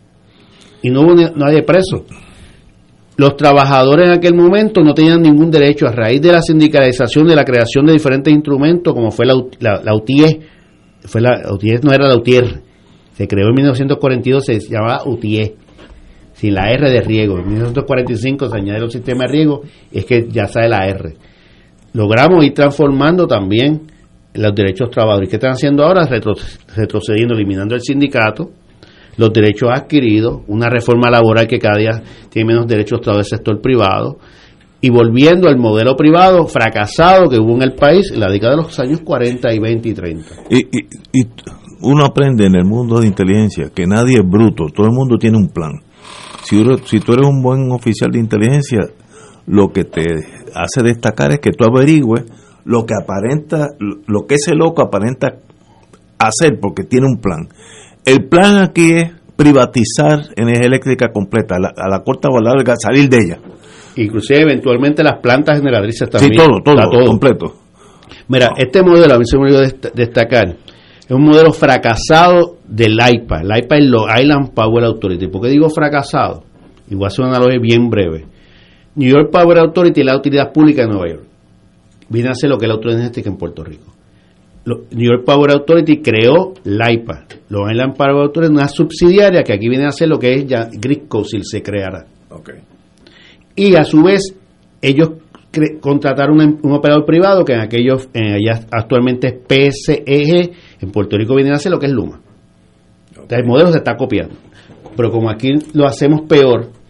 Y no hubo ni, nadie preso. Los trabajadores en aquel momento no tenían ningún derecho a raíz de la sindicalización, de la creación de diferentes instrumentos, como fue la, la, la U T I E. Fue la, la U T I E no era la U T I E R. Se creó en mil novecientos cuarenta y dos, se llamaba U T I E. Sin la R de riego. En mil novecientos cuarenta y cinco se añade el sistema de riego, es que ya sale la R. Logramos ir transformando también los derechos trabajadores. ¿Qué están haciendo ahora? Retro, retrocediendo, eliminando el sindicato, los derechos adquiridos, una reforma laboral que cada día tiene menos derechos trabajadores del sector privado, y volviendo al modelo privado fracasado que hubo en el país en la década de los años cuarenta y veinte y treinta. Y, y, y uno aprende en el mundo de inteligencia que nadie es bruto, todo el mundo tiene un plan. Si, si tú eres un buen oficial de inteligencia, lo que te hace destacar es que tú averigües lo que aparenta, lo que ese loco aparenta hacer, porque tiene un plan. El plan aquí es privatizar energía eléctrica completa, a la, a la corta o a la larga, salir de ella. Inclusive eventualmente las plantas generatrices también. Sí, todo, todo, todo, completo. Mira, este modelo, a mí se me olvidó destacar, es un modelo fracasado del I P A. El I P A es Long Island Power Authority. ¿Por qué digo fracasado? Y voy a hacer una analogía bien breve. New York Power Authority es la utilidad pública de Nueva York. Viene a ser lo que es la autoridad energética en Puerto Rico. New York Power Authority creó la I P A. Long Island Power Authority es una subsidiaria que aquí viene a ser lo que es ya Grisco, si se creara. Okay. Y a su vez, ellos cre- contrataron un, un operador privado que en aquellos, en allá actualmente es P S E G. En Puerto Rico viene a ser lo que es Luma. Okay. El modelo se está copiando. Pero como aquí lo hacemos peor,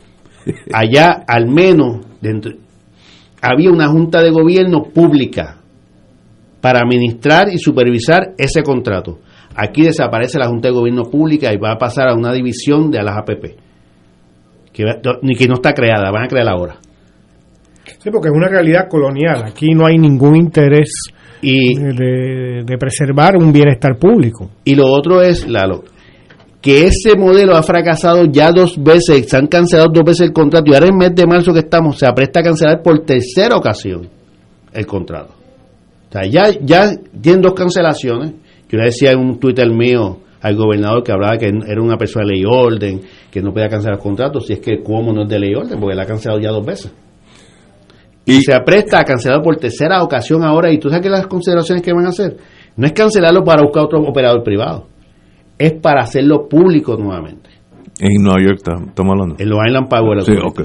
allá al menos dentro había una junta de gobierno pública para administrar y supervisar ese contrato. Aquí desaparece la junta de gobierno pública y va a pasar a una división de las A P P, que, ni que no está creada, van a crear ahora. Sí, porque es una realidad colonial. Aquí no hay ningún interés y, de, de preservar un bienestar público. Y lo otro es, Lalo, que ese modelo ha fracasado ya dos veces, se han cancelado dos veces el contrato, y ahora en el mes de marzo que estamos, se apresta a cancelar por tercera ocasión el contrato. O sea, ya, ya tienen dos cancelaciones. Yo le decía en un Twitter mío al gobernador que hablaba que era una persona de ley y orden, que no podía cancelar contratos, si es que Cuomo no es de ley y orden, porque la ha cancelado ya dos veces. Y, y se apresta a cancelar por tercera ocasión ahora, y tú sabes que las consideraciones que van a hacer, no es cancelarlo para buscar otro operador privado, es para hacerlo público nuevamente. En Nueva York estamos hablando. En los Island Power. Sí, ok.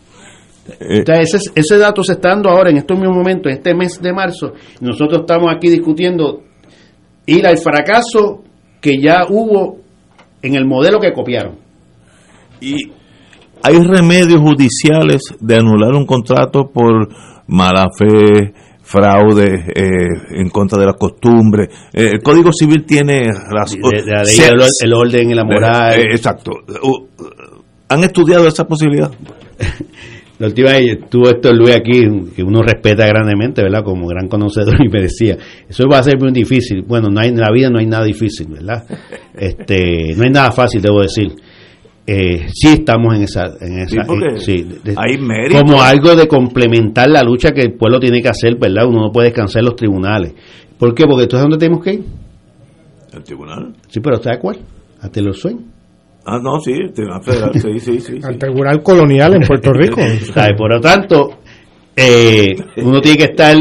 Eh, Entonces, ese, ese dato se está dando ahora en estos mismos momentos, en este mes de marzo. Nosotros estamos aquí discutiendo ir al fracaso que ya hubo en el modelo que copiaron. Y hay remedios judiciales de anular un contrato por mala fe, fraude, eh, en contra de las costumbres. Eh, el Código Civil tiene razón. De, de la ley, el, el orden y la moral. Eh, exacto. Uh, ¿Han estudiado esa posibilidad? La última vez tuvo esto Luis aquí, que uno respeta grandemente, ¿verdad? Como gran conocedor, y me decía, eso va a ser muy difícil. Bueno, no hay, en la vida no hay nada difícil, ¿verdad? Este, no hay nada fácil, debo decir. Eh, sí estamos en esa, en esa, sí, porque eh, sí, de, hay mérito. Como algo de complementar la lucha que el pueblo tiene que hacer, ¿verdad? Uno no puede descansar en los tribunales. ¿Por qué? Porque entonces, ¿dónde tenemos que ir? ¿El tribunal? Sí, pero ¿sabes cuál? A Taylor Swain. Ah, no, sí, el Tribunal Federal, sí, sí, sí. Al Tribunal Colonial en Puerto Rico. ¿Sabe? Por lo tanto, eh, uno tiene que estar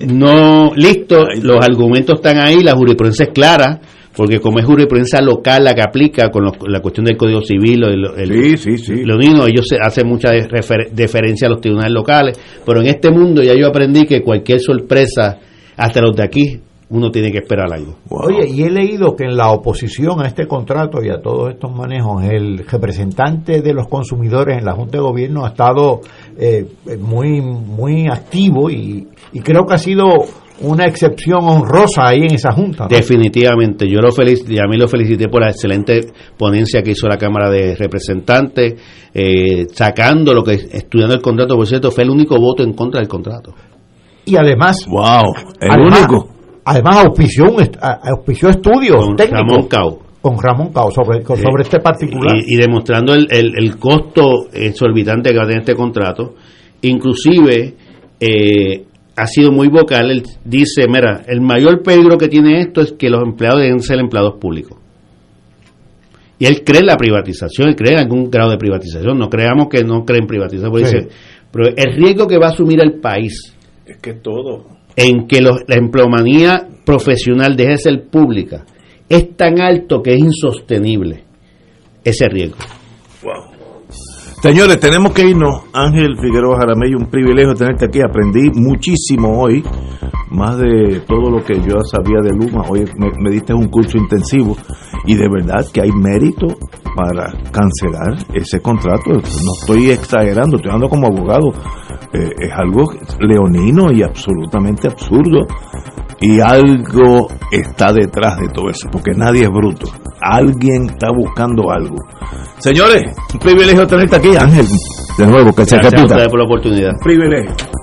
no listo, los argumentos están ahí, la jurisprudencia es clara, porque como es jurisprudencia local la que aplica con los, la cuestión del Código Civil, el, el, sí, sí, sí. leonino, ellos se hacen mucha refer, deferencia a los tribunales locales, pero en este mundo ya yo aprendí que cualquier sorpresa, hasta los de aquí, uno tiene que esperar algo. Wow. Oye, y he leído que en la oposición a este contrato y a todos estos manejos, el representante de los consumidores en la Junta de Gobierno ha estado eh, muy muy activo y, y creo que ha sido una excepción honrosa ahí en esa Junta, ¿no? Definitivamente, yo lo felicité, a mí lo felicité por la excelente ponencia que hizo la Cámara de Representantes, eh, sacando lo que, estudiando el contrato, por cierto, fue el único voto en contra del contrato. Y además... ¡Wow! El además, único... Además auspició, un est- auspició estudios con técnicos Ramón Cao. Con Ramón Cao sobre, sobre eh, este particular. Y, y demostrando el, el, el costo exorbitante que va a tener este contrato. Inclusive eh, ha sido muy vocal. Él dice, mira, el mayor peligro que tiene esto es que los empleados deben ser empleados públicos. Y él cree en la privatización, él cree en algún grado de privatización. No creamos que no cree en privatización. Porque sí. Dice, pero el riesgo que va a asumir el país es que todo... en que los, la empleomanía profesional deje de ser pública es tan alto que es insostenible ese riesgo. Wow. Señores, tenemos que irnos. Ángel Figueroa Jaramillo, un privilegio tenerte aquí. Aprendí muchísimo hoy, más de todo lo que yo sabía de Luma. Hoy me, me diste un curso intensivo y de verdad que hay mérito para cancelar ese contrato. No estoy exagerando, estoy hablando como abogado. Eh, es algo leonino y absolutamente absurdo, y algo está detrás de todo eso, porque nadie es bruto, alguien está buscando algo. Señores, un privilegio tenerte aquí, Ángel, de nuevo, que se repita. Gracias a ustedes por la oportunidad. Privilegio.